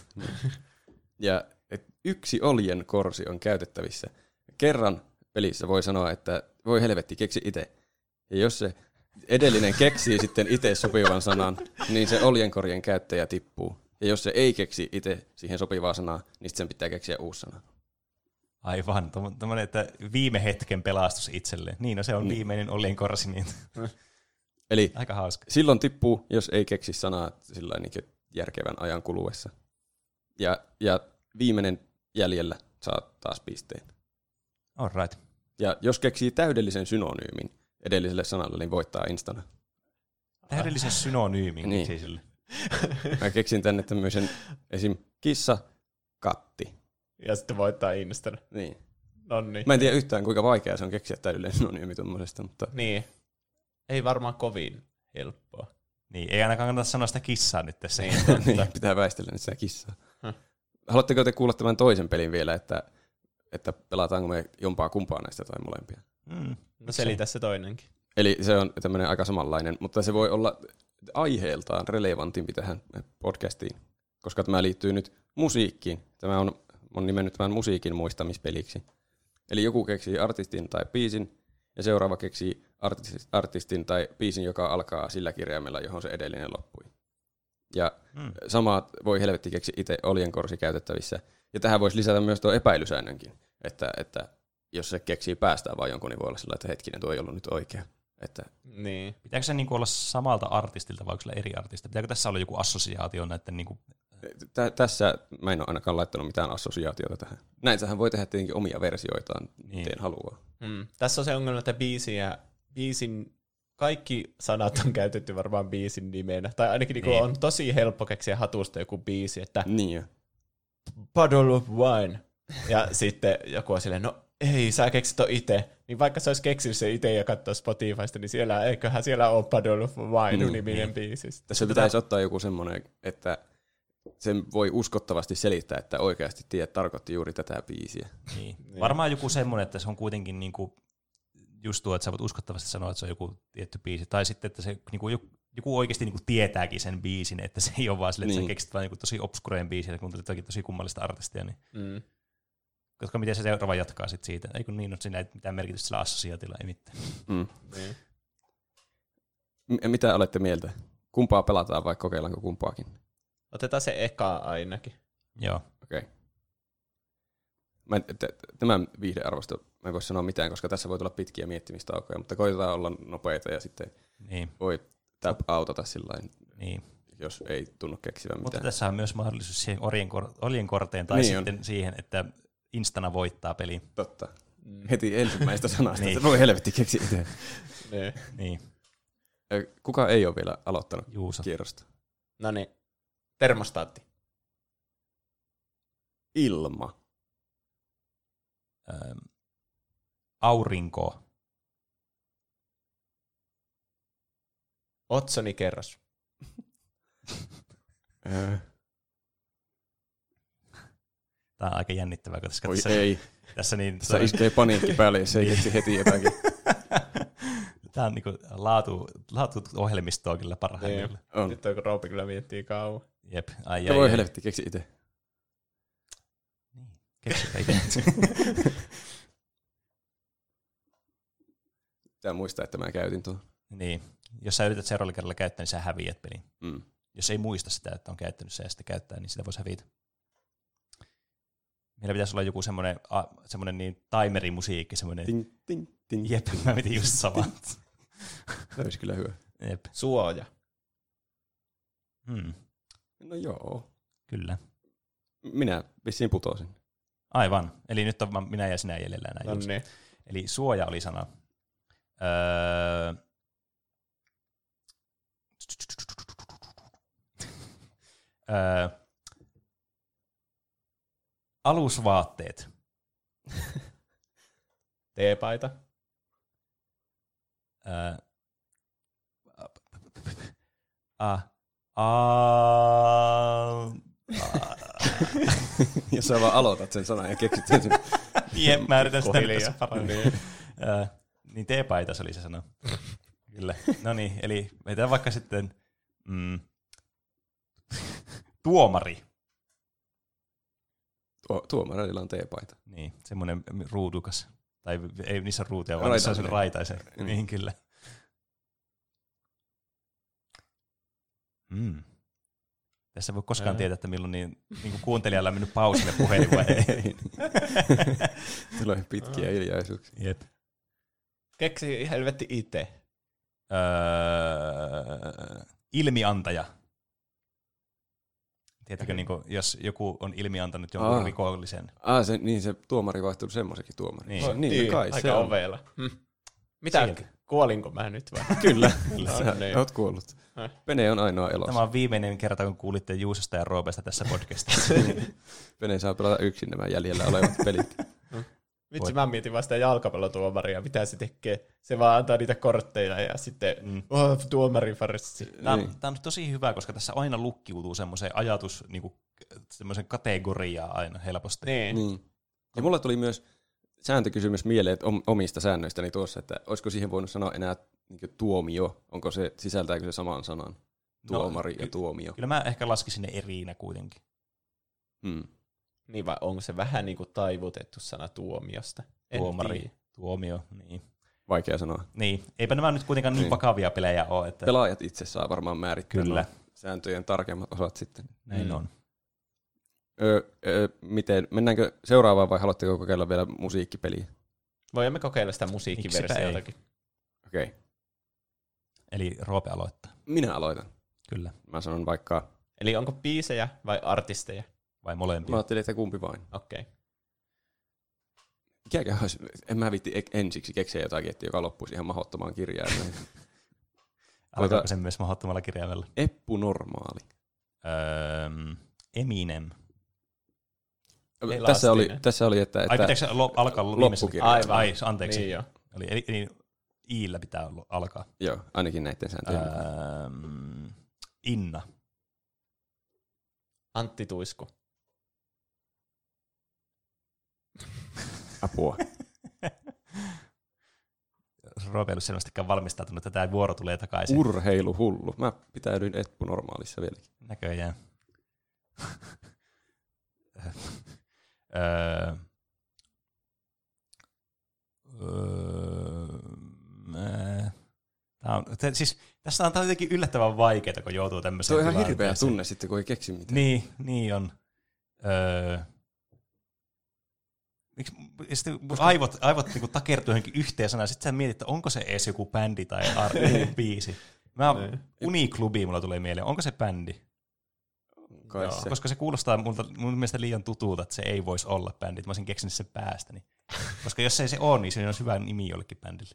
Ja yksi oljen korsi on käytettävissä. Kerran pelissä voi sanoa, että voi helvetti, keksi itse. Ja jos se edellinen keksii sitten itse sopivan sanan, niin se oljenkorjen käyttäjä tippuu. Ja jos se ei keksi itse siihen sopivaa sanaa, niin sen pitää keksiä uusi sana. Aivan, tommoinen, että viime hetken pelastus itselleen. Niin, no se on viimeinen oljenkorsi, niin Eli aika hauska. silloin tippuu, jos ei keksi sanaa sillain niin järkevän ajan kuluessa. Ja viimeinen jäljellä saa taas pisteen. All right. Ja jos keksii täydellisen synonyymin edelliselle sanalle, niin voittaa instana. Täydellisen synonyymin. Niin. Siis sille. Mä keksin tänne tämmöisen esim. Kissa, katti. Ja sitten voittaa instana. Niin. Nonni. Mä en tiedä yhtään, kuinka vaikeaa se on keksiä täydellinen synonyymi tuommoisesta, mutta... Niin. Ei varmaan kovin helppoa. Niin, ei ainakaan kannata sanoa sitä kissaa nyt tässä. niin, pitää väistellä nyt sitä kissaa. Haluatteko te kuulla tämän toisen pelin vielä, että pelataanko me jompaa kumpaa näistä tai molempia? No selitä se toinenkin. Eli se on tämmöinen aika samanlainen, mutta se voi olla aiheeltaan relevantimpi tähän podcastiin, koska tämä liittyy nyt musiikkiin. Tämä on nimennyt tämän musiikin muistamispeliksi. Eli joku keksii artistin tai biisin, ja seuraava keksii artistin tai biisin, joka alkaa sillä kirjaimella, johon se edellinen loppui. Ja sama voi helvetti keksi itse oljenkorsi käytettävissä. Ja tähän voisi lisätä myös tuo epäilysäännönkin, että jos se keksii päästään vaan jonkun, niin voi olla sellainen, että hetkinen, tuo ei ollut nyt oikea. Että... Niin. Pitääkö se niinku olla samalta artistilta vai onko sillä eri artista? Pitääkö tässä olla joku assosiaatio näiden niinku... Tässä mä en ole ainakaan laittanut mitään assosiaatiota tähän. Näin voi tehdä tietenkin omia versioitaan, miten haluaa. Tässä on se ongelma, että biisin kaikki sanat on käytetty varmaan biisin nimenä. Tai ainakin niin. On tosi helppo keksiä hatusta joku biisi, että niin. Bottle of Wine. Ja sitten joku on silleen, no ei, sä keksit on itse. Niin vaikka sä olisi keksinyt se itse ja katsoa Spotifysta, niin eiköhän siellä ole Bottle of Wine-niminen biisi. Tässä pitäisi ottaa joku semmoinen, että sen voi uskottavasti selittää, että oikeasti tiedät tarkoitti juuri tätä biisiä. Niin. Varmaan joku semmoinen, että se on kuitenkin niinku just tuo, että sä voit uskottavasti sanoa, että se on joku tietty biisi. Tai sitten, että se niinku joku oikeasti niinku tietääkin sen biisin, että se ei ole vaan sille, että sä keksit vaan joku tosi obskureen biisin, kun tuli tosi kummallista artistia. Niin. Koska miten se seuraava jatkaa sit siitä? Ei kun niin, että siinä ei mitään merkitystä sillä assosiaatilla, ei mitään. Mitä olette mieltä? Kumpaa pelataan vai kokeillaanko kumpaakin? Otetaan se eka ainakin. Joo. Okei. Tämän viihdearvosta mä en voi sanoa mitään, koska tässä voi tulla pitkiä miettimistaukoja, mutta koitetaan olla nopeita ja sitten voi autata sillain, jos ei tunnu keksivän mitään. Mutta tässä on myös mahdollisuus siihen oljenkorteen tai sitten siihen, että instana voittaa peli. Totta. Heti ensimmäistä sanasta, että voi helvetti keksi itse. Niin. Kuka ei ole vielä aloittanut kierrosta? No niin. Termostaatti. Ilma. Aurinko. Otsonikerros. Tämä on aika jännittävää, koska tässä niin... Tässä iskee paniikki päälle, jos ei keksi heti jotakin. Tämä on niinku laatu-ohjelmistoa kyllä parhaimmillaan. Nyt on Roopi kyllä miettii kauan. Jep. Voi helvetti, keksi itse. Niin, keksipä itse. Pitää muistaa, että mä käytin tuon. Niin. Jos sä yrität seuraavalla kerralla käyttää, niin sä häviät peliin. Jos ei muista sitä, että on käyttänyt se ja sitten käyttää, niin sitä voisi hävitä. Meillä pitäisi olla joku semmoinen niin timerimusiikki, semmoinen... Ting, ting, ting. Jep, mä mietin just samaa. Se olisi kyllä hyvä. Jep. Suoja. No joo. Kyllä. Minä vissiin putosin. Aivan. Eli nyt on minä ja sinä jäljellä enää. No niin. Eli suoja oli sana. Alusvaatteet. Teepaita. Jos sä vaan aloitat sen sanan ja keksit sen. Jep, mä yritän sitä Hiljaa. tässä paremmin. Niin teepaita se oli se sana. Kyllä. No niin, eli meitä vaikka sitten tuomari. Tuomarilla on teepaita. Niin, semmoinen ruudukas. Tai ei niissä ole ruutia, vaan niissä on raitaisen. Niin, kyllä. Tässä ei voi koskaan tietää, että milloin niin kuin kuuntelijalla on mennyt pausille puhelin vai ei. Tulee pitkiä hiljaisuuksia. Jep. Keksi helvetti itse. Ilmiantaja. Tiedätkö, niin kuin, jos joku on ilmiantanut jonkun rikollisen? Se tuomari vaihtuu semmoisenkin tuomari. Niin. Kai aika se on. ovela. Mitä? Sieltä. Kuolinko mä nyt vai? Kyllä, No sä niin. oot kuollut. Pene on ainoa elossa. Tämä on viimeinen kerta, kun kuulitte Juusosta ja Roopesta tässä podcastissa. Pene saa pelata yksin nämä jäljellä olevat pelit. Vitsi, mä mietin vaan sitä jalkapallotuomaria, mitä se tekee. Se vaan antaa niitä kortteja ja sitten tuomarifarssi. Tämä on tosi hyvä, koska tässä aina lukkiutuu semmoiseen ajatus, niinku, semmoisen kategoriaan aina helposti. Niin. Ja mulla tuli myös sääntökysymys mieleen että omista säännöistäni tuossa, että olisiko siihen voinut sanoa enää niin tuomio, onko se, sisältääkö se saman sanan, tuomari ja tuomio. Kyllä mä ehkä laskisin ne erinä kuitenkin. Niin vai onko se vähän niin kuin taivutettu sana tuomiosta? Tuomari, tuomio, niin. Vaikea sanoa. Niin, eipä nämä nyt kuitenkaan niin vakavia pelejä ole. Että Pelaajat itse saa varmaan määrittää Kyllä. sääntöjen tarkemmat osat sitten. näin on. Miten, mennäänkö seuraavaan vai haluatteko kokeilla vielä musiikkipeliä? Voimme kokeilla sitä musiikkiversiotakin. Okei. Eli Roope aloittaa. Minä aloitan. Kyllä. Mä sanon vaikka... Eli onko biisejä vai artisteja? Vai molempia? Mä ajattelin, että kumpi vain. Okei. Mikäkään olisi... En mä viitti ensiksi keksiä jotakin, että joka loppuisi ihan mahdottomaan kirjaimeen. Alkaako sen myös mahdottomalla kirjaimella? Eppu Normaali. Eminem. Tässä oli, että Ai pitääkö se alkaa loppukirja. Ai, anteeksi. Niin jo. Eli iillä pitää alkaa. Joo, ainakin näiden sääntöjen mukaan. Inna. Antti Tuisku. Apua. Roope ei ollut selvästikään valmistautunut, että tämä vuoro tulee takaisin. Urheiluhullu. Mä pitäydyin Eppu Normaalissa vieläkin. Näköjään. Siis tässä on jotenkin yllättävän vaikeaa, kun joutuu tämmöiseen. Se on ihan hirveä tunne sitten, kun ei keksi mitään. Niin on. Sitten aivot niinku takertuu johonkin yhteen sanaan, sitten sä mietit, että onko se edes joku bändi tai biisi. Uniklubi mulla tulee mieleen. Onko se bändi? Se. Koska se kuulostaa mun mielestä liian tutulta, että se ei voisi olla bändi. Mä olisin keksinyt sen päästäni. Koska jos ei se ole, niin se on hyvä nimi jollekin bändille.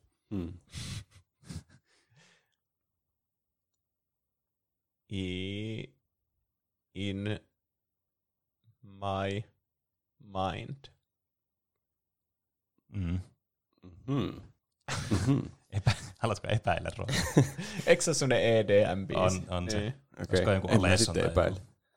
In my mind. Haluatko epäillä, Roope? Eikö se ole semmoinen EDM-biisi? On se. Niin. Koska jonkun en mä Alesson sitten tai epäile.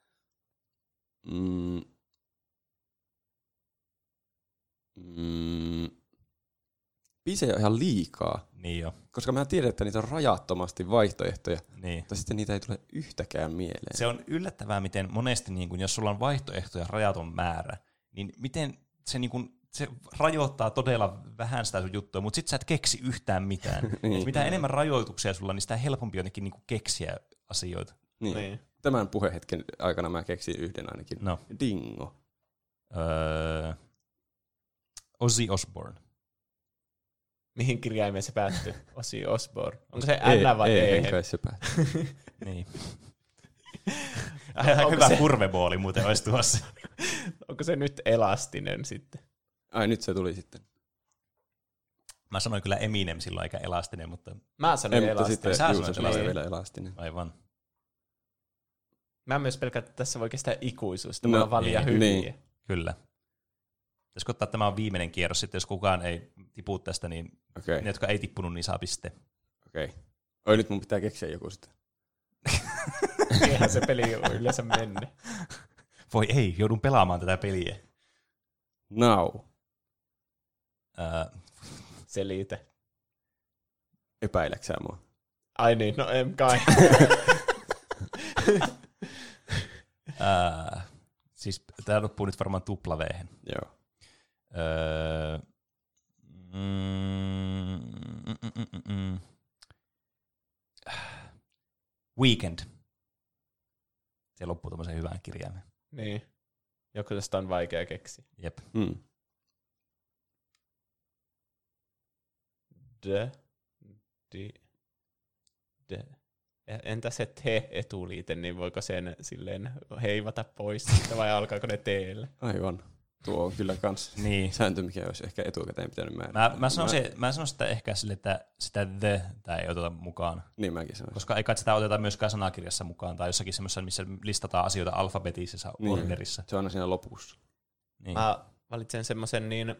Biisejä on ihan liikaa. Niin jo. Koska mä tiedän, että niitä on rajattomasti vaihtoehtoja, Niin. mutta sitten niitä ei tule yhtäkään mieleen. Se on yllättävää, miten monesti, niin kun, jos sulla on vaihtoehtoja rajaton määrä, niin miten se, niin kun, se rajoittaa todella vähän sitä sun juttua, mutta sit sä et keksi yhtään mitään. Niin. Mitä enemmän rajoituksia sulla, niin sitä helpompi jotenkin niin kun keksiä asioita. Niin. Tämän puhehetken aikana mä keksin yhden ainakin. No. Dingo. Ozzy Osbourne. Mihin kirjaimeen se päättyy? Ozzy Osbourne. Onko se N vai E? Ei kai se päättyy. Niin. Ihan hyvä se kurvebooli muuten olisi tuossa. Onko se nyt elastinen sitten? Ai nyt se tuli sitten. Mä sanoin kyllä Eminem silloin eikä elastinen, mutta Mä sanoin Ei, mutta sitten elastinen. Sä Juuso sanoit sanoi elastinen. vielä elastinen. aivan. Mä myös pelkään, että tässä voi kestää ikuisuutta. No, Mä vaan liian niin. hyviä. Niin. Kyllä. Pitäisikö ottaa tämä on viimeinen kierros, sitten jos kukaan ei tipu tästä, niin Okei. ne, jotka ei tippunut, niin saa piste. Okei. Oi, nyt mun pitää keksiä joku sitten. Eihän se peli on yleensä mennyt. Voi ei, joudun pelaamaan tätä peliä. Now. Selitä. Epäileksää mua? Ai niin, no en kai. Siis tämä loppuu nyt varmaan tuplaveehen. Joo. Weekend. Se loppuu tommoseen hyvään kirjaimeen. Niin. Joku tästä on vaikea keksiä. Jep. Mm. Entä se te-etuliite, niin voiko sen silleen heivata pois sitten vai alkaako ne teellä? Aivan. Tuo on kyllä kans Niin. sääntö, mikä olisi ehkä etukäteen pitänyt määrätä. Mä sanon sitä ehkä sille, että sitä the ei oteta mukaan. Niin mäkin sanoisin. Koska ei kai sitä oteta myöskään sanakirjassa mukaan tai jossakin semmoisessa, missä listataan asioita alfabetisessa orderissa. Se on aina siinä lopussa. Niin. Mä valitsen semmoisen niin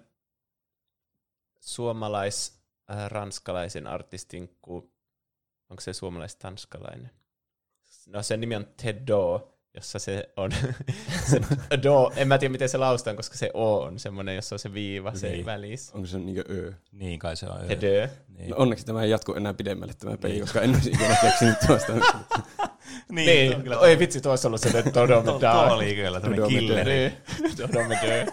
suomalais-ranskalaisen artistin kuin, onko se suomalais-tanskalainen? No sen nimi on Tedo, jossa se on, se do, en mä tiedä miten se laustaan, koska se O on semmoinen, jossa on se viiva se Niin. välissä. Onko se niinkö Ö? Niin kai se on. Tedo. Niin. No onneksi tämä ei jatku enää pidemmälle tämä peli, koska en olisi ikinä keksinyt tuosta. Niin, oi vitsi, tuossa on ollut se Todomeda. Tuo oli kyllä tämmöinen killeri. Todomeda.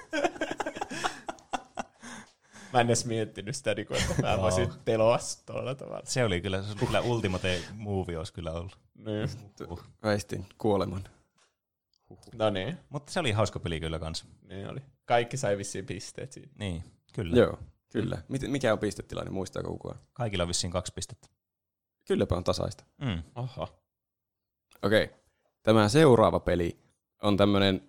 Mä en edes miettinyt sitä, että mä voisin teloa tuolla tavalla. Se oli kyllä ultimate movie olisi kyllä ollut. Niin. Väistin kuoleman. No niin, Mutta se oli hauska peli kyllä kanssa. niin oli. Kaikki sai vissiin pisteet siitä. Niin, kyllä. Joo, kyllä. Mikä on pistetilanne, muistaako kukaan? Kaikilla on vissiin 2 pistettä. Kylläpä on tasaista. Oho. Okei. Tämä seuraava peli on tämmönen,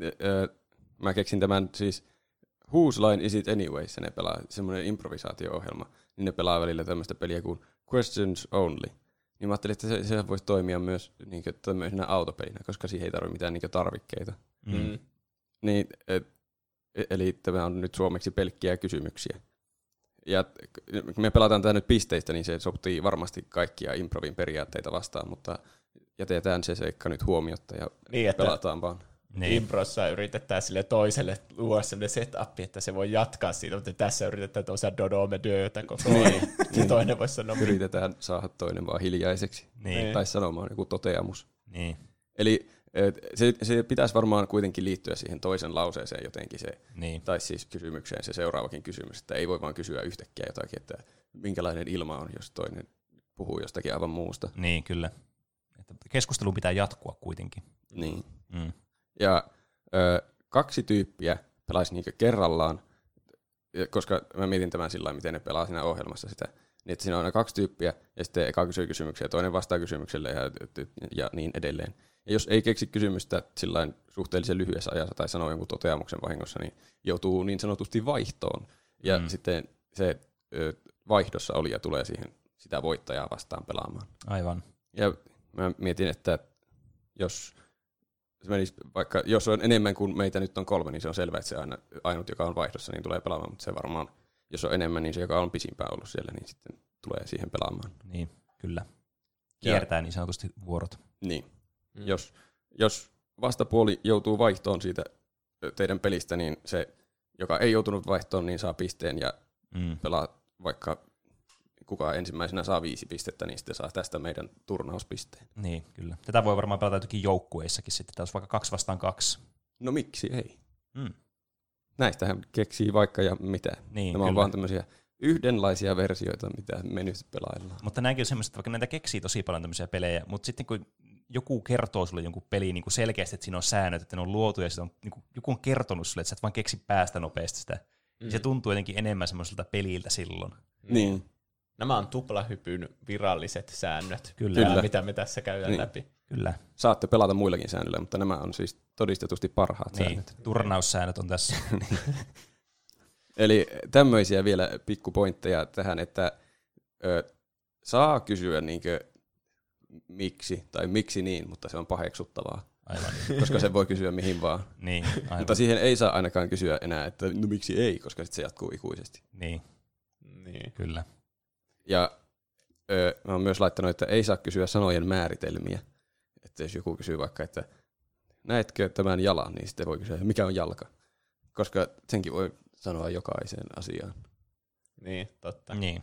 mä keksin tämän siis Whose Line Is It Anyway, se ne pelaa, semmoinen improvisaatio-ohjelma, niin ne pelaa välillä tämmöistä peliä kuin Questions Only. Niin mä ajattelin, että se voisi toimia myös niin tämmöisenä autopelinä, koska siihen ei tarvitse mitään niin tarvikkeita. Mm. Niin, eli tämä on nyt suomeksi pelkkiä kysymyksiä. Ja kun me pelataan tämä nyt pisteistä, niin se sopii varmasti kaikkia improvin periaatteita vastaan, mutta jätetään se seikka nyt huomiotta ja Niin, että pelataan vaan. Niin. improssa yritetään sille toiselle luoda sellainen setup, että se voi jatkaa siitä, mutta tässä yritetään tosiaan Dodomedötä koko ajan. Niin toinen voisi sanoa. Yritetään saada toinen vaan hiljaiseksi. Niin. Tai sanomaan joku toteamus. Niin. Eli se pitäisi varmaan kuitenkin liittyä siihen toisen lauseeseen jotenkin se, Niin. tai siis kysymykseen se seuraavakin kysymys, että ei voi vaan kysyä yhtäkkiä jotakin, että minkälainen ilma on, jos toinen puhuu jostakin aivan muusta. Niin, kyllä. Että keskustelun pitää jatkua kuitenkin. Niin. Mm. Ja 2 tyyppiä pelaisi niinku kerrallaan, koska mä mietin tämän sillä lailla, miten ne pelaa siinä ohjelmassa sitä, niin että siinä on aina 2 tyyppiä, ja sitten eka kysyy kysymyksiä, toinen vastaa kysymykselle ja niin edelleen. Ja jos ei keksi kysymystä sillain suhteellisen lyhyessä ajassa tai sanoo jonkun toteamuksen vahingossa, niin joutuu niin sanotusti vaihtoon. Ja sitten se vaihdossa olija tulee siihen sitä voittajaa vastaan pelaamaan. Aivan. Ja mä mietin, että jos jos on enemmän kuin meitä nyt on 3, niin se on selvää, että se ainut, joka on vaihdossa, niin tulee pelaamaan, mutta se varmaan, jos on enemmän, niin se, joka on pisimpään ollut siellä, niin sitten tulee siihen pelaamaan. Niin, kyllä. Kiertää niin sanotusti vuorot. Niin. Jos vastapuoli joutuu vaihtoon siitä teidän pelistä, niin se, joka ei joutunut vaihtoon, niin saa pisteen ja pelaa vaikka kuka ensimmäisenä saa 5 pistettä, niin sitten saa tästä meidän turnauspisteen. Niin, kyllä. Tätä voi varmaan pelata jotenkin joukkueissakin sitten. Tämä olisi vaikka 2 vastaan 2. No miksi ei? Mm. Näistähän keksii vaikka ja mitä. Niin, Nämä on kyllä. vaan tämmöisiä yhdenlaisia versioita, mitä me nyt pelaillaan. Mutta näinkin on semmoista, että vaikka näitä keksii tosi paljon tämmöisiä pelejä, mutta sitten kun joku kertoo sulle jonkun peliin niin kuin selkeästi, että siinä on säännöt, että ne on luotu ja on, niin kuin, joku on kertonut sulle, että sä et vaan keksi päästä nopeasti sitä, Se tuntuu jotenkin enemmän semmoiselta peliltä silloin. Niin. Nämä on tuplahypyn viralliset säännöt, Kyllä. mitä me tässä käydään läpi. Kyllä. Saatte pelata muillakin säännöillä, mutta nämä on siis todistetusti parhaat säännöt. Turnaussäännöt on tässä. Eli tämmöisiä vielä pikkupointteja tähän, että saa kysyä niinkö miksi tai miksi niin, mutta se on paheksuttavaa. Aivan. Koska se voi kysyä mihin vaan. Niin, aivan. Mutta siihen ei saa ainakaan kysyä enää, että no miksi ei, koska sit se jatkuu ikuisesti. Niin, kyllä. Ja mä oon myös laittanut, että ei saa kysyä sanojen määritelmiä. Että jos joku kysyy vaikka, että näetkö tämän jalan, niin sitten voi kysyä, mikä on jalka. Koska senkin voi sanoa jokaiseen asiaan. Niin, totta. Niin.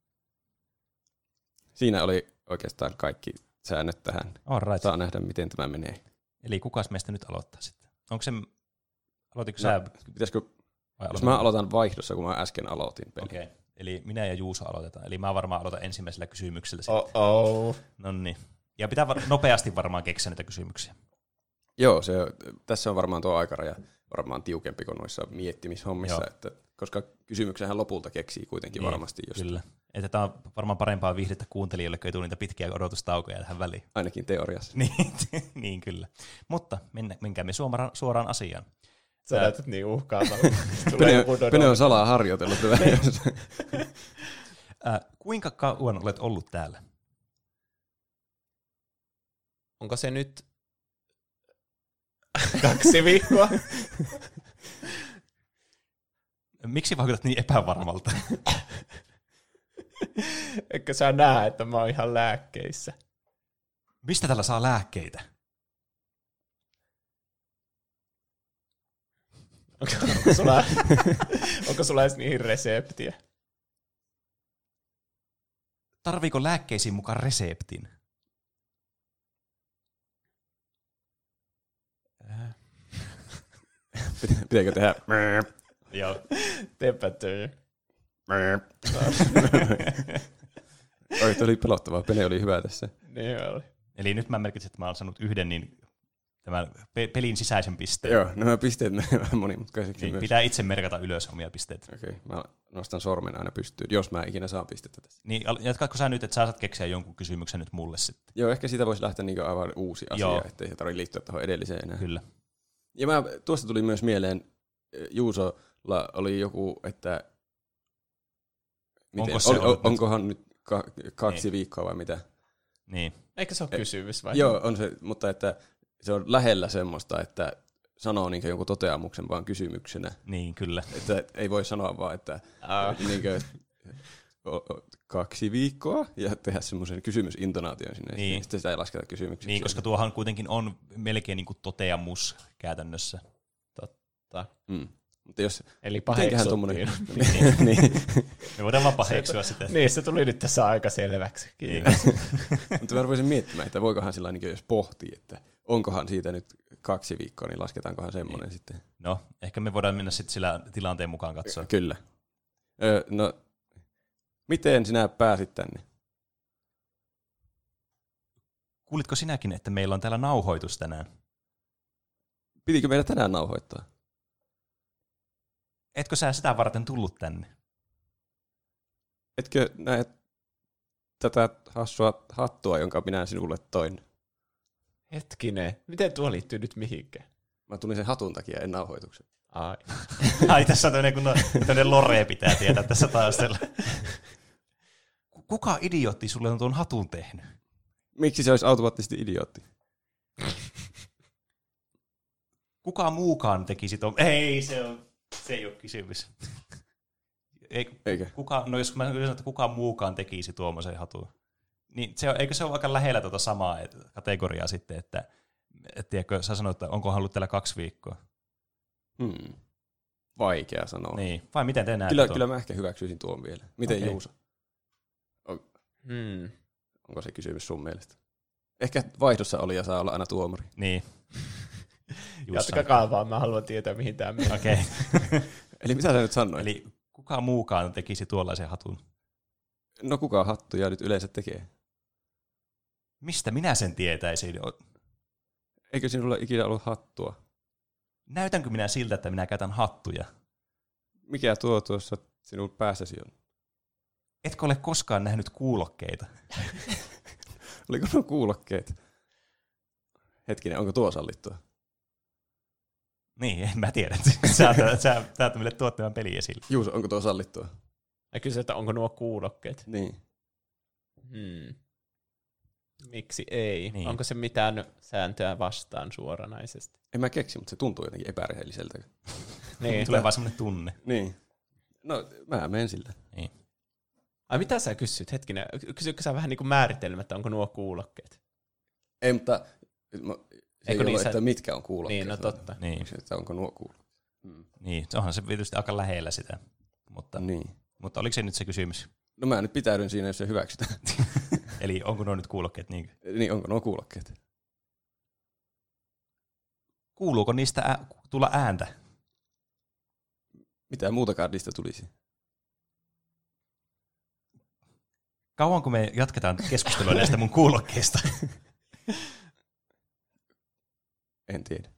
Siinä oli oikeastaan kaikki säännöt tähän. Alright. Saa nähdä, miten tämä menee. Eli kukas meistä nyt aloittaa sitten? Onko se, aloititko sä? Pitäisikö, Vai jos mä aloitan vaihdossa, kun mä äsken aloitin pelin. Okei. Eli minä ja Juuso aloitetaan. Eli mä varmaan aloitan ensimmäisellä kysymyksellä sitten. Oh. Noniin. Ja pitää nopeasti varmaan keksiä niitä kysymyksiä. Joo, tässä on varmaan tuo aikaraja varmaan tiukempi kuin noissa miettimishommissa, Joo. että, koska kysymyksenhän lopulta keksii kuitenkin Niin, varmasti. Jos kyllä. Että tämä on varmaan parempaa viihdettä kuuntelijoille, kun ei tule niitä pitkiä odotustaukoja tähän väliin. Ainakin teoriassa. niin kyllä. Mutta menkäämme suoraan asiaan. Sä näytät niin uhkaavalta. Pene on salaa harjoitellut. Kuinka kauan olet ollut täällä? Onko se nyt 2 viikkoa? Miksi vaikutat niin epävarmalta? Eikö sä näe, että mä oon ihan lääkkeissä? Mistä täällä saa lääkkeitä? Onko sulla edes niihin reseptiä? Tarviiko lääkkeisiin mukaan reseptin? Pitääkö tehdä? Joo. Teepä töö. Oi, toi oli pelottavaa. Pene oli hyvä tässä. Niin oli. Eli nyt mä merkitsin, että mä olen saanut yhden niin tämän pelin sisäisen pisteen. Joo, nämä pisteet menee vähän monimutkaisiksi Niin, myös. pitää itse merkata ylös omia pisteitä. Okei, mä nostan sormen aina pystyyn, jos mä ikinä saan pistettä tästä. Niin, jatkaatko sä nyt, että sä saat keksiä jonkun kysymyksen nyt mulle sitten? Joo, ehkä siitä voisi lähteä niin aivan uusi asia, Joo. ettei se tarvitse liittyä tuohon edelliseen enää. Kyllä. Ja tuosta tuli myös mieleen, Juusolla oli joku, että miten, onkohan nyt 2 viikkoa vai mitä? Niin. Eikö se ole kysymys vai? Joo, on se, mutta että se on lähellä semmoista, että sanoo niin jonkun toteamuksen vaan kysymyksenä. Niin, kyllä. Että ei voi sanoa vaan, että niin 2 viikkoa ja tehdä semmoisen kysymysintonaation sinne. Niin. Sitten sitä ei lasketa kysymyksiä. Niin, koska tuohan kuitenkin on melkein niin kuin toteamus käytännössä. Totta. Mutta jos, Eli mitenköhän paheksuttiin. niin. Me voidaan vaan paheksua sitä. Niin, se tuli nyt tässä aika selväksi. Mutta mä rupesin miettimään, että voikohan sillä niin jos pohtii, että onkohan siitä nyt 2 viikkoa, niin lasketaankohan semmoinen sitten. No, ehkä me voidaan mennä sitten sillä tilanteen mukaan katsoa. Kyllä. No, miten sinä pääsit tänne? Kuulitko sinäkin, että meillä on täällä nauhoitus tänään? Pitikö meidän tänään nauhoittaa? Etkö sä sitä varten tullut tänne? Etkö näe tätä hassua hattua, jonka minä sinulle toin? Hetkinen, miten tuo liittyy nyt mihinkään? Mä tulin sen hatun takia, en nauhoituksen. Ai. Ai, tässä on tämmöinen lore pitää tietää tässä taustalla. Kuka idiootti sulle on tuon hatun tehnyt? Miksi se olisi automaattisesti idiootti? Kuka muukaan tekisi tuon? Ei, se ei ole kysymys. Eikö? No jos mä sanon, että kuka muukaan tekisi tuommoisen hatun, niin eikö se ole aika lähellä tuota samaa kategoriaa sitten, että tiedätkö, sä sanoit, että onkohan ollut täällä 2 viikkoa? Vaikea sanoa. Niin, vai miten te näette Kyllä mä ehkä hyväksyisin tuon vielä. Miten Juuso? Onko se kysymys sun mielestä? Ehkä vaihdossa oli ja saa olla aina tuomari. Niin. Jatkakaa vaan, mä haluan tietää mihin tämä menee. Okei. Eli mitä sä nyt sanoit? Eli kuka muukaan tekisi tuollaisen hatun? No kuka hattuja nyt yleensä tekee? Mistä minä sen tietäisin? Eikö sinulla ikinä ollut hattua? Näytänkö minä siltä, että minä käytän hattuja? Mikä tuo tuossa sinun päässäsi on? Etkö ole koskaan nähnyt kuulokkeita? Oliko nuo kuulokkeet? Hetkinen, onko tuo sallittua? Niin, en mä tiedä. Sä täältä meille tuot tämän pelin esille. Juuso, onko tuo sallittua? Mä kysyn, että onko nuo kuulokkeet? Niin. Miksi ei? Niin. Onko se mitään sääntöä vastaan suoranaisesti? En mä keksi, mutta se tuntuu jotenkin epärehelliseltä. Niin. Tulee vaan semmoinen tunne. Niin. No, mä menen sillä. Niin. Ai mitä sä kysyt? Hetkinen, kysytkö sä vähän niin kuin määritelmättä, onko nuo kuulokkeet? Ei, mutta se ei niin, ole, että mitkä on kuulokkeet. Niin, no totta. Niin. Että onko nuo kuulokkeet. Niin, onhan se tietysti aika lähellä sitä. Mutta, Niin. mutta oliko se nyt se kysymys? No mä nyt pitäydyn siinä, jos se hyväksytään. Eli onko nuo nyt kuulokkeet? Niin, onko nuo kuulokkeet? Kuuluuko niistä tulla ääntä? Mitä muutakaan niistä tulisi? Kauanko me jatketaan keskustelua näistä mun kuulokkeista? En tiedä.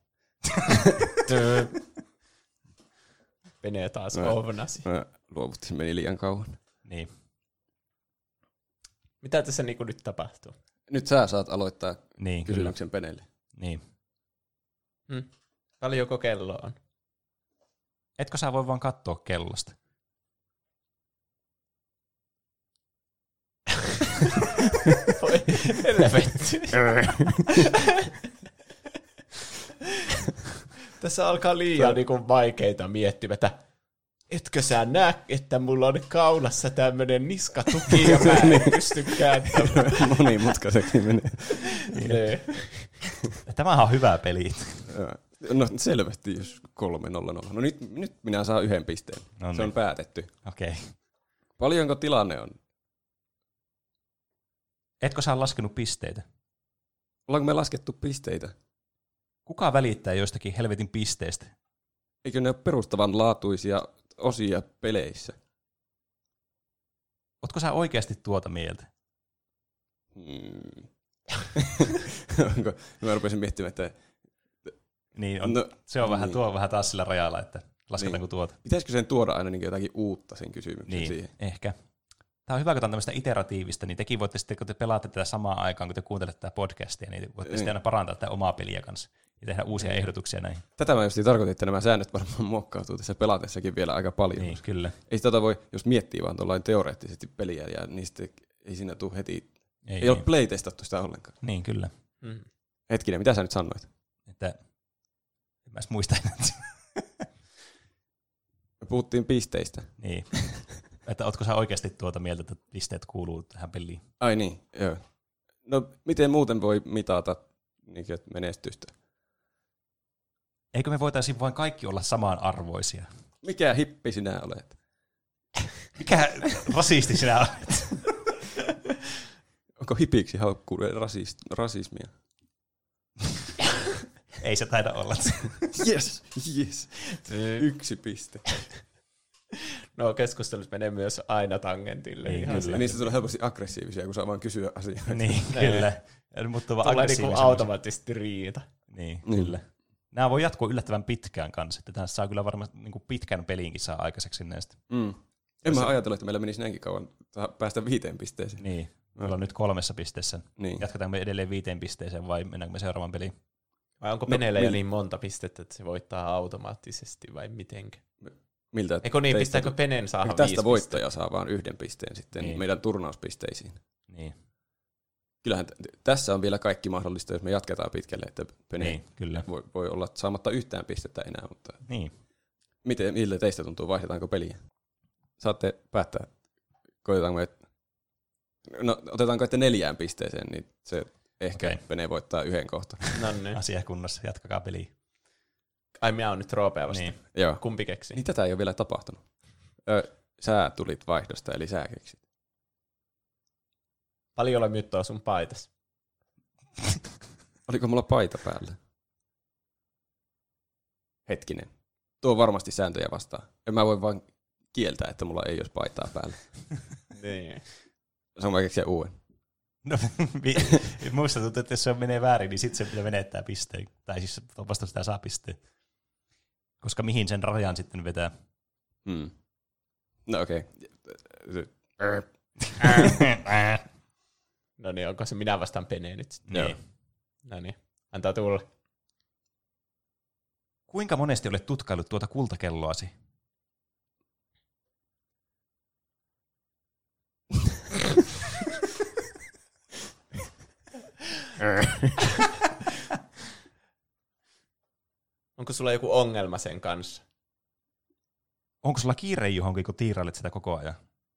Pene taas ovnasi. Mä luovutin, se meni liian kauan. Niin. Mitä tässä niin kuin nyt tapahtuu? Nyt sä saat aloittaa Niin, kysymyksen Penelle. Niin. Paljonko kello on? Etkö sä voi vaan katsoa kellosta? Voi helvetti. Tässä alkaa liian niin kuin vaikeita miettimätä. Etkö sä näe, että mulla on kaulassa tämmönen niskatuki ja mä en pysty kääntämään. Monimutkaiseksi menee. Niin. Tämähän on hyvä peli. No selvästi, jos 3-0-0. No nyt minä saan 1 pisteen. No Se on niin. päätetty. Okei. Paljonko tilanne on? Etkö sä laskenut pisteitä? Ollaanko me laskettu pisteitä? Kuka välittää joistakin helvetin pisteistä? Eikö ne ole perustavanlaatuisia osia peleissä? Ootko sä oikeasti tuota mieltä? Onko? Mä rupesin miettimään, että Niin, on, no, se on niin. vähän, tuo on vähän taas sillä rajalla, että lasketaanko Niin. tuota. Pitäisikö sen tuoda aina niin jotakin uutta sen kysymyksen Niin, siihen? ehkä. Tämä on hyvä, kun tämä on tämmöistä iteratiivista, niin tekin voitte sitten, kun te pelaatte tätä samaan aikaan, kun te kuuntelette tätä podcastia, niin voitte sitten aina parantaa tätä omaa peliä kanssa ja tehdä uusia ehdotuksia näihin. Tätä mä just tarkoitin, että nämä säännöt varmaan muokkautuu tässä pelatessakin vielä aika paljon. Niin, kyllä. Ei sitä voi, jos miettii vaan tuollain teoreettisesti peliä, ja niistä ei siinä tule heti, ei ole playtestattu sitä ollenkaan. Niin, kyllä. Hetkinen, mitä sä nyt sanoit? Että, en mä edes muista enää. Me puhuttiin pisteistä. Niin. Että ootko sä oikeasti tuota mieltä, että pisteet kuuluu tähän peliin? Ai niin, joo. No miten muuten voi mitata niin, menestystä? Eikö me voitaisiin vain kaikki olla samanarvoisia? Mikä hippi sinä olet? Mikä rasisti sinä olet? Onko hipiksi haukkuuden rasismia? Ei se taida olla. Yes. 1 piste. No keskustelut menee myös aina tangentille. Niin, ihan kyllä. Niistä tulee helposti aggressiivisia, kun saa vaan kysyä asioita. Niin, kyllä. Mutta vaan tulee niinku automaattisesti riita. Niin, kyllä. Nämä voi jatkua yllättävän pitkään kanssa. Että tässä saa kyllä varmaan niin pitkän pelinkin saa aikaiseksi näistä. En mä ajatellut, että meillä menisi näinkin kauan päästä 5 pisteeseen. Niin, meillä on nyt 3 pisteessä. Niin. Jatketaanko me edelleen 5 pisteeseen vai mennäänkö me seuraavaan peliin? Vai onko Penellä jo niin monta pistettä, että se voittaa automaattisesti vai mitenkä? Miltä? Eikö niin, pistääkö Penen saada 5 tästä voittaja saa vaan 1 pisteen sitten Niin. meidän turnauspisteisiin. Niin, Kyllähän tässä on vielä kaikki mahdollista, jos me jatketaan pitkälle, että Pene niin kyllä. voi olla saamatta yhtään pistettä enää, mutta Niin. millä teistä tuntuu, vaihdetaanko peliä? Saatte päättää, koitetaanko me, no otetaanko että 4 pisteeseen, niin se ehkä Pene voittaa 1 kohta. No niin. Asia kunnossa, jatkakaa peliä. Ai minä on nyt Roopea vasta. Niin. Joo. Kumpi keksi? Niin tätä ei ole vielä tapahtunut. Sä tulit vaihdosta, eli sä keksit. Paljon on myttoa sun paitas. Oliko mulla paita päällä? Hetkinen. Tuo on varmasti sääntöjä vastaan. En mä voi vaan kieltää, että mulla ei olisi paitaa päällä. Niin. Saanko mä keksiä uuden? No, muista tuntuu, että jos se menee väärin, niin sitten se pitää menettää pisteen. Tai siis vasta sitä saa pisteen. Koska mihin sen rajan sitten vetää? No okei. No niin, onko se minä vastaan Pene nyt sitten? Niin. No niin, antaa tulla. Kuinka monesti olet tutkaillut tuota kultakelloasi? Onko sulla joku ongelma sen kanssa? Onko sulla kiire johonkin, kun tiirailet sitä koko ajan?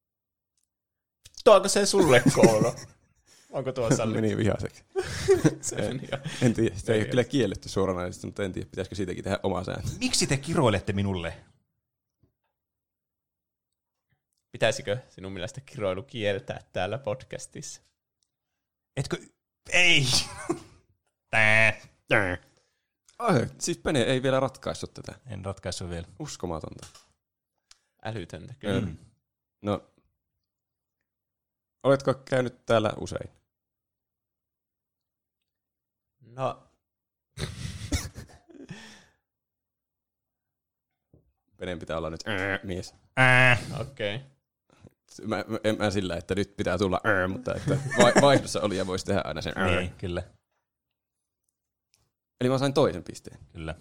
Onko se sulle koolo? Onko tuo sallittu? Meni vihaiseksi. Se meni jo. En tiedä, sitä ei ole kyllä kielletty suoranaisesti, mutta en tiedä, pitäisikö siitäkin tehdä oma sääntö. Miksi te kiroilette minulle? Pitäisikö sinun mielestä kiroilu kieltää täällä podcastissa? Etkö... Ei! Tää. Siis Pene ei vielä ratkaissut tätä. En ratkaissut vielä. Uskomatonta. Älytöntä, kyllä. No, oletko käynyt täällä usein? No, Peneen pitää olla nyt mies. okei. Mä sillä, että nyt pitää tulla mutta että vaihdossa oli ja voisi tehdä aina sen Niin, kyllä. Eli mä sain toisen pisteen. Kyllä.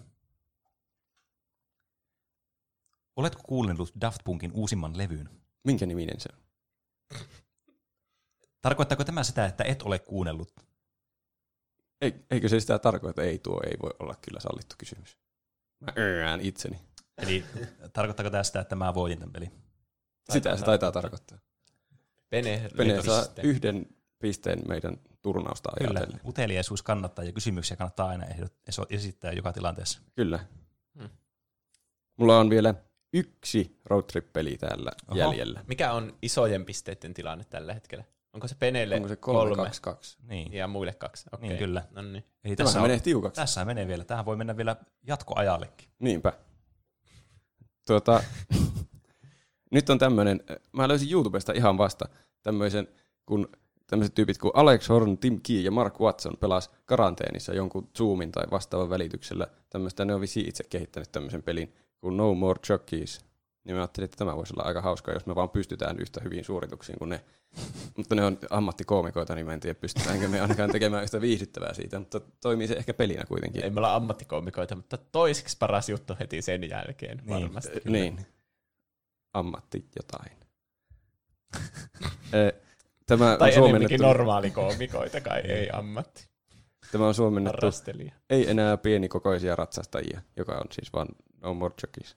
Oletko kuunnellut Daft Punkin uusimman levyyn? Minkä niminen se on? Tarkoittaako tämä sitä, että et ole kuunnellut? Eikö se sitä tarkoita? Ei, tuo ei voi olla kyllä sallittu kysymys. Mä itseni. Eli tarkoittaako tämä sitä, että mä voitin tämän pelin? Sitä se taitaa tarkoittaa. Pene saa yhden pisteen meidän turnausta ajatellen. Kyllä, uteliaisuus kannattaa ja kysymyksiä kannattaa aina esittää joka tilanteessa. Kyllä. Mulla on vielä yksi roadtrip-peli täällä jäljellä. Mikä on isojen pisteiden tilanne tällä hetkellä? Onko se Penelle Onko se 3-2-2? Niin. Ja muille 2? Okay. Niin, kyllä. No niin. Eli Tämähän menee tiukaksi. Tässä menee vielä. Tähän voi mennä vielä jatkoajallekin. Niinpä. Nyt on tämmönen, mä löysin YouTubesta ihan vasta tämmöiset tyypit kuin Alex Horn, Tim Key ja Mark Watson pelas karanteenissa jonkun Zoomin tai vastaavan välityksellä tämmöistä, ne on vissiin itse kehittänyt tämmöisen pelin kuin No More Jockeys. Niin mä ajattelin, että tämä voisi olla aika hauskaa, jos me vaan pystytään yhtä hyviin suorituksiin kuin ne. Mutta ne on ammattikoomikoita, niin mä en tiedä, pystytäänkö me ainakaan tekemään yhtä viihdyttävää siitä, mutta toimii se ehkä pelinä kuitenkin. Ei me olla ammattikoomikoita, mutta toiseksi paras juttu heti sen jälkeen varmasti. Niin. Ammatti jotain. Tämä tai on enemmänkin normaalikoomikoita kai, ei ammatti. Tämä on suomennettu Harrastelija. Ei enää pienikokoisia ratsastajia, joka on siis vaan No More Jockeys.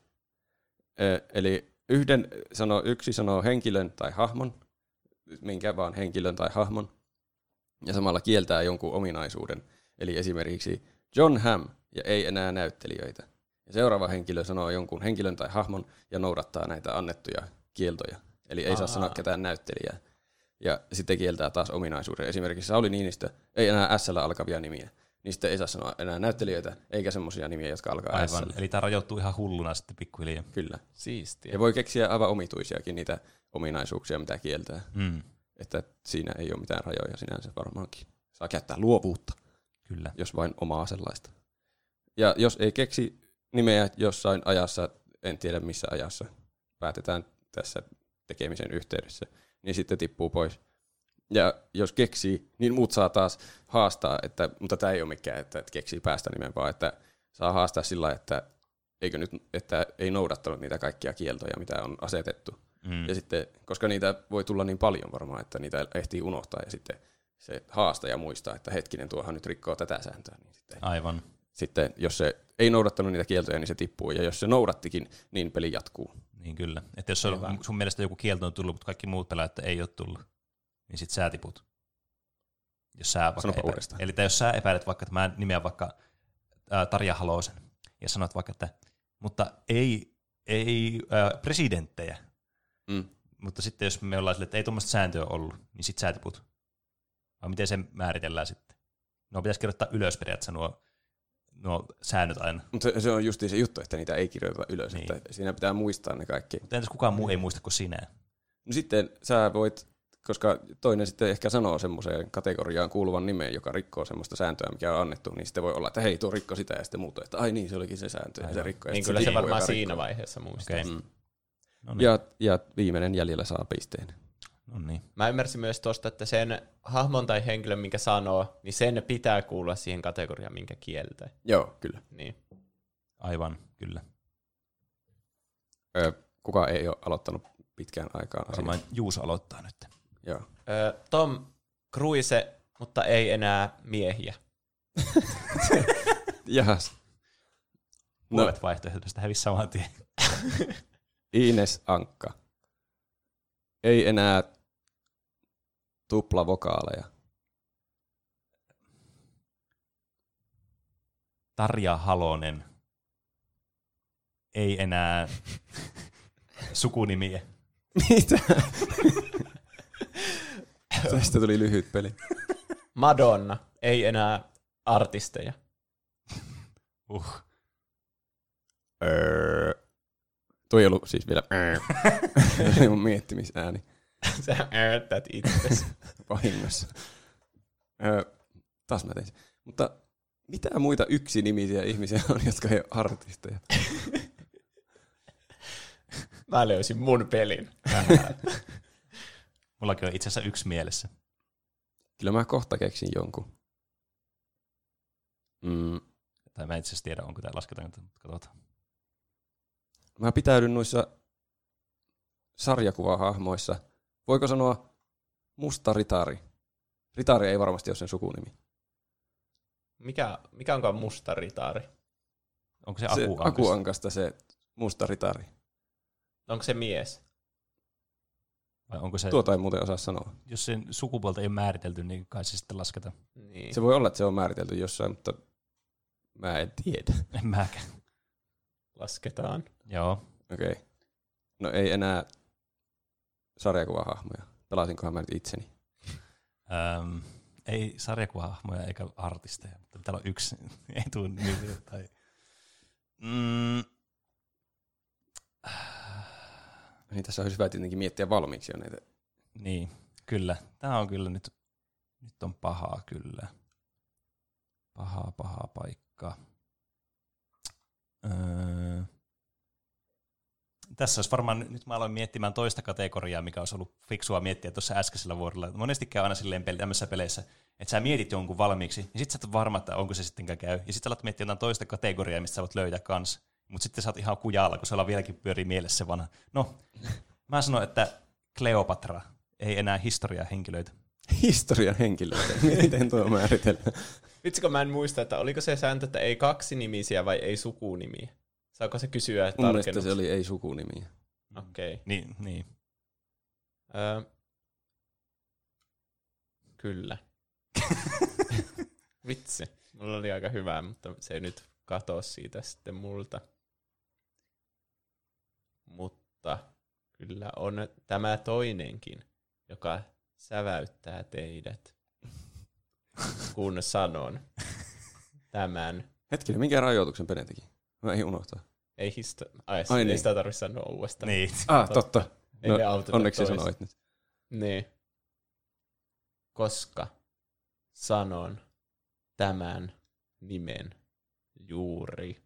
Eli yksi sanoo henkilön tai hahmon, minkä vaan henkilön tai hahmon, ja samalla kieltää jonkun ominaisuuden. Eli esimerkiksi John Hamm ja ei enää näyttelijöitä. Ja seuraava henkilö sanoo jonkun henkilön tai hahmon ja noudattaa näitä annettuja kieltoja. Eli ei saa sanoa ketään näyttelijää. Ja sitten kieltää taas ominaisuuden. Esimerkiksi Sauli Niinistö ei enää S-llä alkavia nimiä. Niin sitten ei saa sanoa enää näyttelijöitä, eikä semmoisia nimiä, jotka alkaa S-llä. Eli tämä rajoittuu ihan hulluna sitten pikkuhiljaa. Kyllä. Siistiä. Ja voi keksiä aivan omituisiakin niitä ominaisuuksia, mitä kieltää. Että siinä ei ole mitään rajoja sinänsä varmaankin. Saa käyttää luovuutta. Kyllä. Jos vain omaa sellaista. Ja jos ei keksi nimeä jossain ajassa, en tiedä missä ajassa, päätetään tässä tekemisen yhteydessä, niin sitten tippuu pois. Ja jos keksii, niin muut saa taas haastaa, mutta tämä ei ole mikään, että keksii päästä nimen, vaan että saa haastaa sillä, että ei noudattanut niitä kaikkia kieltoja, mitä on asetettu. Ja sitten, koska niitä voi tulla niin paljon varmaan, että niitä ehtii unohtaa, ja sitten se haastaja muistaa, että hetkinen, tuohan nyt rikkoo tätä sääntöä. Niin sitten, aivan. Sitten jos se ei noudattanut niitä kieltoja, niin se tippuu, ja jos se noudattikin, niin peli jatkuu. Niin kyllä. Että jos sun mielestä joku kielto on tullut, mutta kaikki muut pelaa, että ei ole tullut, niin sit sä tiput. Jos sä eli jos sä epäilet vaikka, että mä nimeän vaikka Tarja Halosen, ja sanot vaikka, että mutta ei presidenttejä. Mutta sitten jos me ollaan sille, että ei tuommoista sääntöä ollut, niin sit sä tiput. Vai miten se määritellään sitten? No pitäisi kirjoittaa ylös periaatteessa nuo säännöt aina. Mutta se on justiin se juttu, että niitä ei kirjoiteta ylös, niin. Että siinä pitää muistaa ne kaikki. Mutta entäs kukaan muu ei muista kuin sinä? No sitten sä voit, koska toinen sitten ehkä sanoo semmoiseen kategoriaan kuuluvan nimeen, joka rikkoo semmoista sääntöä, mikä on annettu, niin sitten voi olla, että hei, tuo rikko sitä, ja sitten muuta, että ai niin, se olikin se sääntö, ja se rikkoo. Niin kyllä se varmaan siinä vaiheessa muistaa. Okay. No niin. Ja viimeinen jäljellä saa pisteen. No niin. Mä ymmärsin myös tuosta, että sen hahmon tai henkilön, minkä sanoo, niin sen pitää kuulua siihen kategoriaan, minkä kieltä. Joo, kyllä. Niin. Aivan, kyllä. Kuka ei ole aloittanut pitkään aikaan Varmaan Juuso aloittaa nyt. Joo. Tom Cruise, mutta ei enää miehiä. Jahas. Puolet vaihtoehdosta hävisi saman tien. Ines Ankka. Ei enää tuplavokaaleja. Tarja Halonen. Ei enää sukunimiä. Mitä? Tästä tuli lyhyt peli. Madonna, ei enää artisteja. Tuo ei ollut siis vielä se oli mun miettimisääni. Sä äänettät itsesi. Vahingossa. Taas mä tein. Mutta mitä muita yksinimisiä ihmisiä on, jotka ei ole artisteja? Mä löysin mun pelin. Mullakin on itse asiassa yksi mielessä. Kyllä mä kohta keksin jonkun. Tai mä itse asiassa tiedä, onko tämä lasketaan, mutta katsotaan. Mä pitäydyn noissa sarjakuvahahmoissa. Voiko sanoa Musta Ritari? Ritari ei varmasti ole sen sukunimi. Mikä onkaan musta ritaari? Onko se Se Akuankasta? Akuankasta se Musta Ritari. Onko se mies? Vai onko se, Tuota ei muuten osaa sanoa. jos sen sukupuolta ei ole määritelty, niin kai se sitten lasketaan. Niin. Se voi olla, että se on määritelty jossain, mutta mä en tiedä. En mäkään. Lasketaan. Joo. Okei. No ei enää sarjakuvahahmoja. Pelasinkohan mä nyt itseni. Ei sarjakuvahahmoja eikä artisteja, mutta täällä on yksi. Ei tule nimiä. Tai... Niin tässä olisi hyvä tietenkin miettiä valmiiksi jo näitä. Niin, kyllä. Tämä on kyllä nyt on pahaa kyllä. Pahaa paikkaa. Tässä olisi varmaan, nyt mä aloin miettimään toista kategoriaa, mikä olisi ollut fiksua miettiä tuossa äskeisellä vuodella. Monesti käy aina silleen tämmöisissä peleissä, että sä mietit jonkun valmiiksi, ja sitten sä et ole varma, että onko se sittenkään käy. Ja sitten alat miettiä jotain toista kategoriaa, mistä sä voit löytää kans. Mutta sitten sä oot ihan kujalla, kun sulla vieläkin pyörii mielessä se vanha. No, mä sanon, että Kleopatra ei enää historian henkilöitä. Historian henkilöitä. Miten tuo määritellään? Vitsikö mä en muista, että oliko se sääntö, että ei kaksinimisiä vai ei sukunimiä? Saako se kysyä Mun mielestä tarkennuksia? se oli ei sukunimiä. Okei. Okay. Niin. Kyllä. Vitsi. Mulla oli aika hyvä, mutta se ei nyt katoa siitä sitten multa. Mutta kyllä on tämä toinenkin, joka säväyttää teidät, kun sanon tämän. Hetkinen, minkä rajoituksen Pene teki? Mä en unohtaa. Ei, Ai ei niin. sitä tarvitse sanoa uudestaan. Niin. Totta. Ei No, ne auteta onneksi toista. sanoit nyt. Niin. Koska sanon tämän nimen juuri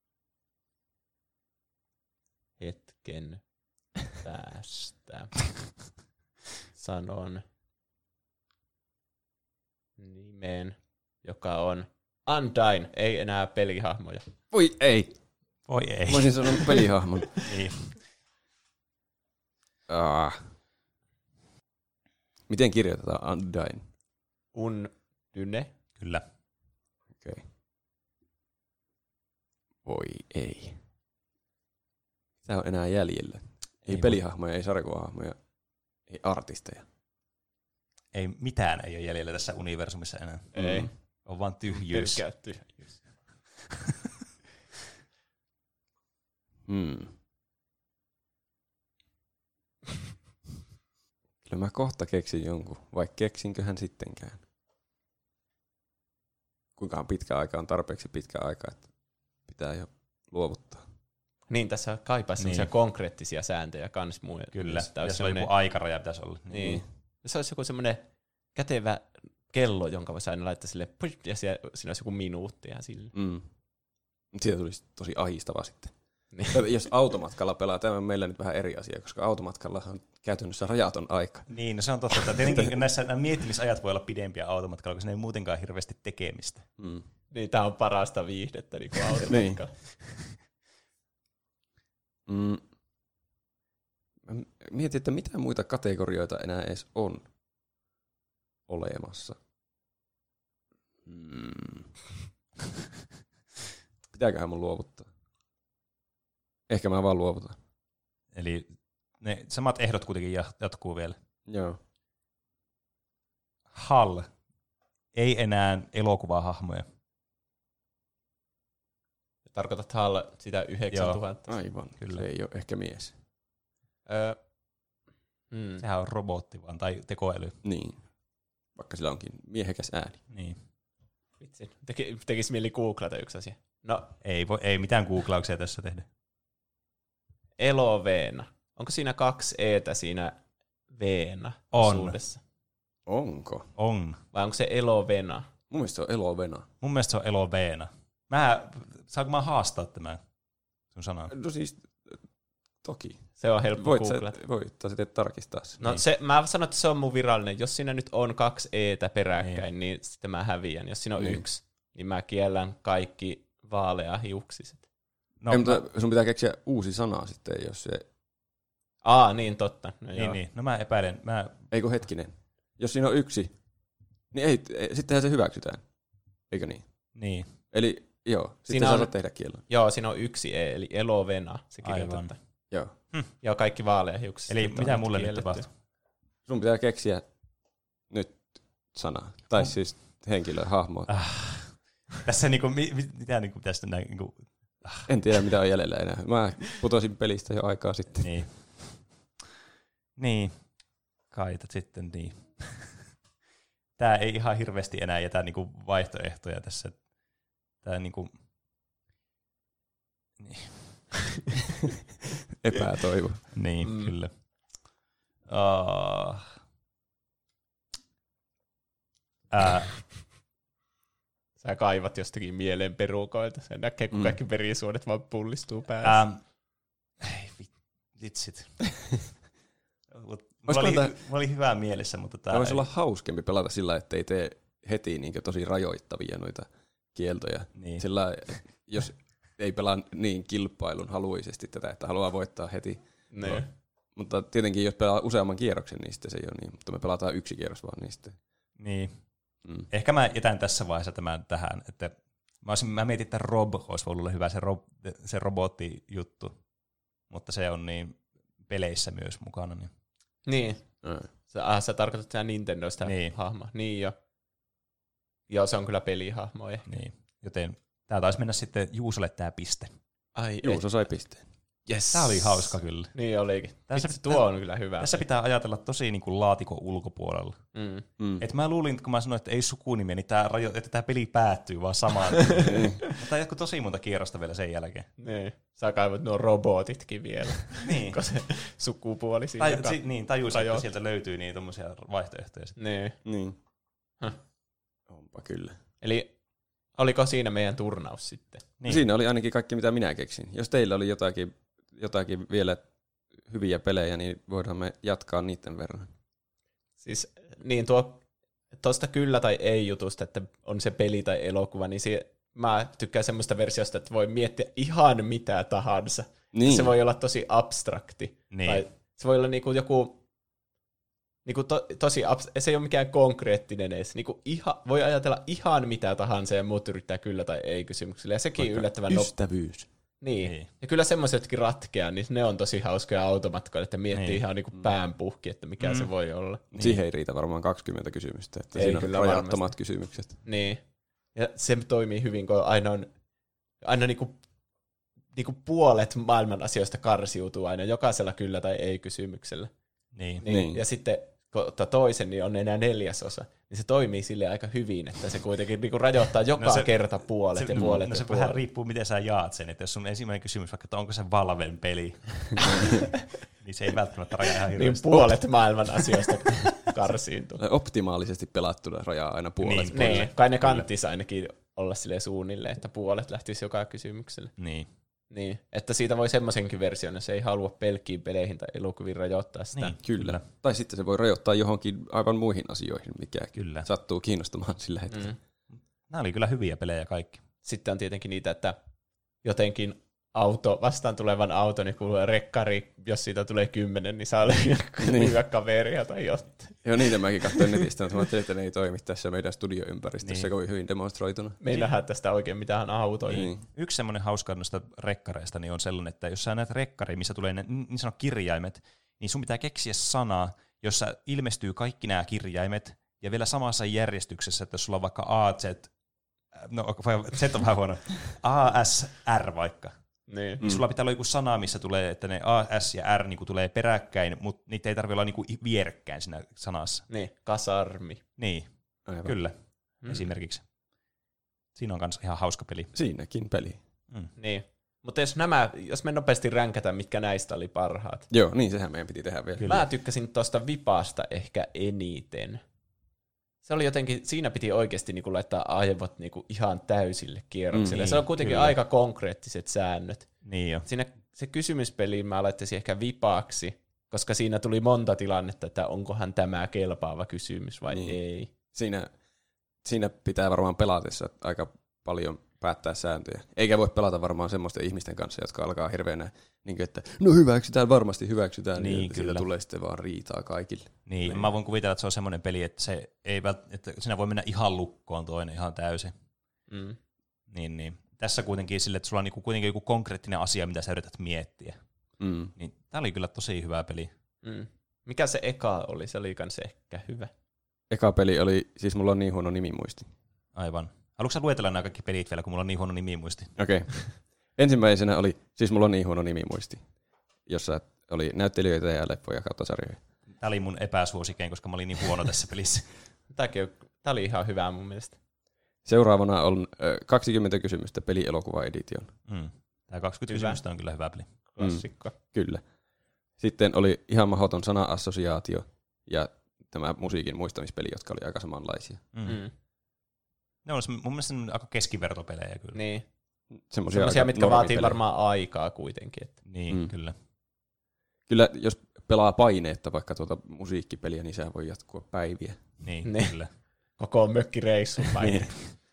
hetken päästä. Sanon nimen, joka on Undyne, ei enää pelihahmoja. Voi ei. Voi ei. Mä olisin sanonut pelihahmon. Niin. Miten kirjoitetaan Undyne? Undyne. Kyllä. Okei. Voi ei. Mitä on enää jäljellä? Ei Ei pelihahmoja, ei sarjakuvahahmoja, ei artisteja. Ei mitään ei ole jäljellä tässä universumissa enää. Ei. On vaan tyhjyys. Pelkkää tyhjyys. Kyllä mä kohta keksin jonkun, vai keksinköhän sittenkään? Kuinkahan pitkä aika on tarpeeksi pitkä aika, että pitää jo luovuttaa. Niin, tässä kaipaisi Niin. semmoisia konkreettisia sääntöjä kans muu. Kyllä. Sitä Ja olisi se on joku semmoinen- aikaraja pitäisi olla. Niin. Se olisi joku semmoinen kätevä kello, jonka voisi aina laittaa sille, ja siinä olisi joku minuutti ja sille. Siitä tulisi tosi ahistava sitten. Jos automatkalla pelaa, tämä on meillä nyt vähän eri asia, koska automatkalla on käytännössä rajaton aika. Niin, no se on totta. Että tietenkin nämä miettimisajat voi olla pidempiä automatkalla, koska ne ei muutenkaan hirveästi tekemistä. Niin, tää on parasta viihdettä niin automatkalla. Mietin, että mitä muita kategorioita enää edes on olemassa. Pitääköhän mun luovuttaa? Ehkä mä vaan luovutan. Eli ne samat ehdot kuitenkin jatkuu vielä. Joo. HAL. Ei enää elokuvahahmoja. Tarkoitat HAL sitä 9000? Aivan, kyllä. Se ei ole ehkä mies. Sehän on robotti vaan, tai tekoäly. Niin, vaikka sillä onkin miehekäs ääni. Niin. Vitsi, tekisi mieli googlata yksi asia. No, ei mitään googlauksia tässä tehdä. Eloveena. Onko siinä 2 eetä siinä veena osuudessa? Onko? On. Vai onko se elovena? Mun mielestä se on elovena. Mun mielestä se on eloveena. Saanko mä haastaa tämän sun sanan? No siis, toki. Se on helppo googlata. Voit sitten tarkistaa sen. No niin. Mä sanon, että se on mun virallinen. Jos siinä nyt on 2 eetä peräkkäin, niin sitten mä häviän. Jos siinä on 1, niin mä kiellän kaikki vaaleahiuksiset. No, ei, mutta sun pitää keksiä uusi sana sitten, jos se... Niin totta. No, niin. No mä epäilen. Eikö hetkinen? Jos siinä on 1, niin sittenhän se hyväksytään. Eikö niin? Niin. Eli joo, sitten saa tehdä kiellon. Joo, siinä on 1 e, eli elovena. Se kirjoitetaan. Joo. Ja kaikki vaaleahiukset. Eli mitä mulle nyt tapahtuu? Sun pitää keksiä nyt sana. Tai siis henkilö, hahmo. Tässä niinku, mitä niinku tästä näin niinku... En tiedä, mitä on jäljellä enää. Mä putosin pelistä jo aikaa sitten. Niin. Kaitat sitten niin. Tää ei ihan hirveästi enää jätä niinku vaihtoehtoja tässä. Tää niinku... Niin. Epätoivo. Niin, kyllä. Sä kaivat jostakin mieleen perukoilta. Se näkee, kun kaikki verisuonet vaan pullistuu päässä. Vitsit. Mulla oli hyvää mielessä, mutta tää voisi olla hauskempi pelata sillä, ettei tee heti niin tosi rajoittavia noita kieltoja. Niin. Sillä jos ei pelaa niin kilpailun haluisesti tätä, että haluaa voittaa heti. No. Mutta tietenkin jos pelaa useamman kierroksen, niin sitten se ei ole niin. Mutta me pelataan 1 kierros vaan niin sitten. Niin. Ehkä mä jätän tässä vaiheessa tämän tähän, että mä mietin, että Rob olisi ollut hyvä se robottijuttu, mutta se on niin peleissä myös mukana. Niin. Sä tarkoitat sitä Nintendosta hahmoa. Niin jo. Joo, se on kyllä pelihahmo. Niin. Joten tää taisi mennä sitten Juusolle tää piste. Juuso sai pisteen. Yes. Tää oli hauska kyllä. Niin olikin. Tuo on kyllä hyvä. Tässä pitää ajatella tosi niin kuin laatikon ulkopuolella. Et mä luulin, kun mä sanoin, että ei sukunimiä, niin että tää peli päättyy vaan samaan. Mutta joku tosi monta kierrosta vielä sen jälkeen. Niin. Sä kaivat nuo robotitkin vielä. Niin. Kun se sukupuoli siinä. Tajusin, että sieltä löytyy niin tommosia vaihtoehtoja. Niin. Onpa kyllä. Eli oliko siinä meidän turnaus sitten? Niin. Siinä oli ainakin kaikki, mitä minä keksin. Jos teillä oli jotakin vielä hyviä pelejä, niin voidaan me jatkaa niiden verran. Siis niin tuosta kyllä tai ei jutusta, että on se peli tai elokuva, niin mä tykkään semmoista versiosta, että voi miettiä ihan mitä tahansa. Niin. Se voi olla tosi abstrakti. Niin. Tai se voi olla niinku joku tosi se ei ole mikään konkreettinen edes. Voi ajatella ihan mitä tahansa ja muut yrittää kyllä tai ei kysymyksellä. Ja sekin yllättävän ystävyys. Niin. Ja kyllä semmoisetkin ratkeaa, niin ne on tosi hauskoja automatkoja, että miettii ihan niinku päänpuhki, että mikä se voi olla. Niin. Siihen ei riitä varmaan 20 kysymystä, että ei siinä on rajattomat kysymykset. Niin. Ja se toimii hyvin, kun aina niinku puolet maailman asioista karsiutuu aina jokaisella kyllä tai ei kysymyksellä. Niin. Ja sitten kun ottaa toisen, niin on enää 4/4. Niin se toimii sille aika hyvin, että se kuitenkin niinku rajoittaa joka kerta puolet ja puolet. No se vähän riippuu, miten sä jaat sen. Että jos sun ensimmäinen kysymys, vaikka että onko se Valven peli, niin se ei välttämättä rajaa ihan hirveästi. Niin puolet maailman asioista karsiintuu. Optimaalisesti pelattuna rajaa aina puolet. Niin, kai ne kanttisi ainakin olla silleen suunnilleen, että puolet lähtisi joka kysymykselle. Niin. Niin, että siitä voi semmoisenkin version, jos ei halua pelkkiin peleihin tai elokuviin rajoittaa sitä. Niin, Kyllä. Tai sitten se voi rajoittaa johonkin aivan muihin asioihin, mikä Kyllä. sattuu kiinnostamaan sillä hetkellä. Nämä oli kyllä hyviä pelejä kaikki. Sitten on tietenkin niitä, että jotenkin vastaan tulevan auto, niin kuuluu rekkari, jos siitä tulee 10, niin saa olla hyvä kaveria tai jotain. Joo, niitä mäkin katsoin netistä, mutta mä ajattelin, että ne ei toimi tässä meidän studioympäristössä kovin hyvin demonstroituna. Me ei nähdä tästä oikein mitään autoja. Niin. Yksi semmoinen hauska noista rekkareista niin on sellainen, että jos sä näet rekkari, missä tulee ne niin sanot kirjaimet, niin sun pitää keksiä sana, jossa ilmestyy kaikki nämä kirjaimet, ja vielä samassa järjestyksessä, että jos sulla on vaikka A, Z, no Z on vähän huono, A, S, R vaikka. Niin sulla pitää olla joku sana, missä tulee, että ne A, S ja R niin tulee peräkkäin, mutta niitä ei tarvitse olla niin vierekkäin siinä sanassa. Niin, kasarmi. Niin, Aivan. kyllä, esimerkiksi. Siinä on myös ihan hauska peli. Siinäkin peli. Niin. Mutta jos me nopeasti ränkätään, mitkä näistä oli parhaat. Joo, niin sehän meidän piti tehdä vielä. Kyllä. Mä tykkäsin tuosta Vipasta ehkä eniten. Se oli jotenkin, siinä piti oikeasti niinku laittaa aivot niinku ihan täysille kierroksille. Niin, se on kuitenkin kyllä. aika konkreettiset säännöt. Niin jo. Siinä se kysymyspeli mä laittaisin ehkä Vipaksi, koska siinä tuli monta tilannetta, että onkohan tämä kelpaava kysymys vai ei. Siinä pitää varmaan pelatessa aika paljon päättää sääntöjä. Eikä voi pelata varmaan semmoisten ihmisten kanssa, jotka alkaa hirveänä, niin että no varmasti hyväksytään, niin siitä tulee sitten vaan riitaa kaikille. Niin, mä voin kuvitella, että se on semmoinen peli, että, että siinä voi mennä ihan lukkoon toinen ihan täysin. Niin. Tässä kuitenkin sille, että sulla on niinku kuitenkin joku konkreettinen asia, mitä sä yrität miettiä. Niin, tää oli kyllä tosi hyvä peli. Mikä se eka oli? Se oli kans ehkä hyvä. Eka peli oli, siis mulla on niin huono nimimuisti. Aivan. Haluatko sä luetella nämä kaikki pelit vielä, kun mulla on niin huono nimimuisti? Okei. Ensimmäisenä oli, siis mulla on niin huono nimimuisti, jossa oli näyttelijöitä ja leppoja kautta sarjoja. Tää oli mun epäsuosikein, koska mä olin niin huono tässä pelissä. Tää oli ihan hyvä mun mielestä. Seuraavana on 20 kysymystä pelielokuva-edition. Tää 20 kysymystä on kyllä hyvä peli. Klassikko. Kyllä. Sitten oli ihan mahdoton sana-assosiaatio ja tämä musiikin muistamispeli, jotka oli aika samanlaisia. Ne on mun mielestä aika keskivertopelejä kyllä. Niin. Semmoisia mitkä vaatii varmaan aikaa kuitenkin. Että. Niin, kyllä. Kyllä, jos pelaa paineetta vaikka tuota musiikkipeliä, niin sehän voi jatkua päiviä. Niin, kyllä. Koko mökkireissun paine.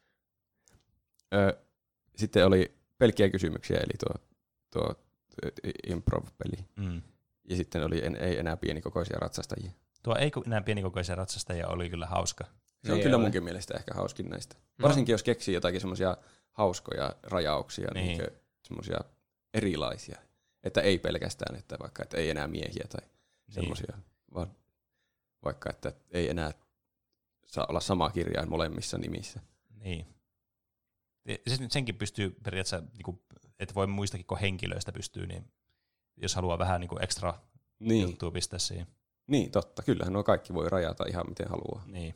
Sitten oli pelkkiä kysymyksiä, eli tuo improv-peli. Ja sitten oli ei enää pienikokoisia ratsastajia. Tuo ei enää pienikokoisia ratsastajia oli kyllä hauska. Se on kyllä munkin mielestä ehkä hauskin näistä. Varsinkin jos keksii jotakin semmoisia hauskoja rajauksia, niin semmoisia erilaisia. Että ei pelkästään, että vaikka että ei enää miehiä tai semmoisia, vaan vaikka että ei enää saa olla sama kirjain molemmissa nimissä. Niin. Senkin pystyy periaatteessa, että voi muistakin kuin henkilöistä pystyy, niin jos haluaa vähän ekstra juttua pistää siihen. Niin, totta. Kyllähän nuo kaikki voi rajata ihan miten haluaa. Niin.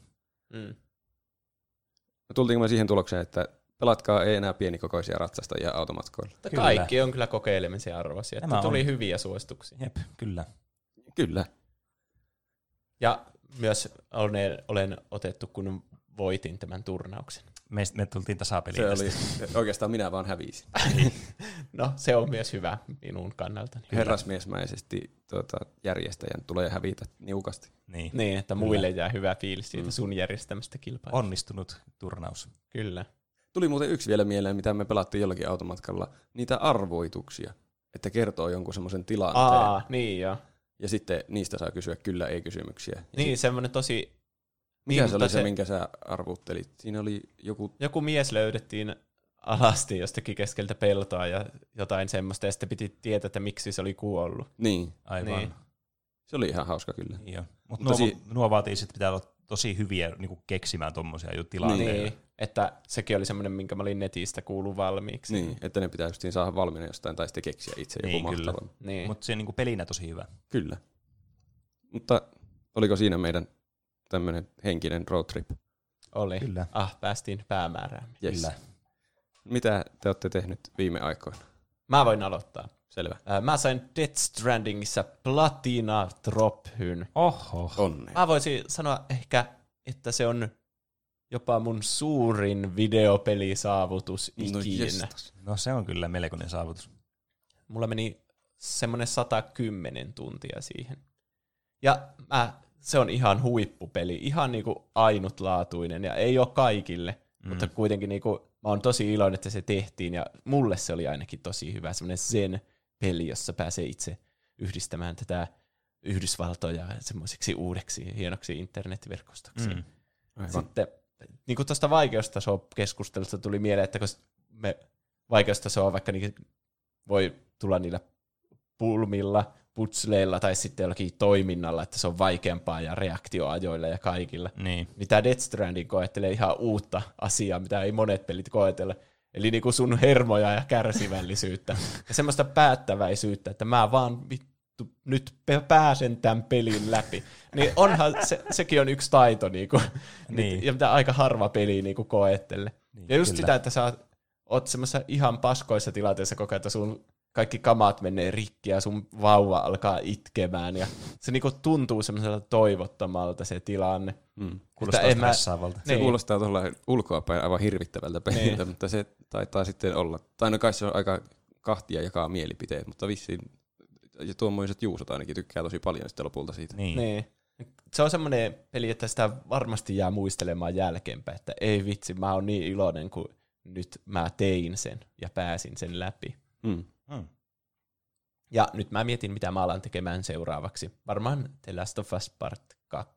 Tultiinko me siihen tulokseen, että pelatkaa ei enää pienikokoisia ratsastajia automatkoilla? Kaikki on kyllä kokeilemisen arvoisia. Että tuli hyviä suosituksia. Jep, kyllä. Kyllä. Ja myös olen otettu, kun voitin tämän turnauksen. Me tultiin tasapeliin. Se oli, oikeastaan minä vaan hävisin. No, se on myös hyvä minun kannaltani. Herrasmiesmäisesti järjestäjän tulee hävitä niukasti. Niin, että muille jää hyvä fiilis siitä sun järjestämästä kilpailusta. Onnistunut turnaus. Kyllä. Tuli muuten yksi vielä mieleen, mitä me pelattiin jollakin automatkalla. Niitä arvoituksia, että kertoo jonkun semmoisen tilanteen. Niin joo. Ja sitten niistä saa kysyä kyllä ei kysymyksiä. Niin, semmoinen tosi... Mikä se oli se, minkä sä arvuttelit? Siinä oli joku mies löydettiin alasti jostakin keskeltä peltoa ja jotain semmoista, ja sitten piti tietää, että miksi se oli kuollut. Niin. Aivan. Niin. Se oli ihan hauska kyllä. Joo. Mutta nuo vaatii sitten pitää olla tosi hyviä keksimään tommosia tilanteita. Niin, että sekin oli semmoinen, minkä mä olin netistä kuullut valmiiksi. Niin, että ne pitää justiin saada valmiina jostain tai sitten keksiä itse joku mahtavan. Niin. Mutta se pelinä tosi hyvä. Kyllä. Mutta oliko siinä meidän tämmöinen henkinen road trip? Oli. Kyllä. Päästiin päämäärään. Yes. Kyllä. Mitä te olette tehnyt viime aikoina? Mä voin aloittaa. Selvä. Mä sain Death Strandingissa Platina Drophyn. Oho. Onnea. Mä voisin sanoa ehkä, että se on jopa mun suurin videopelisaavutus ikinä. No se on kyllä melkoinen saavutus. mulla meni semmoinen 110 tuntia siihen. Ja se on ihan huippupeli, ihan niinku ainutlaatuinen ja ei ole kaikille, mutta kuitenkin niinku, mä oon tosi iloinen, että se tehtiin ja mulle se oli ainakin tosi hyvä, semmoinen zen-peli, jossa pääsee itse yhdistämään tätä Yhdysvaltoja semmoisiksi uudeksi hienoksi internetverkostoksi. Sitten niinku tuosta vaikeustaso-keskustelusta tuli mieleen, että kun me vaikeustasoa vaikka voi tulla niillä pulmilla, putsleilla tai sitten jollakin toiminnalla, että se on vaikeampaa ja reaktioajoilla ja kaikilla. Niin tämä Death Stranding koettelee ihan uutta asiaa, mitä ei monet pelit koetella. Eli niinku sun hermoja ja kärsivällisyyttä. Ja semmoista päättäväisyyttä, että mä vaan vittu nyt pääsen tämän pelin läpi. Niin onhan, sekin on yksi taito, niinku, niin. Ja mitä aika harva peli niinku koettelee. Niin, ja just kyllä. Sitä, että sä oot semmoisessa ihan paskoissa tilanteessa koko ajan, että sun kaikki kamat menee rikki ja sun vauva alkaa itkemään. Ja se niinku tuntuu semmoiselta toivottomalta se tilanne. Kuulostaa stressaavalta. Se kuulostaa tuolla ulkoapäin aivan hirvittävältä peliltä, mutta se taitaa sitten olla. Tai no kai se on aika kahtia jakaa mielipiteet, mutta vissiin ja tuommoiset juusot ainakin tykkää tosi paljon sitten lopulta siitä. Niin. Se on semmoinen peli, että sitä varmasti jää muistelemaan jälkeenpäin, että ei vitsi, mä oon niin iloinen, kun nyt mä tein sen ja pääsin sen läpi. Ja nyt mä mietin, mitä mä alan tekemään seuraavaksi. Varmaan The Last of Us Part 2.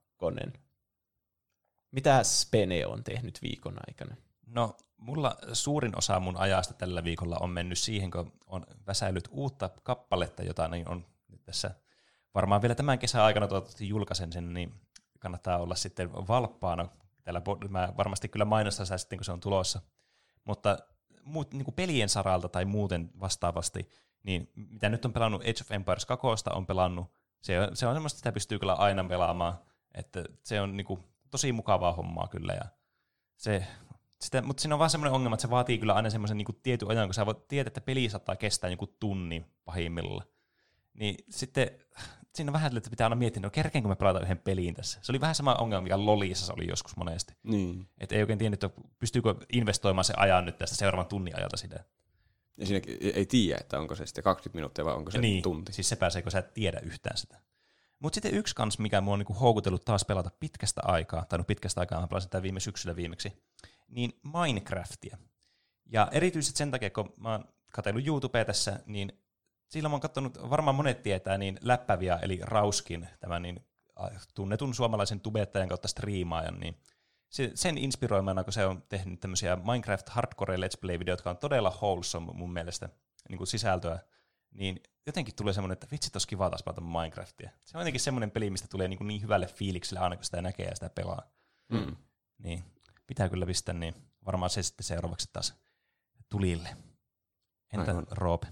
Mitä Spene on tehnyt viikon aikana? No, mulla suurin osa mun ajasta tällä viikolla on mennyt siihen, kun on väsäillyt uutta kappaletta, jota niin on nyt tässä varmaan vielä tämän kesän aikana toivottavasti julkaisen sen, niin kannattaa olla sitten valppaana. Täällä mä varmasti kyllä mainostan sitä sitten, kun se on tulossa. Mutta niin kuin pelien saralta tai muuten vastaavasti, niin mitä nyt on pelannut Age of Empires 2, on pelannut, se on semmoista, sitä pystyy kyllä aina pelaamaan, että se on niin kuin tosi mukavaa hommaa kyllä. Ja mutta siinä on vaan semmoinen ongelma, että se vaatii kyllä aina semmoisen niin kuin tietyn ajan, kun sä voit tietää, että peli saattaa kestää joku tunnin pahimmilla. Niin sitten siinä on vähän, että pitää aina miettiä, no kerkeenkö me pelata yhden peliin tässä. Se oli vähän sama ongelma, mikä Lolissa se oli joskus monesti. Niin. Että ei oikein tiennyt, että pystyykö investoimaan se ajan nyt tästä seuraavan tunnin ajalta sitä. Ja siinä ei tiedä, että onko se sitten 20 minuuttia vai onko se tunti. Siis se pääsee, kun sä et tiedä yhtään sitä. Mutta sitten yksi kans, mikä mua on niinku houkutellut taas pelata pitkästä aikaa, tai no pitkästä aikaa, mä pelasin sitä viime syksyllä viimeksi, niin Minecraftia. Ja erityisesti sen takia, kun mä oon katsellut YouTubea tässä, niin silloin mä oon katsonut, varmaan monet tietää, niin Läppäviä, eli Rauskin, tämän niin tunnetun suomalaisen tubettajan kautta striimaajan, niin sen inspiroimana, kun se on tehnyt tämmöisiä Minecraft hardcore let's play-videoita, jotka on todella wholesome mun mielestä niin kuin sisältöä, niin jotenkin tulee semmoinen, että vitsi, tos kiva taas pelata Minecraftia. Se on jotenkin semmoinen peli, mistä tulee niin hyvälle fiilikselle aina, kun sitä näkee ja sitä pelaa. Niin, pitää kyllä pistää, niin varmaan se sitten seuraavaksi taas tulille. Entä Roope?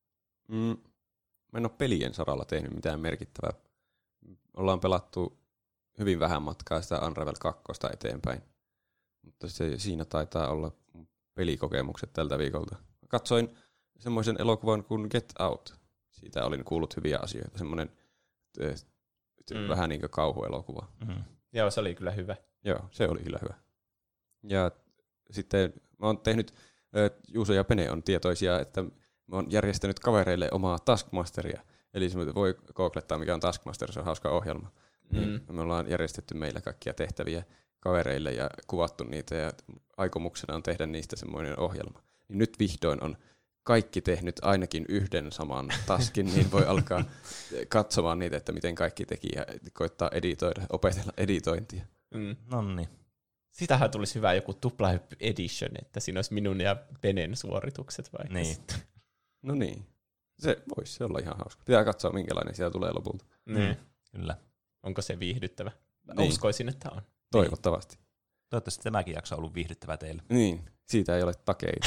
Mä en ole pelien saralla tehnyt mitään merkittävää. Ollaan pelattu hyvin vähän matkaa sitä Unravel 2 eteenpäin, mutta siinä taitaa olla pelikokemukset tältä viikolta. Katsoin semmoisen elokuvan kuin Get Out. Siitä olin kuullut hyviä asioita. Semmoinen vähän niin kuin kauhuelokuva. Joo, se oli kyllä hyvä. Joo, se oli kyllä hyvä. Ja sitten mä oon tehnyt, Juuso ja Pene on tietoisia, että mä oon järjestänyt kavereille omaa Taskmasteria. Eli se voi googlettaa, mikä on Taskmaster, se on hauska ohjelma. Me ollaan järjestetty meillä kaikkia tehtäviä kavereille ja kuvattu niitä, ja aikomuksena on tehdä niistä semmoinen ohjelma. Niin nyt vihdoin on kaikki tehnyt ainakin yhden saman taskin, niin voi alkaa katsomaan niitä, että miten kaikki teki ja koittaa editoida, opetella editointia. Nonni. Sitähän tulisi hyvä joku tuplahyppy edition, että siinä olisi minun ja Penen suoritukset vaikka. Niin. No niin. Se voisi olla ihan hauska. Pitää katsoa, minkälainen siellä tulee lopulta. Kyllä. Onko se viihdyttävä? Niin. Uskoisin, että on. Toivottavasti. Toivottavasti tämäkin jakso on ollut viihdyttävä teille. Niin. Siitä ei ole takeita.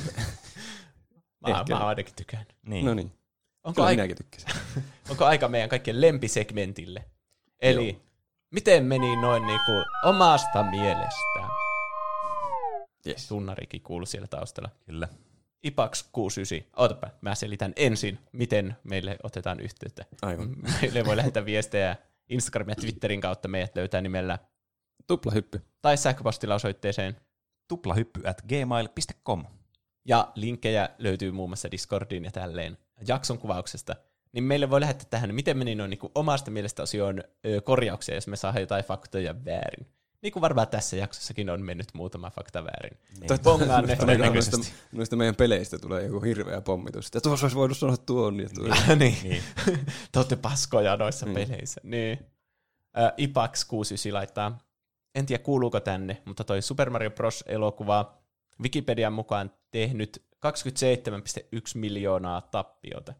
Mä ainakin tykään. Niin. No niin. Kyllä minäkin tykkäsin. Onko aika meidän kaikkien lempisegmentille? Eli miten meni noin niinku omasta mielestään? Yes. Tunnarikin kuului siellä taustalla. Kyllä. Ipax 69. Ootapa, mä selitän ensin, miten meille otetaan yhteyttä. Aivan. Meille voi lähettää viestejä Instagram ja Twitterin kautta. Meidät löytää nimellä Tuplahyppy. Tai sähköpostilla osoitteeseen tuplahyppy@gmail.com. Ja linkkejä löytyy muun muassa Discordiin ja tälleen. jakson kuvauksesta, niin meille voi lähettää tähän, miten meni noin niin kuin omasta mielestä osioon korjauksia, jos me saadaan jotain faktoja väärin. Niin kuin varmaan tässä jaksossakin on mennyt muutama fakta väärin. Niin. Pongaan ne. Noista meidän peleistä tulee joku hirveä pommitus. Ja tuossa olisi voinut sanoa tuon ja tuon. Niin. Te olette paskoja noissa peleissä. Niin. Ipax 69 laittaa, en tiedä kuuluuko tänne, mutta toi Super Mario Bros. Elokuva Wikipedian mukaan tehnyt 27,1 miljoonaa tappiota.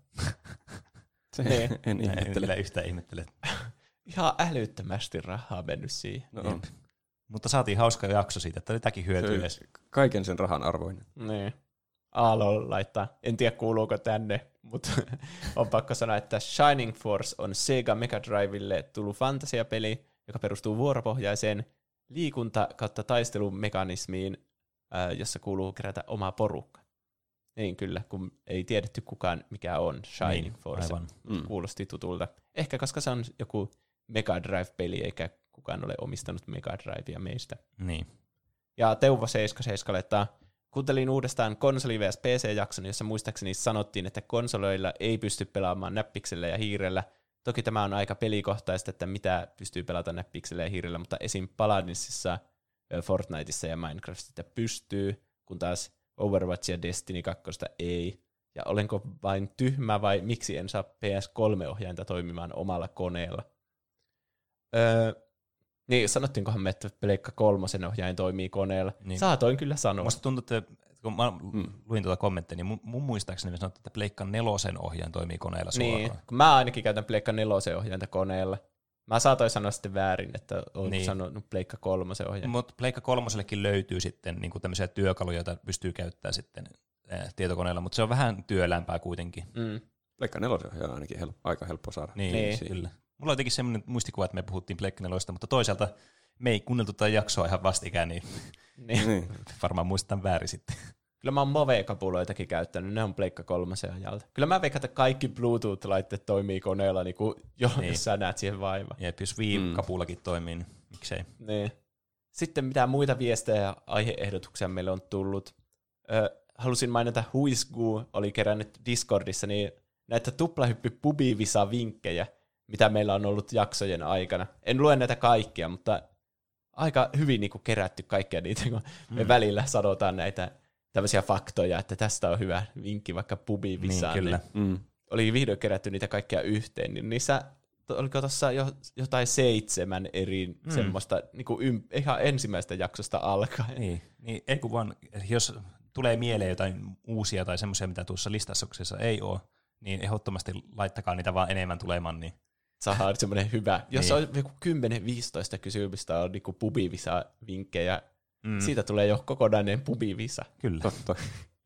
En ihmettele. yhtään ihmettele. Ihan älyttömästi rahaa mennyt siihen. No, mutta saatiin hauska jakso siitä, että oli tämäkin hyötyä. Kaiken sen rahan arvoinen. Niin. Aalo laittaa, en tiedä kuuluuko tänne, mutta on pakko sanoa, että Shining Force on Sega Mega Drivelle tullut fantasiapeli, joka perustuu vuoropohjaiseen liikunta- kautta taistelumekanismiin, jossa kuuluu kerätä omaa porukka. Niin kyllä, kun ei tiedetty kukaan mikä on Shining Force. Kuulosti tutulta. Ehkä koska se on joku Mega Drive-peli, eikä kukaan ole omistanut Mega Drivea meistä. Niin. Ja Teuvo 77 laittaa, kuuntelin uudestaan konsoli vs. PC-jakson, jossa muistaakseni sanottiin, että konsoleilla ei pysty pelaamaan näppiksellä ja hiirellä. Toki tämä on aika pelikohtaista, että mitä pystyy pelata näppiksellä ja hiirellä, mutta esim. Paladinsissa, Fortniteissa ja Minecraftissa pystyy, kun taas Overwatch ja Destiny 2 ei. Ja olenko vain tyhmä vai miksi en saa PS3-ohjainta toimimaan omalla koneella? Niin, sanottiinkohan me, että Pleikka 3 ohjain toimii koneella. Niin. Saatoin kyllä sanoa. Musta tuntuu, että kun mä luin tuota kommenttia, niin mun muistaakseni me sanottiin, että Pleikka 4 ohjaan toimii koneella suoraan. Niin, kun mä ainakin käytän Pleikka 4 ohjainta koneella. Mä saatoin sanoa sitten väärin, että olen sanonut Pleikka 3 ohjaan. Mutta Pleikka 3 löytyy sitten niin tämmöisiä työkaluja, joita pystyy käyttämään sitten tietokoneella, mutta se on vähän työlämpää kuitenkin. Pleikka 4 on ainakin aika helppo saada. Niin, kyllä. Mulla on jotenkin semmoinen muistikuva, että me puhuttiin Pleikka 4, mutta toisaalta me ei kuunneltu tätä jaksoa ihan vastikään, niin varmaan muistan väärin sitten. Kyllä mä oon Move-kapuloitakin käyttänyt, ne on Pleikka 3 ajalta. Kyllä mä veikkaan, että kaikki Bluetooth-laitteet toimii koneella, niin kuin jos sä näet siihen vaivaa. Ja jos Wii-kapulakin toimii, niin miksei. Niin. Sitten mitä muita viestejä ja aiheehdotuksia meille on tullut. Halusin mainita Huisgu oli kerännyt Discordissa niin näitä tuplahyppy-pubivisa-vinkkejä, mitä meillä on ollut jaksojen aikana. En lue näitä kaikkia, mutta aika hyvin niin kuin kerätty kaikkia niitä, kun me välillä sanotaan näitä tämmöisiä faktoja, että tästä on hyvä vinkki vaikka pubivisaan. Niin, kyllä. Oli vihdoin kerätty niitä kaikkia yhteen, niin niissä, oliko tuossa jotain 7 eri semmoista niin kuin ihan ensimmäistä jaksosta alkaen. Niin, ei kun vaan, jos tulee mieleen jotain uusia tai semmoisia, mitä tuossa listassauksessa ei ole, niin ehdottomasti laittakaa niitä vaan enemmän tulemaan, niin saadaan semmoinen hyvä. Jos on joku 10-15 kysymystä on niinku pubivisa-vinkkejä, siitä tulee jo kokonainen pubivisa. Kyllä. Totta.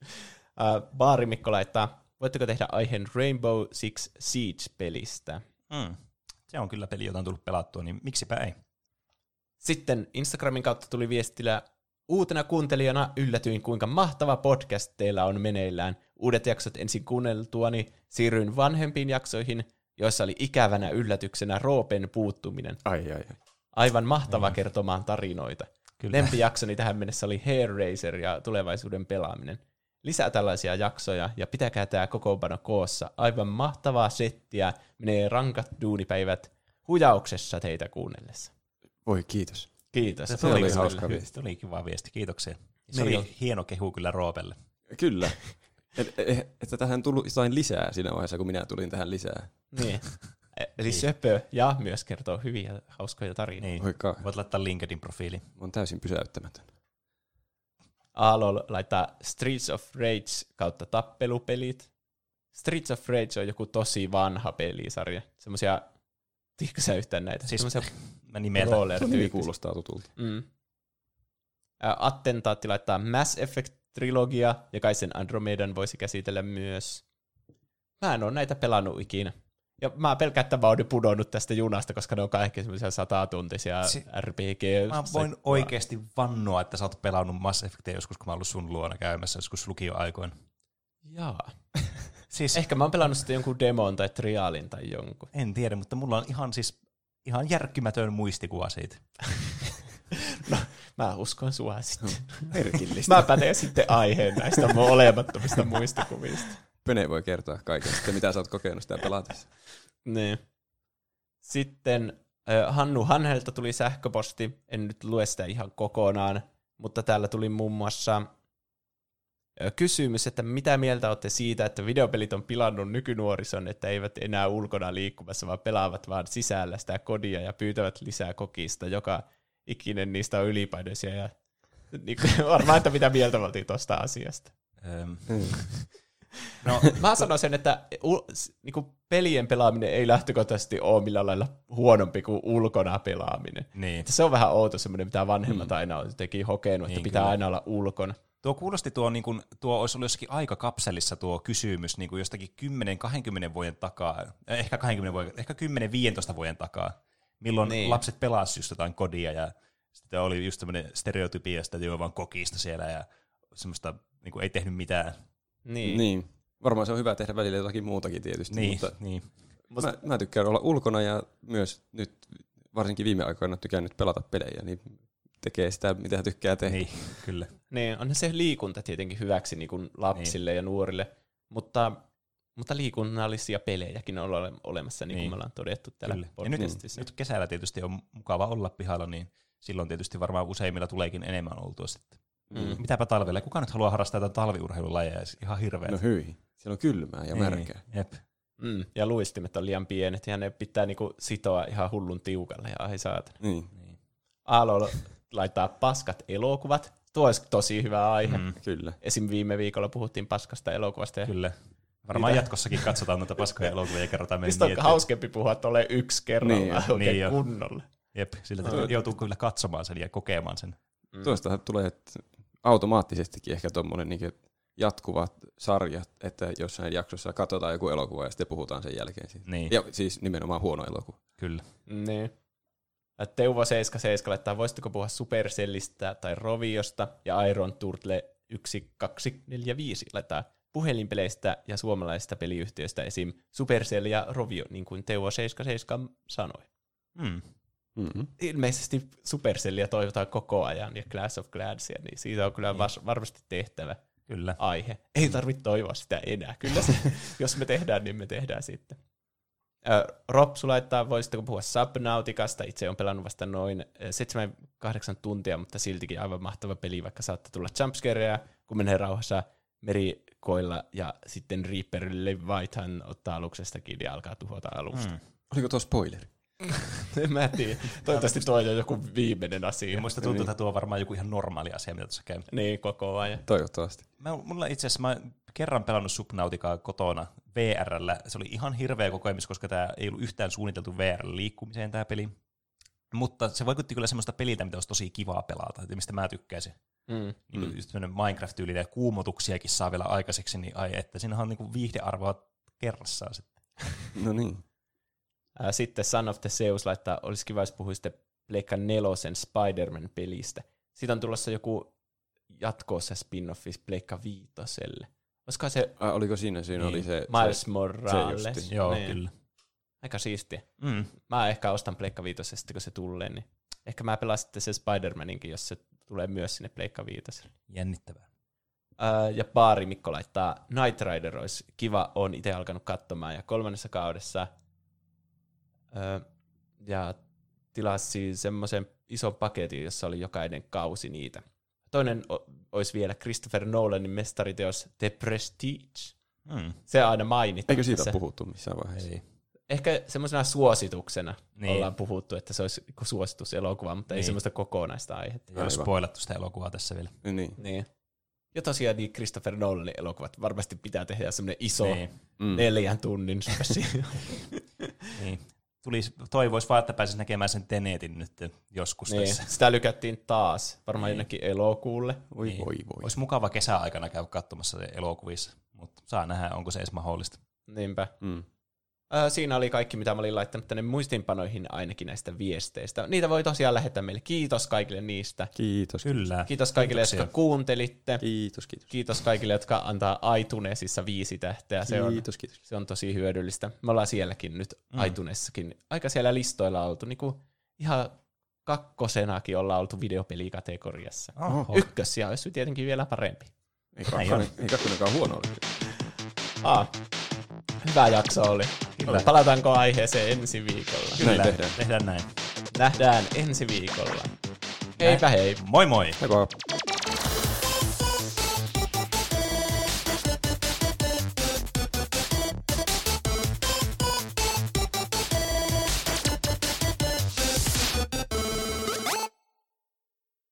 Baarimikko laittaa, voitteko tehdä aiheen Rainbow Six Siege-pelistä? Se on kyllä peli, jota on tullut pelattua, niin miksipä ei. Sitten Instagramin kautta tuli viestillä, uutena kuuntelijana yllätyin, kuinka mahtava podcast teillä on meneillään. Uudet jaksot ensin kuunneltuani siirryin vanhempiin jaksoihin, joissa oli ikävänä yllätyksenä Roopen puuttuminen. Ai. Aivan mahtava kertomaan tarinoita. Kyllä. Lempijaksoni tähän mennessä oli Hair Racer ja tulevaisuuden pelaaminen. Lisää tällaisia jaksoja ja pitäkää tämä kokoonpano koossa. Aivan mahtavaa settiä. Menee rankat duunipäivät hujauksessa teitä kuunnellessa. Voi kiitos. Kiitos. Se oli hauska viesti. Se oli kiva viesti, kiitoksia. Se oli hieno kehu kyllä Roopelle. Kyllä. Että tähän tullut jotain lisää siinä vaiheessa, kun minä tulin tähän lisää. Niin. Eli söpö ja myös kertoo hyviä, hauskoja tarinoita. Niin. Voit laittaa LinkedIn-profiiliin. Mä oon täysin pysäyttämätön. Aalo laittaa Streets of Rage kautta tappelupelit. Streets of Rage on joku tosi vanha pelisarja. Semmoisia, tiedätkö sä yhtään näitä? Siis semmoisia mä nimeltä. Nimi kuulostaa tutulta. Attentaatti laittaa Mass Effect-trilogia, ja kai sen Andromedan voisi käsitellä myös. Mä en ole näitä pelannut ikinä. Ja mä pelkään, että mä oon pudonnut tästä junasta, koska ne on kaikki semmoisia 100-tuntisia RPG. Mä voin oikeasti vannoa, että sä oot pelannut Mass Effectia joskus, kun mä oon ollut sun luona käymässä joskus lukioaikoina. Jaa. Siis ehkä mä oon pelannut sitten jonkun demon tai trialin tai jonkun. En tiedä, mutta mulla on ihan järkkymätön muistikuva siitä. No, mä uskon sua sitten. Merkillistä. Mä päteen sitten aiheen näistä olemattomista muistikuvista. Pene voi kertoa kaiken, sitten mitä sä oot kokenut sitä pelatessa. Niin. Sitten Hannu Hanhelta tuli sähköposti, en nyt lue sitä ihan kokonaan, mutta täällä tuli muun muassa kysymys, että mitä mieltä olette siitä, että videopelit on pilannut nykynuorison, että eivät enää ulkona liikkumassa, vaan pelaavat vaan sisällä sitä kodia ja pyytävät lisää kokista. Joka ikinen niistä on ylipainoisia. Ja niin, varmaan, että mitä mieltä oltiin tuosta asiasta. No, mä sanoisin, että niinku pelien pelaaminen ei lähtökohtaisesti ole millään lailla huonompi kuin ulkona pelaaminen. Niin. Se on vähän outo semmoinen, mitä vanhemmat aina on jotenkin hokenut, että Niin, pitää kyllä. aina olla ulkona. Tuo kuulosti tuo olisi ollut jossakin aikakapselissa tuo kysymys niin kuin jostakin 10-20 vuoden takaa, ehkä 10-15 vuoden takaa, milloin Niin. lapset pelasivat just jotain kodia ja sitten oli just tämmöinen stereotypia, että joo vaan kokista siellä ja semmoista niin kuin ei tehnyt mitään. Niin. Varmaan se on hyvä tehdä välillä jotakin muutakin tietysti, mutta Niin. mä tykkään olla ulkona ja myös nyt, varsinkin viime aikoina tykännyt pelata pelejä, niin tekee sitä, mitä tykkää tehdä. Niin, kyllä. Niin, onhan se liikunta tietenkin hyväksi niin kuin lapsille ja nuorille, mutta liikunnallisia pelejäkin on olemassa, niin kuin me ollaan todettu täällä Kyllä. Ja podcastissa. nyt kesällä tietysti on mukava olla pihalla, niin silloin tietysti varmaan useimmilla tuleekin enemmän oltua sitten. Mitäpä talvella? Kuka nyt haluaa harrastaa jotain talviurheilulajeja? Ihan hirveä. No hyi, siellä on kylmää ja märkää. Jep. Ja luistimet on liian pienet, ja ne pitää niinku sitoa ihan hullun tiukalle, ja ai saatana. Niin. Aalo laittaa paskat elokuvat. Tuo olisi tosi hyvä aihe. Kyllä. Esim. Viime viikolla puhuttiin paskasta elokuvasta. Ja Kyllä. Varmaan jatkossakin katsotaan noita paskoja elokuvia ja kerrotaan meidän mistä on mietteitä. hauskempi puhua tuolle yksi kerralla Niin, oikein niin jo. kunnolla. Jep, sillä joutuu kyllä katsomaan sen ja kokemaan sen. Tuostahan tulee automaattisestikin ehkä tuommoinen niin jatkuvat sarjat, että jossain jaksossa katsotaan joku elokuva ja sitten puhutaan sen jälkeen siitä. Niin. Ja siis nimenomaan huono elokuva. Kyllä. Niin. Teuvo 77 laittaa, voisitteko puhua Supercellistä tai Roviosta, ja Iron Turtle 1245 laittaa puhelinpeleistä ja suomalaisista peliyhtiöistä esim. Supercell ja Rovio, niin kuin Teuvo 77 sanoi. Mm-hmm. Ilmeisesti Supercellia toivotaan koko ajan ja Clash of Clansia, niin siitä on kyllä varmasti tehtävä Kyllä. aihe. Ei tarvitse toivoa sitä enää. Kyllä se, jos me tehdään, niin me tehdään sitten. Ropsu laittaa, voisitteko puhua Subnauticasta? Itse on pelannut vasta noin 7-8 tuntia, mutta siltikin aivan mahtava peli, vaikka saattaa tulla jumpscareja, kun menee rauhassa merikoilla ja sitten Reaper Leviathan ottaa aluksesta kiinni ja alkaa tuhota alusta. Oliko tuo spoileri? Mä en tiedä. Toivottavasti tuo on joku viimeinen asia. Ja muista tuntuu, että tuo on varmaan joku ihan normaali asia, mitä tuossa käy. Niin, koko ajan. Toivottavasti. Mulla itse asiassa mä kerran pelannut Subnauticaa kotona VR:llä. Se oli ihan hirveä kokemus, koska tämä ei ollut yhtään suunniteltu VR:llä liikkumiseen tämä peli. Mutta se vaikutti kyllä semmoista peliltä, mitä olisi tosi kivaa pelata, mistä mä tykkäisin. Niin just tämmöinen Minecraft-tyylinen ja kuumotuksiakin saa vielä aikaiseksi, niin ai että siinähän on niinku viihdearvoa kerrassaan sitten. No niin. Sitten Son of the Zeus laittaa, olisi kiva, jos puhuisitte Pleikka 4 Spider-Man-pelistä. Siitä on tulossa joku jatkoossa spin-offis Pleikka 5. Olisiko se Oliko siinä oli se Miles Morales? justi. Joo, Niin. kyllä. Aika siistiä. Mm. Mä ehkä ostan Pleikka 5 sitten, kun se tulee, niin ehkä mä pelaan sitten se Spider-Maninkin, jos se tulee myös sinne Pleikka 5. Jännittävää. Ja Baari Mikko laittaa, Night Rider olisi kiva, on itse alkanut katsomaan, ja 3. kaudessa ja tilasi semmoisen ison paketin, jossa oli jokainen kausi niitä. Toinen olisi vielä Christopher Nolanin mestariteos The Prestige. Se aina mainittu. Eikö siitä tässä. ole puhuttu missään vaiheessa? Ei. Ehkä semmoisena suosituksena Niin. ollaan puhuttu, että se olisi suosituselokuva, mutta ei Niin. semmoista kokonaista aihetta. Ei ole Aivan. spoilattu sitä elokuvaa tässä vielä. Niin. Niin. Ja tosiaan niin Christopher Nolanin elokuvat varmasti pitää tehdä semmoinen iso Niin. 4 tunnin spesiaali. Niin. Toivois vaan, että pääsisi näkemään sen Tenetin nyt joskus Niin. tässä. Sitä lykättiin taas, varmaan Niin. jonnekin elokuulle. Voi Niin. voi. Olisi mukava kesäaikana käydä katsomassa se elokuvissa, mutta saa nähdä, onko se edes mahdollista. Niinpä. Mm. Siinä oli kaikki, mitä mä olin laittanut tänne muistiinpanoihin ainakin näistä viesteistä. Niitä voi tosiaan lähettää meille. Kiitos kaikille niistä. Kiitos. Kyllä. Kiitos kaikille, Kiitoksia. jotka kuuntelitte. Kiitos. Kiitos kaikille, jotka antaa iTunesissa 5 tähteä. Kiitos. Se on tosi hyödyllistä. Me ollaan sielläkin nyt iTunessakin aika siellä listoilla oltu. Niin kuin ihan kakkosenakin ollaan oltu videopelikategoriassa. Oho. Ykkössiä olisi tietenkin vielä parempi. Ei kakkonenkaan huono ole. Hyvä jakso oli. Kyllä. Palataanko aiheeseen ensi viikolla? Kyllä, tehdään. tehdään näin. Nähdään ensi viikolla. Heipä hei. Moi moi! Heippa.